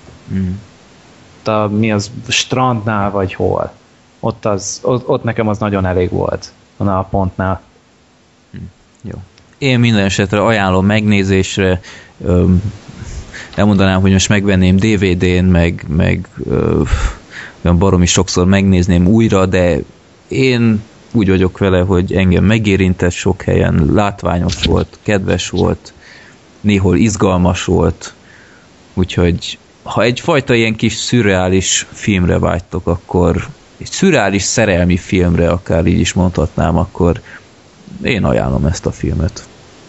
Mi az, strandnál, vagy hol. Ott nekem az nagyon elég volt, annál a pontnál. Jó. Én minden esetre ajánlom megnézésre, elmondanám, hogy most megvenném DVD-n, meg olyan baromi sokszor megnézném újra, de én úgy vagyok vele, hogy engem megérintett sok helyen, látványos volt, kedves volt, néhol izgalmas volt, úgyhogy ha egyfajta ilyen kis szürreális filmre vágytok, akkor egy szürreális szerelmi filmre, akár így is mondhatnám, akkor én ajánlom ezt a filmet.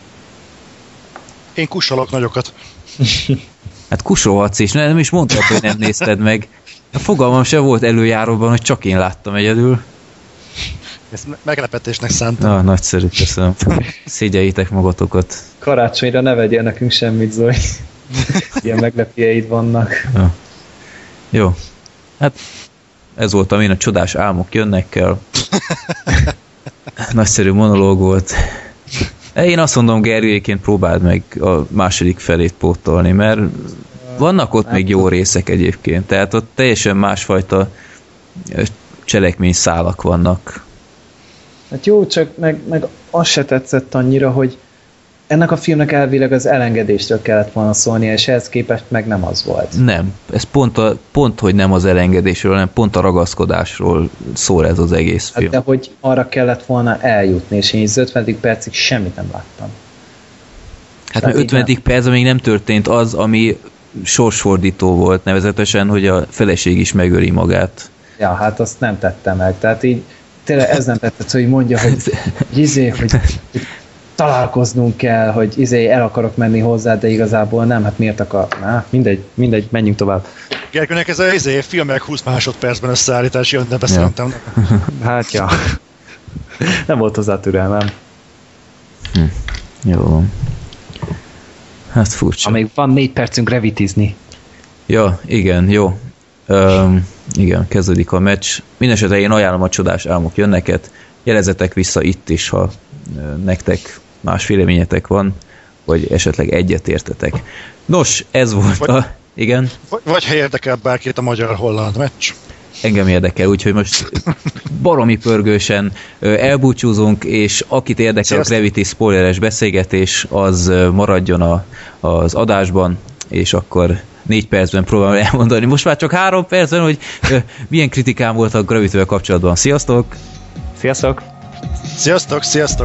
Én kussolok nagyokat. Hát kusolhatsz is, nem is mondtad, hogy nem nézted meg. A fogalmam sem volt előjáróban, hogy csak én láttam egyedül. Ezt meglepetésnek szántam. Nagyszerű, köszönöm. Szégyeljétek magatokat. Karácsonyra ne vegyél nekünk semmit, Zoli. Ilyen meglepőjeid vannak. Ja. Jó. Hát ez volt, amin a csodás álmok jönnek el. Nagyszerű monológ volt. Én azt mondom, Gergőjéként próbáld meg a második felét pótolni, mert vannak ott még jó részek egyébként, tehát ott teljesen másfajta cselekményszálak vannak. Hát jó, csak meg az se tetszett annyira, hogy ennek a filmnek elvileg az elengedéstől kellett volna szólnia, és ehhez képest meg nem az volt. Nem, ez pont hogy nem az elengedésről, hanem pont a ragaszkodásról szól ez az egész film. Hát de hogy arra kellett volna eljutni, és én 50. percig semmit nem láttam. Hát mert 50. percben még nem történt az, ami sorsfordító volt, nevezetesen, hogy a feleség is megöli magát. Ja, hát azt nem tette meg. Tehát így tényleg ez nem tetszett, hogy mondja, hogy találkoznunk kell, hogy el akarok menni hozzá, de igazából nem, hát miért akar? Mindegy, menjünk tovább. Gergőnek ez a filmek 20 másodpercben összeállítás jönne, beszéltem. Hát ja. Nem volt hozzá türelmem. Jó van. Hát furcsa. Amíg van 4 percünk revitizni. Ja, igen, jó. Igen, kezdődik a meccs. Mindenesetre én ajánlom a csodás álmok jönnek-et. Jelezzetek vissza itt is, ha nektek más véleményetek van, vagy esetleg egyetértetek. Nos, ez volt igen? Vagy ha érdekel bárkit a magyar-holland meccs. Engem érdekel, úgyhogy most baromi pörgősen elbúcsúzunk, és akit érdekel a Gravity spoileres beszélgetés, az maradjon az adásban, és akkor 4 percben próbálom elmondani. Most már csak 3 percben, hogy milyen kritikám volt a Gravity-vel kapcsolatban. Sziasztok! Sziasztok! Sziasztok, sziasztok!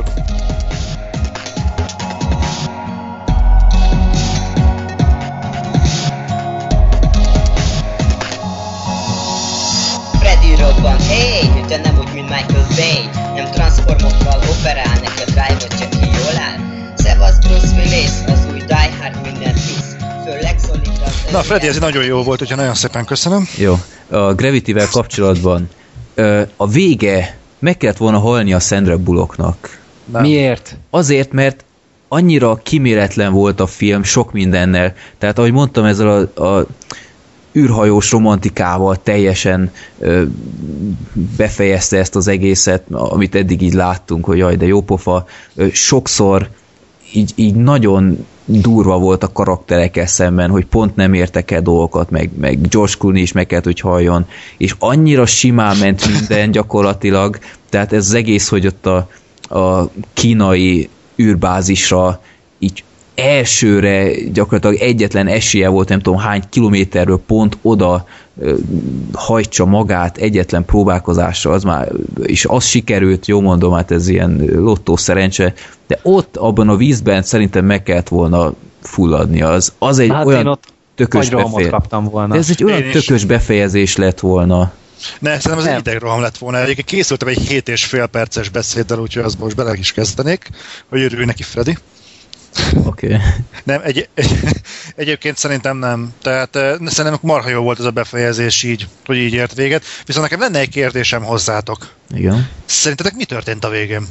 Freddy robban, hey, de nem úgy, mint Michael Bay. Nem transformokkal operál, neki a drive-ot csak ki jól áll. Szevasz Bruce Willis, az új Die Hard mindent visz. Főleg szólít az... Na Freddy, ez nagyon jó volt, úgyhogy nagyon szépen köszönöm. Jó, a Gravity-vel kapcsolatban a vége meg kellett volna halni a Sandra Bullocknak. Nem. Miért? Azért, mert annyira kíméletlen volt a film sok mindennel. Tehát ahogy mondtam, ezzel a űrhajós romantikával teljesen befejezte ezt az egészet, amit eddig így láttunk, hogy jaj, de jó pofa. Sokszor így nagyon durva volt a karakterekkel szemben, hogy pont nem értek el dolgokat, meg George Clooney is meg kellett, hogy halljon, és annyira simán ment minden gyakorlatilag, tehát ez az egész, hogy ott a kínai űrbázisra így elsőre gyakorlatilag egyetlen esélye volt, nem tudom hány kilométerről pont oda hajtsa magát egyetlen próbálkozásra, az már, és az sikerült, jó mondom, hát ez ilyen lottó szerencse, de ott abban a vízben szerintem meg kellett volna fulladni, az egy olyan tökös befejezés. Kaptam volna. Ez egy olyan tökös befejezés lett volna. Ne, szerintem az egy idegroham lett volna. Egyébként készültem egy 7,5 perces beszéddel, úgyhogy azt most bele is kezdenék, hogy örülj neki, Freddy. Okay. Nem, egyébként szerintem nem. Tehát szerintem marha jó volt ez a befejezés így, hogy így ért véget. Viszont nekem lenne egy kérdésem hozzátok. Igen. Szerintetek mi történt a végén?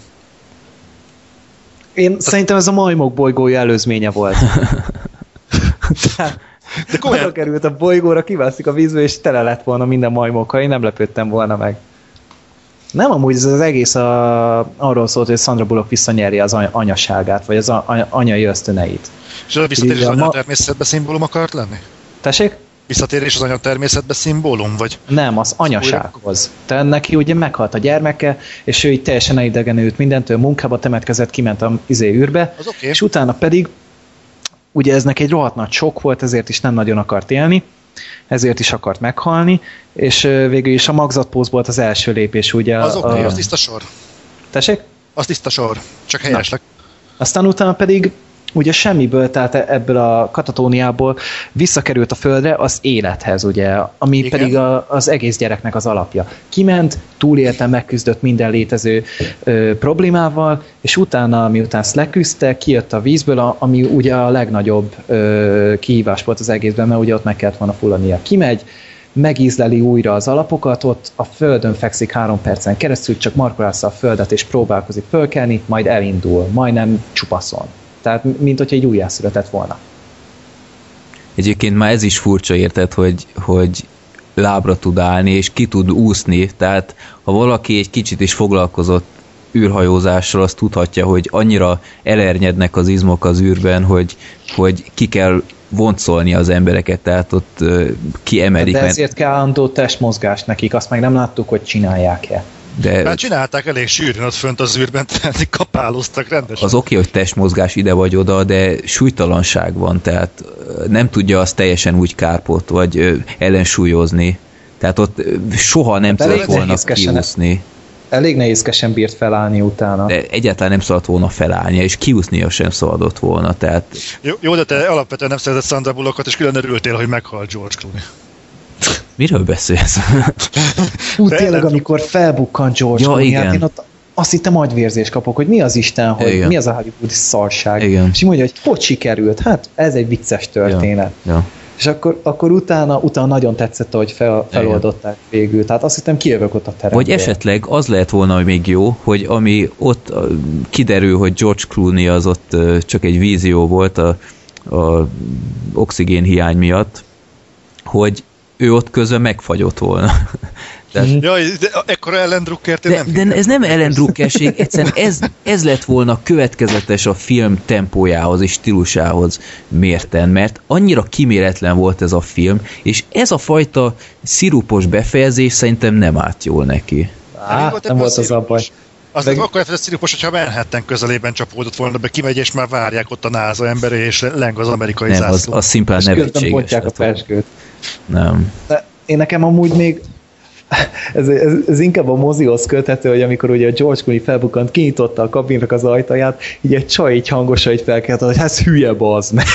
Szerintem ez a majmok bolygója előzménye volt. De arra került a bolygóra, kivászik a vízbe, és tele lett volna minden majmokkal, én nem lepődtem volna meg. Nem, amúgy ez az egész arról szólt, hogy Sandra Bullock visszanyeri az anyaságát, vagy az anyai ösztöneit. És a visszatérés az anyatermészetbe szimbólum akart lenni? Tessék? Visszatérés az anyatermészetbe szimbólum, vagy? Nem, az anyasághoz. Tehát neki ugye meghalt a gyermeke, és ő így teljesen elidegenült mindentől, munkába temetkezett, kiment a űrbe, okay. És utána pedig ugye ez neki egy rohadt nagy sok volt, ezért is nem nagyon akart élni, ezért is akart meghalni, és végül is a magzatpóz volt az első lépés, ugye. Az oké, az tiszta sor. Tessék? Az tiszta sor, csak helyeslek. Aztán utána pedig ugye semmiből, tehát ebből a katatóniából visszakerült a földre az élethez, ugye, ami igen. pedig az egész gyereknek az alapja. Kiment, túlélte, megküzdött minden létező problémával, és utána, miután ezt leküzdte, kijött a vízből, ami ugye a legnagyobb kihívás volt az egészben, mert ugye ott meg kellett volna fulladnia. Kimegy, megízleli újra az alapokat, ott a földön fekszik 3 percen keresztül, csak markolásza a földet, és próbálkozik fölkelni, majd elindul, majdnem csupaszon. Tehát, mint hogyha egy újjászületett volna. Egyébként már ez is furcsa, érted, hogy lábra tud állni, és ki tud úszni, tehát ha valaki egy kicsit is foglalkozott űrhajózással, azt tudhatja, hogy annyira elernyednek az izmok az űrben, hogy ki kell voncolni az embereket, tehát ott kiemelik. De ezért kell állandó testmozgás nekik, azt meg nem láttuk, hogy csinálják-e. Már csinálták elég sűrűn ott fönt az űrben, tehát kapáloztak rendesen. Az oké, hogy testmozgás ide vagy oda, de súlytalanság van, tehát nem tudja azt teljesen úgy kárpot, vagy ellensúlyozni. Tehát ott soha nem szabad volna kiúszni. Elég nehézkesen bírt felállni utána. De egyáltalán nem szabad volna felállnia, és kiúsznia sem szabadott volna. Tehát... Jó, de te alapvetően nem szeretett Sandra Bullockot, és külön örültél, hogy meghalt George Clooney. Miről beszélsz? Tényleg, amikor felbukkant George Clooney, hát én ott azt hittem agyvérzés kapok, hogy mi az Isten, hogy igen. Mi az a hollywoodi szarság. Igen. És mondja, hogy sikerült? Hát ez egy vicces történet. Ja. És akkor utána nagyon tetszett, hogy feloldották végül. Tehát azt hittem, kijövök ott a teremből. Vagy esetleg az lehet volna, hogy még jó, hogy ami ott kiderül, hogy George Clooney az ott csak egy vízió volt a oxigén hiány miatt, hogy ő ott közben megfagyott volna. Jaj, de ekkora Ellen Druckert de ez nem Ellen Druckerség, egyszerűen ez lett volna következetes a film tempójához és stílusához mérten, mert annyira kiméletlen volt ez a film, és ez a fajta szirupos befejezés szerintem nem állt jól neki. Nem volt az a baj. Az akkor elfedett szirupos, hogyha Manhattan közelében csapódott volna be, kimegy, és már várják ott a NASA embere, és leng az amerikai zászló. Nem, az szimplán nevetséges. A pezsgőt. Nem. De én nekem amúgy még ez inkább a mozihoz köthető, hogy amikor ugye a George Clooney felbukkant, kinyitotta a kabinnak az ajtaját, így egy csaj így hangosan így felkelt, hogy ez hülye bazd meg.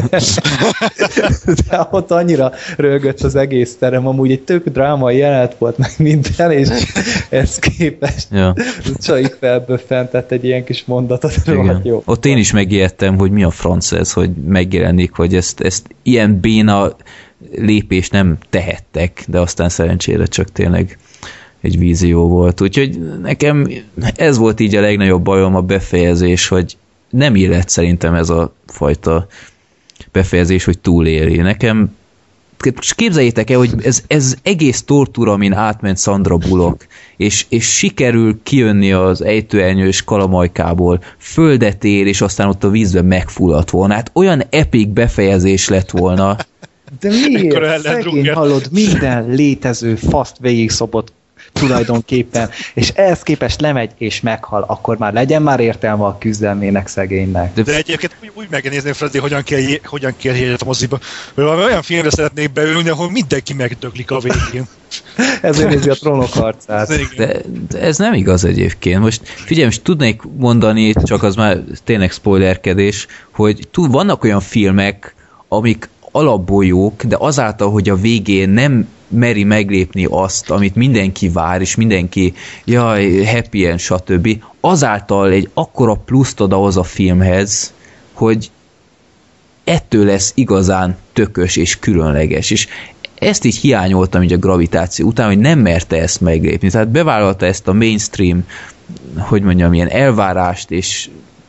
De ott annyira rögött az egész terem, amúgy egy tök drámai jelenet volt meg minden, és ez képest a csaj így felböffentett egy ilyen kis mondatot. Jó. Ott én is megijedtem, hogy mi a franc ez, hogy megjelenik, hogy ezt ilyen béna lépést nem tehettek, de aztán szerencsére csak tényleg egy vízió volt. Úgyhogy nekem ez volt így a legnagyobb bajom, a befejezés, hogy nem illett szerintem ez a fajta befejezés, hogy túléli. Nekem képzeljétek el, hogy ez egész tortúra, amin átment Sandra Bullock, és sikerül kijönni az ejtőernyős kalamajkából, földet ér, és aztán ott a vízben megfulladt volna. Hát olyan epik befejezés lett volna. De miért? Szegény hallod, minden létező faszt végig szopott tulajdonképpen, és ehhez képest lemegy és meghal, akkor már legyen már értelme a küzdelmének szegénynek. De egyébként úgy megnézném, Freddy, hogyan kell jegyet a moziba. Olyan filmre szeretnék beülni, ahol mindenki megdöglik a végén. Ezért nézi a Trónok harcát. De ez nem igaz egyébként. Most figyelj, most tudnék mondani, csak az már tényleg spoilerkedés, hogy vannak olyan filmek, amik alapból jók, de azáltal, hogy a végén nem meri meglépni azt, amit mindenki vár, és mindenki happy end, stb. Azáltal egy akkora pluszt ad ahhoz a filmhez, hogy ettől lesz igazán tökös és különleges. És ezt így hiányoltam így a gravitáció után, hogy nem merte ezt meglépni. Tehát bevállalta ezt a mainstream, hogy mondjam, ilyen elvárást, és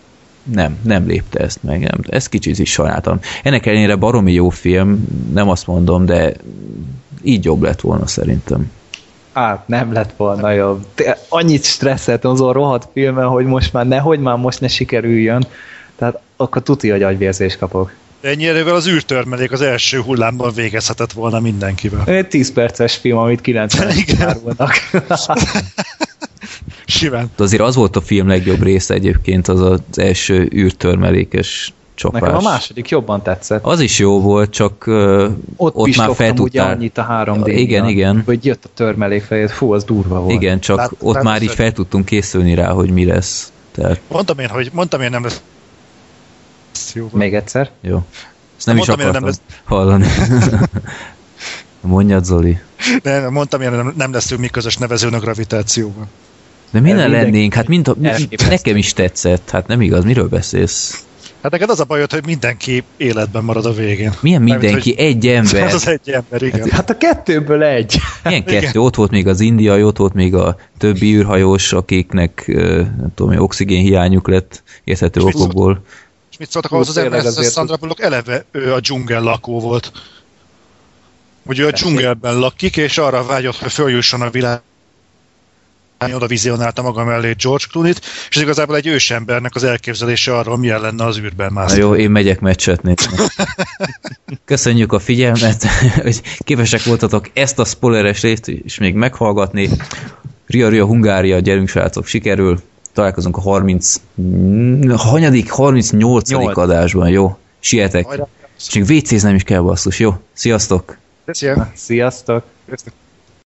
nem lépte ezt meg. Nem. Ezt kicsit is sajnáltam. Ennek ellenére baromi jó film, nem azt mondom, de így jobb lett volna szerintem. Hát nem lett volna jobb. Annyit stresszeltem azon rohadt filmen, hogy most már most ne sikerüljön. Tehát akkor tuti, hogy agyvérzést kapok. Ennyi erővel az űrtörmelék az első hullámban végezhetett volna mindenkivel. Egy 10 perces film, amit 90-en árulnak. Simán. Azért az volt a film legjobb része egyébként, az első űrtörmelékes csapás. Nekem a második jobban tetszett. Az is jó volt, csak ott már fel tudtál... annyit a 3D-n. Igen. Hogy jött a törmelék fejét, fú, az durva volt. Igen, csak ott már így fel tudtunk készülni rá, hogy mi lesz. Tehát... Mondtam én nem lesz jó. Még egyszer? Jó. Ezt nem is akartam hallani. Mondjad, Zoli. Mondtam én nem leszünk mi közös nevezőn a gravitációban. De minden lennénk, hát nekem is tetszett, hát nem igaz, miről beszélsz? Hát neked az a bajod, hogy mindenki életben marad a végén. Milyen mindenki? Hogy egy ember. Az egy ember, igen. Hát a kettőből egy. Milyen kettő? Igen. Ott volt még az indiai, ott volt még a többi űrhajós, akiknek nem tudom, oxigén hiányuk lett érthető okokból. És mit szóltak ahhoz az emberhez, hogy Sandra Bullock eleve ő a dzsungel lakó volt. Hogy ő a dzsungelben lakik, és arra vágyott, hogy följusson a világ. Oda vizionálta maga mellé George Clooney-t, és igazából egy ősembernek az elképzelése arról, milyen lenne az űrben mászni. Jó, én megyek meccset nézni. Köszönjük a figyelmet, hogy képesek voltatok ezt a spoileres részt is még meghallgatni. Ria Hungária, gyerünk srácok, sikerül. Találkozunk a 38. adásban, jó? Sietek. És még WC-z nem is kell, basszus, jó? Sziasztok! Szia. Sziasztok!